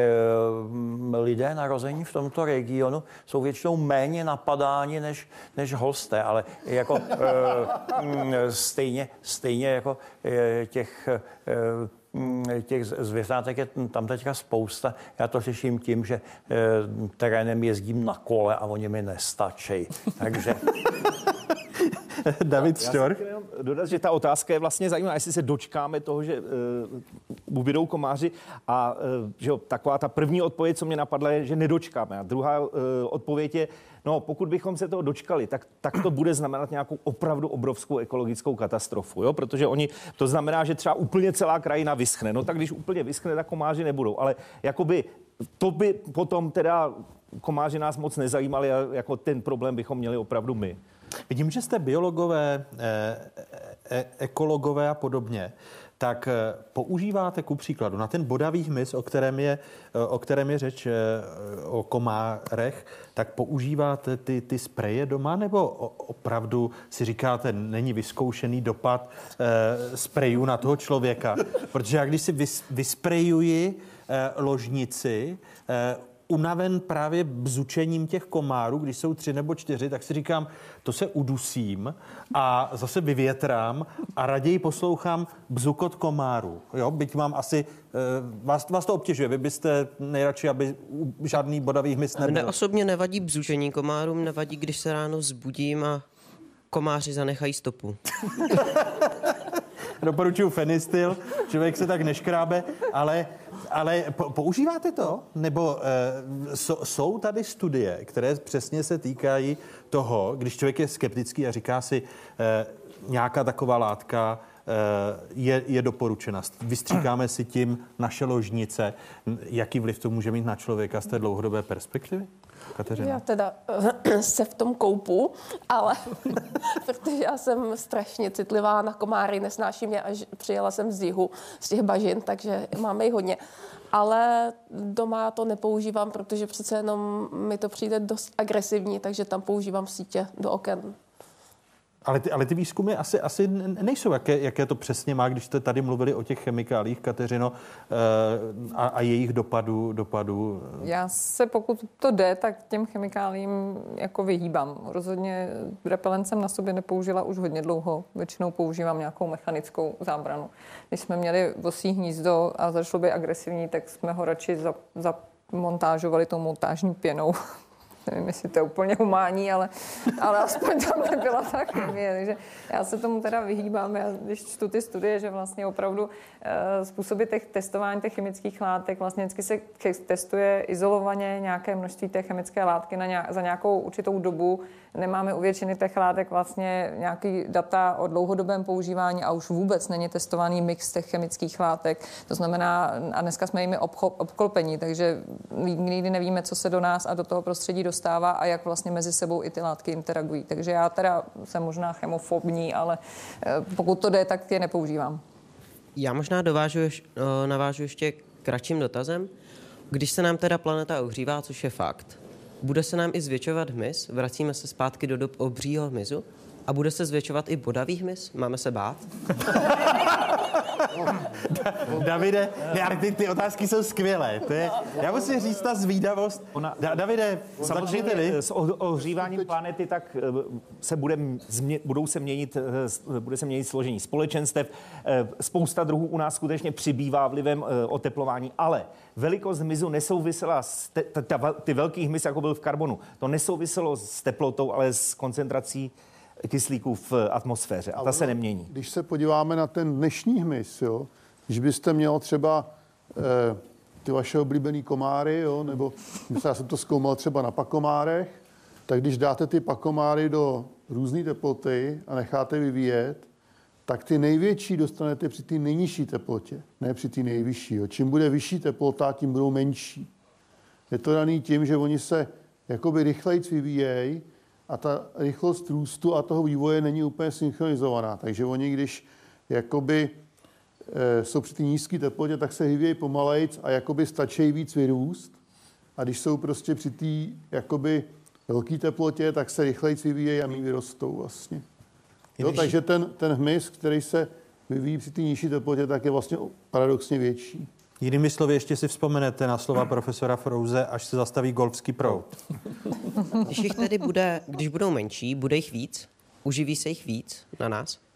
lidé narození v tomto regionu jsou většinou méně napadáni než hosté, ale jako stejně jako těch těch zvěřátek je tam teďka spousta. Já to řeším tím, že terénem jezdím na kole a oni mi nestačí. Takže... David Štor. Já jsem chtěl dodat, že ta otázka je vlastně zajímavá, jestli se dočkáme toho, že ubydou komáři a že taková ta první odpověď, co mě napadla, je, že nedočkáme. A druhá odpověď je, no pokud bychom se toho dočkali, tak to bude znamenat nějakou opravdu obrovskou ekologickou katastrofu, jo? Protože to znamená, že třeba úplně celá krajina vyschne. No tak když úplně vyschne, tak komáři nebudou. Ale jakoby to by potom teda komáři nás moc nezajímali a jako ten problém bychom měli opravdu my. Vidím, že jste biologové, ekologové a podobně, tak používáte ku příkladu na ten bodavý hmyz, o kterém je řeč, o komárech, tak používáte ty spreje doma, nebo opravdu si říkáte, není vyzkoušený dopad sprejů na toho člověka? Protože já když si vysprejuji ložnici, unaven právě bzučením těch komárů, když jsou 3 nebo 4, tak si říkám, to se udusím a zase vyvětrám a raději poslouchám bzukot komárů. Jo, byť mám asi, vás to obtěžuje, vy byste nejradši, aby žádný bodavý hmyz nebyl. Mne osobně nevadí bzučení komárům, nevadí, když se ráno vzbudím a komáři zanechají stopu. Doporučuji Fenistil, člověk se tak neškrábe, ale používáte to? Nebo jsou tady studie, které přesně se týkají toho, když člověk je skeptický a říká si, nějaká taková látka je doporučena. Vystříkáme si tím naše ložnice. Jaký vliv to může mít na člověka z té dlouhodobé perspektivy? Kateřina. Já teda se v tom koupu, ale protože já jsem strašně citlivá na komáry, nesnáším je, až přijela jsem z jihu, z těch bažin, takže máme jich hodně. Ale doma to nepoužívám, protože přece jenom mi to přijde dost agresivní, takže tam používám sítě do oken. Ale ty výzkumy asi nejsou, jaké to přesně má, když jste tady mluvili o těch chemikálích, Kateřino, a jejich dopadu. Já se, pokud to jde, tak těm chemikálím jako vyhýbám. Rozhodně repelent jsem na sobě nepoužila už hodně dlouho. Většinou používám nějakou mechanickou zábranu. Když jsme měli vosí hnízdo a začalo být agresivní, tak jsme ho radši zamontážovali tou montážní pěnou. Nevím, jestli to je úplně humánní, ale aspoň tam nebyla ta chemie. Takže já se tomu teda vyhýbám. Já, když čtu ty studie, že vlastně opravdu způsoby testování těch chemických látek, vlastně vždycky se testuje izolovaně nějaké množství té chemické látky za nějakou určitou dobu. Nemáme u většiny těch látek vlastně nějaký data o dlouhodobém používání a už vůbec není testovaný mix těch chemických látek. To znamená, a dneska jsme jimi obklopení, takže nikdy nevíme, co se do nás a do toho prostředí dostává a jak vlastně mezi sebou i ty látky interagují. Takže já teda jsem možná chemofobní, ale pokud to jde, tak je nepoužívám. Já možná navážu ještě kratším dotazem. Když se nám teda planeta ohřívá, což je fakt, bude se nám i zvětšovat hmyz? Vracíme se zpátky do dob obřího hmyzu? A bude se zvětšovat i bodavý hmyz? Máme se bát? Davide, ale ty otázky jsou skvělé. Já musím říct, ta zvídavost. Davide, samozřejmě s ohříváním planety tak bude se měnit složení společenstev. Spousta druhů u nás skutečně přibývá vlivem oteplování, ale velikost hmyzu nesouvisela ty velký hmyz, jako byl v karbonu. To nesouviselo s teplotou, ale s koncentrací kyslíků v atmosféře. A ta se nemění. Když se podíváme na ten dnešní hmyz, jo, když byste měl třeba ty vaše oblíbený komáry, jo, nebo já jsem to zkoumal třeba na pakomárech, tak když dáte ty pakomáry do různé teploty a necháte vyvíjet, tak ty největší dostanete při té nejnižší teplotě, ne při té nejvyšší. Jo. Čím bude vyšší teplota, tím budou menší. Je to daný tím, že oni se jakoby rychlejc vyvíjejí a ta rychlost růstu a toho vývoje není úplně synchronizovaná. Takže oni, když jakoby jsou při té nízké teplotě, tak se vyvíjejí pomalejc a jakoby stačí víc vyrůst. A když jsou prostě při té jakoby velké teplotě, tak se rychlejc vyvíjejí a méně vyrostou vlastně. Jo, takže ten hmyz, který se vyvíjí při té nižší teplotě, tak je vlastně paradoxně větší. Jinými slovy, ještě si vzpomenete na slova profesora Frouze, až se zastaví golfský proud. Když budou menší, bude jich víc? Uživí se jich víc na nás?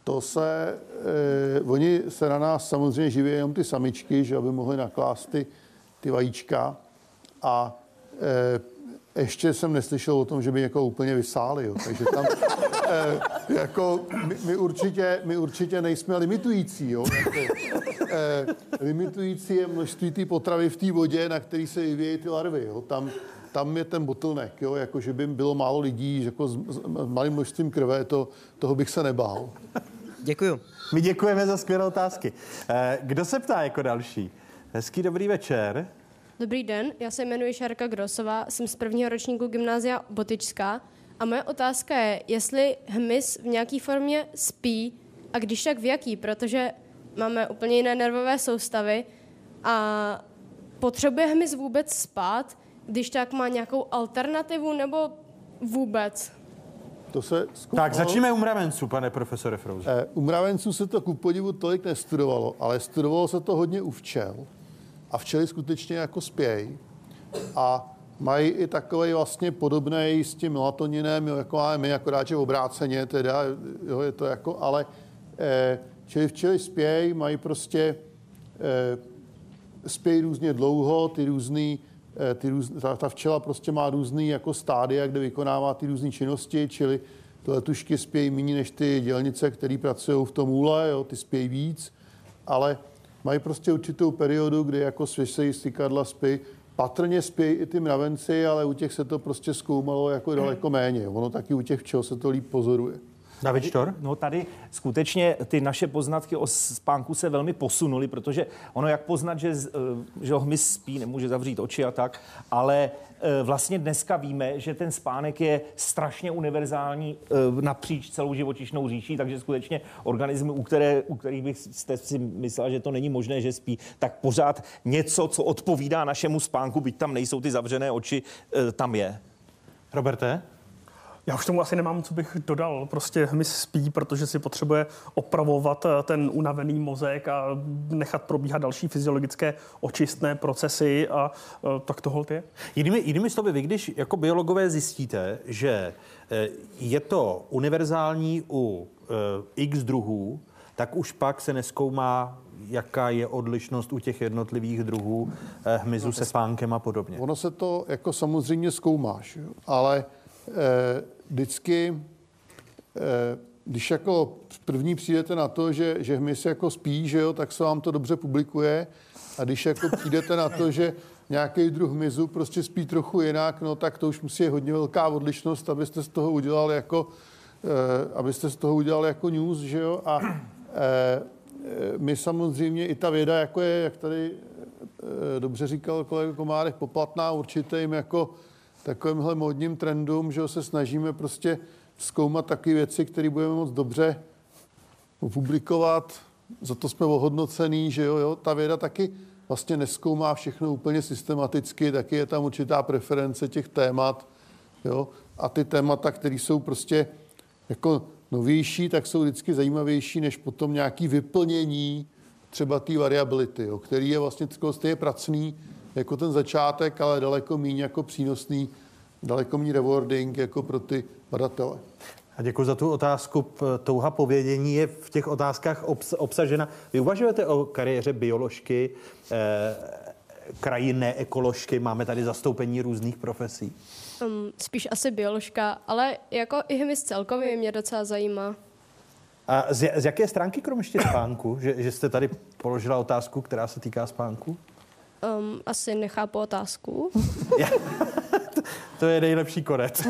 To se, oni se na nás samozřejmě živí jenom ty samičky, že aby mohly naklást ty vajíčka a ještě jsem neslyšel o tom, že by někoho úplně vysáli, jo. Takže tam jako my určitě nejsme limitující, jo. Limitující je množství té potravy v té vodě, na který se vyvíjejí ty larvy, jo. Tam je ten bottleneck, jo, jako že by bylo málo lidí jako s malým množstvím krve, toho bych se nebál. Děkuju. My děkujeme za skvělé otázky. Kdo se ptá jako další? Hezký dobrý večer. Dobrý den, já se jmenuji Šárka Grosová, jsem z prvního ročníku Gymnázia Botyčská a moje otázka je, jestli hmyz v nějaké formě spí a když tak v jaký, protože máme úplně jiné nervové soustavy a potřebuje hmyz vůbec spát, když tak má nějakou alternativu nebo vůbec? To se zkoumalo. Tak začneme u mravenců, pane profesore Frouze. U mravenců se to ku podivu tolik nestudovalo, ale studovalo se to hodně u včel. A včely skutečně jako spějí a mají i takový vlastně podobný s tím melatoninem, jo, jako máme my, akorát, že obráceně, teda, jo, je to jako, ale čili včely spějí, mají prostě, spějí různě dlouho, ta včela prostě má různý jako stádia, kde vykonává ty různé činnosti, čili ty letušky spějí méně než ty dělnice, které pracují v tom úle, jo, ty spějí víc, ale mají prostě určitou periodu, kdy jako svisejí stykadla, spí. Patrně spí i ty mravenci, ale u těch se to prostě zkoumalo jako daleko méně. Ono taky u těch včel se to líp pozoruje. David Štor? No tady skutečně ty naše poznatky o spánku se velmi posunuly, protože ono jak poznat, že hmyz spí, nemůže zavřít oči a tak, ale vlastně dneska víme, že ten spánek je strašně univerzální napříč celou živočišnou říší, takže skutečně organismy, u kterých byste si myslela, že to není možné, že spí, tak pořád něco, co odpovídá našemu spánku, byť tam nejsou ty zavřené oči, tam je. Roberte? Já už tomu asi nemám, co bych dodal. Prostě hmyz spí, protože si potřebuje opravovat ten unavený mozek a nechat probíhat další fyziologické očistné procesy a tak to holt je. Jinými slovy, vy když jako biologové zjistíte, že je to univerzální u x druhů, tak už pak se nezkoumá, jaká je odlišnost u těch jednotlivých druhů hmyzu se spánkem a podobně. Ono se to jako samozřejmě zkoumáš, jo? Ale vždycky, když jako první přijdete na to, že hmyz jako spí, že jo, tak se vám to dobře publikuje. A když jako přijdete na to, že nějaký druh hmyzu prostě spí trochu jinak, no tak to už musí hodně velká odlišnost, abyste z toho udělali jako news, že jo. A my samozřejmě i ta věda, jako je, jak tady dobře říkal kolega Komárek, poplatná určitým jako takovýmhle módním trendům, že se snažíme prostě zkoumat takové věci, které budeme moc dobře publikovat. Za to jsme ohodnocený, že jo. Ta věda taky vlastně nezkoumá všechno úplně systematicky, taky je tam určitá preference těch témat, jo. A ty témata, které jsou prostě jako novější, tak jsou vždycky zajímavější, než potom nějaké vyplnění třeba té variability, jo, který je vlastně stejně pracný jako ten začátek, ale daleko méně jako přínosný, daleko méně rewarding jako pro ty badatele. A děkuji za tu otázku. Touha povědění je v těch otázkách obsažena. Vy uvažujete o kariéře bioložky, krajinné ekoložky? Máme tady zastoupení různých profesí. Spíš asi bioložka, ale jako i hmyz celkově mě docela zajímá. A z jaké stránky krom ještě spánku? Že jste tady položila otázku, která se týká spánku? Asi nechápu otázku. To je nejlepší konec.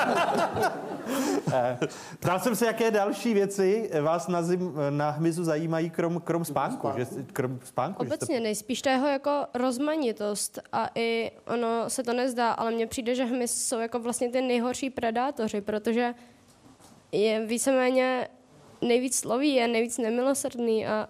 Ptal jsem se, jaké další věci vás na hmyzu zajímají krom spánku. Obecně nejspíš to jeho jako rozmanitost a i ono se to nezdá, ale mně přijde, že hmyz jsou jako vlastně ty nejhorší predátoři, protože je víceméně nejvíc sloví, je nejvíc nemilosrdný a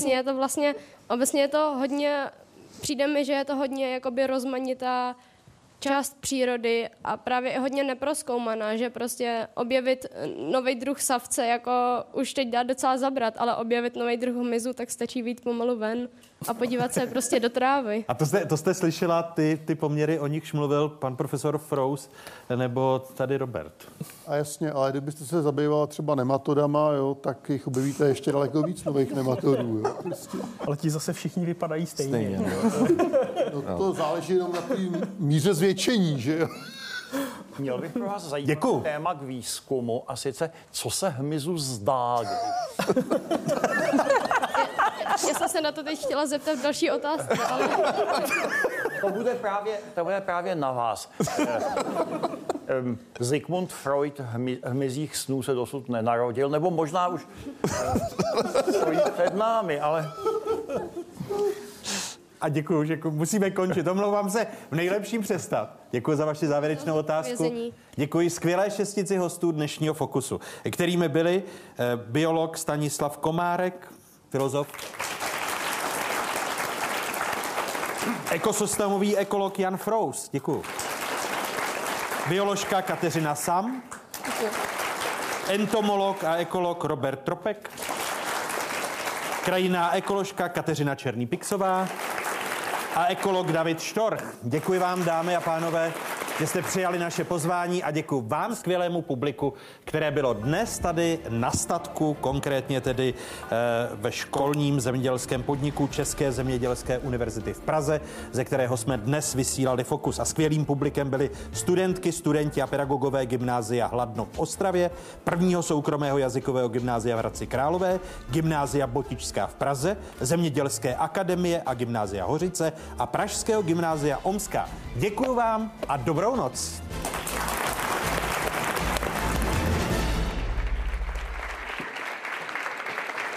obecně je to hodně, přijde mi, že je to hodně jakoby rozmanitá část přírody a právě hodně neprozkoumaná, že prostě objevit nový druh savce, jako už teď dá docela zabrat, ale objevit nový druh hmyzu, tak stačí vyjít pomalu ven a podívat se prostě do trávy. A to jste slyšela, ty poměry, o nichž mluvil pan profesor Frous nebo tady Robert. A jasně, ale kdybyste se zabývala třeba nematodama, jo, tak jich objevíte ještě daleko víc nových nematodů. Jo, prostě. Ale ti zase všichni vypadají stejně. No, to záleží jenom na té míře zvětšení, že jo? Měl bych pro vás zajímavý téma k výzkumu, a sice, co se hmyzu zdá. Já jsem se na to teď chtěla zeptat v další otázce, ale... To bude právě na vás. Sigmund Freud hmyzích snů se dosud nenarodil, nebo možná už stojí před námi, ale... A děkuju, že musíme končit. Omlouvám se, v nejlepším přestat. Děkuji za vaši závěrečnou otázku. Děkuji skvělé šestici hostů dnešního Fokusu, kterými byli biolog Stanislav Komárek, filozof, ekosystémový ekolog Jan Frous. Děkuji. Bioložka Kateřina Sam. Děkuji. Entomolog a ekolog Robert Tropek. Krajinná ekoložka Kateřina Černý-Pixová. A ekolog David Štorch. Děkuji vám, dámy a pánové, že jste přijali naše pozvání a děkuji vám, skvělému publiku, které bylo dnes tady na statku, konkrétně tedy ve školním zemědělském podniku České zemědělské univerzity v Praze, ze kterého jsme dnes vysílali Fokus. A skvělým publikem byli studentky, studenti a pedagogové gymnázia Hladno v Ostravě, prvního soukromého jazykového gymnázia v Hradci Králové, gymnázia Botičská v Praze, Zemědělské akademie a gymnázia Hořice a pražského gymnázia Omska. Děkuji vám a dobrou noc.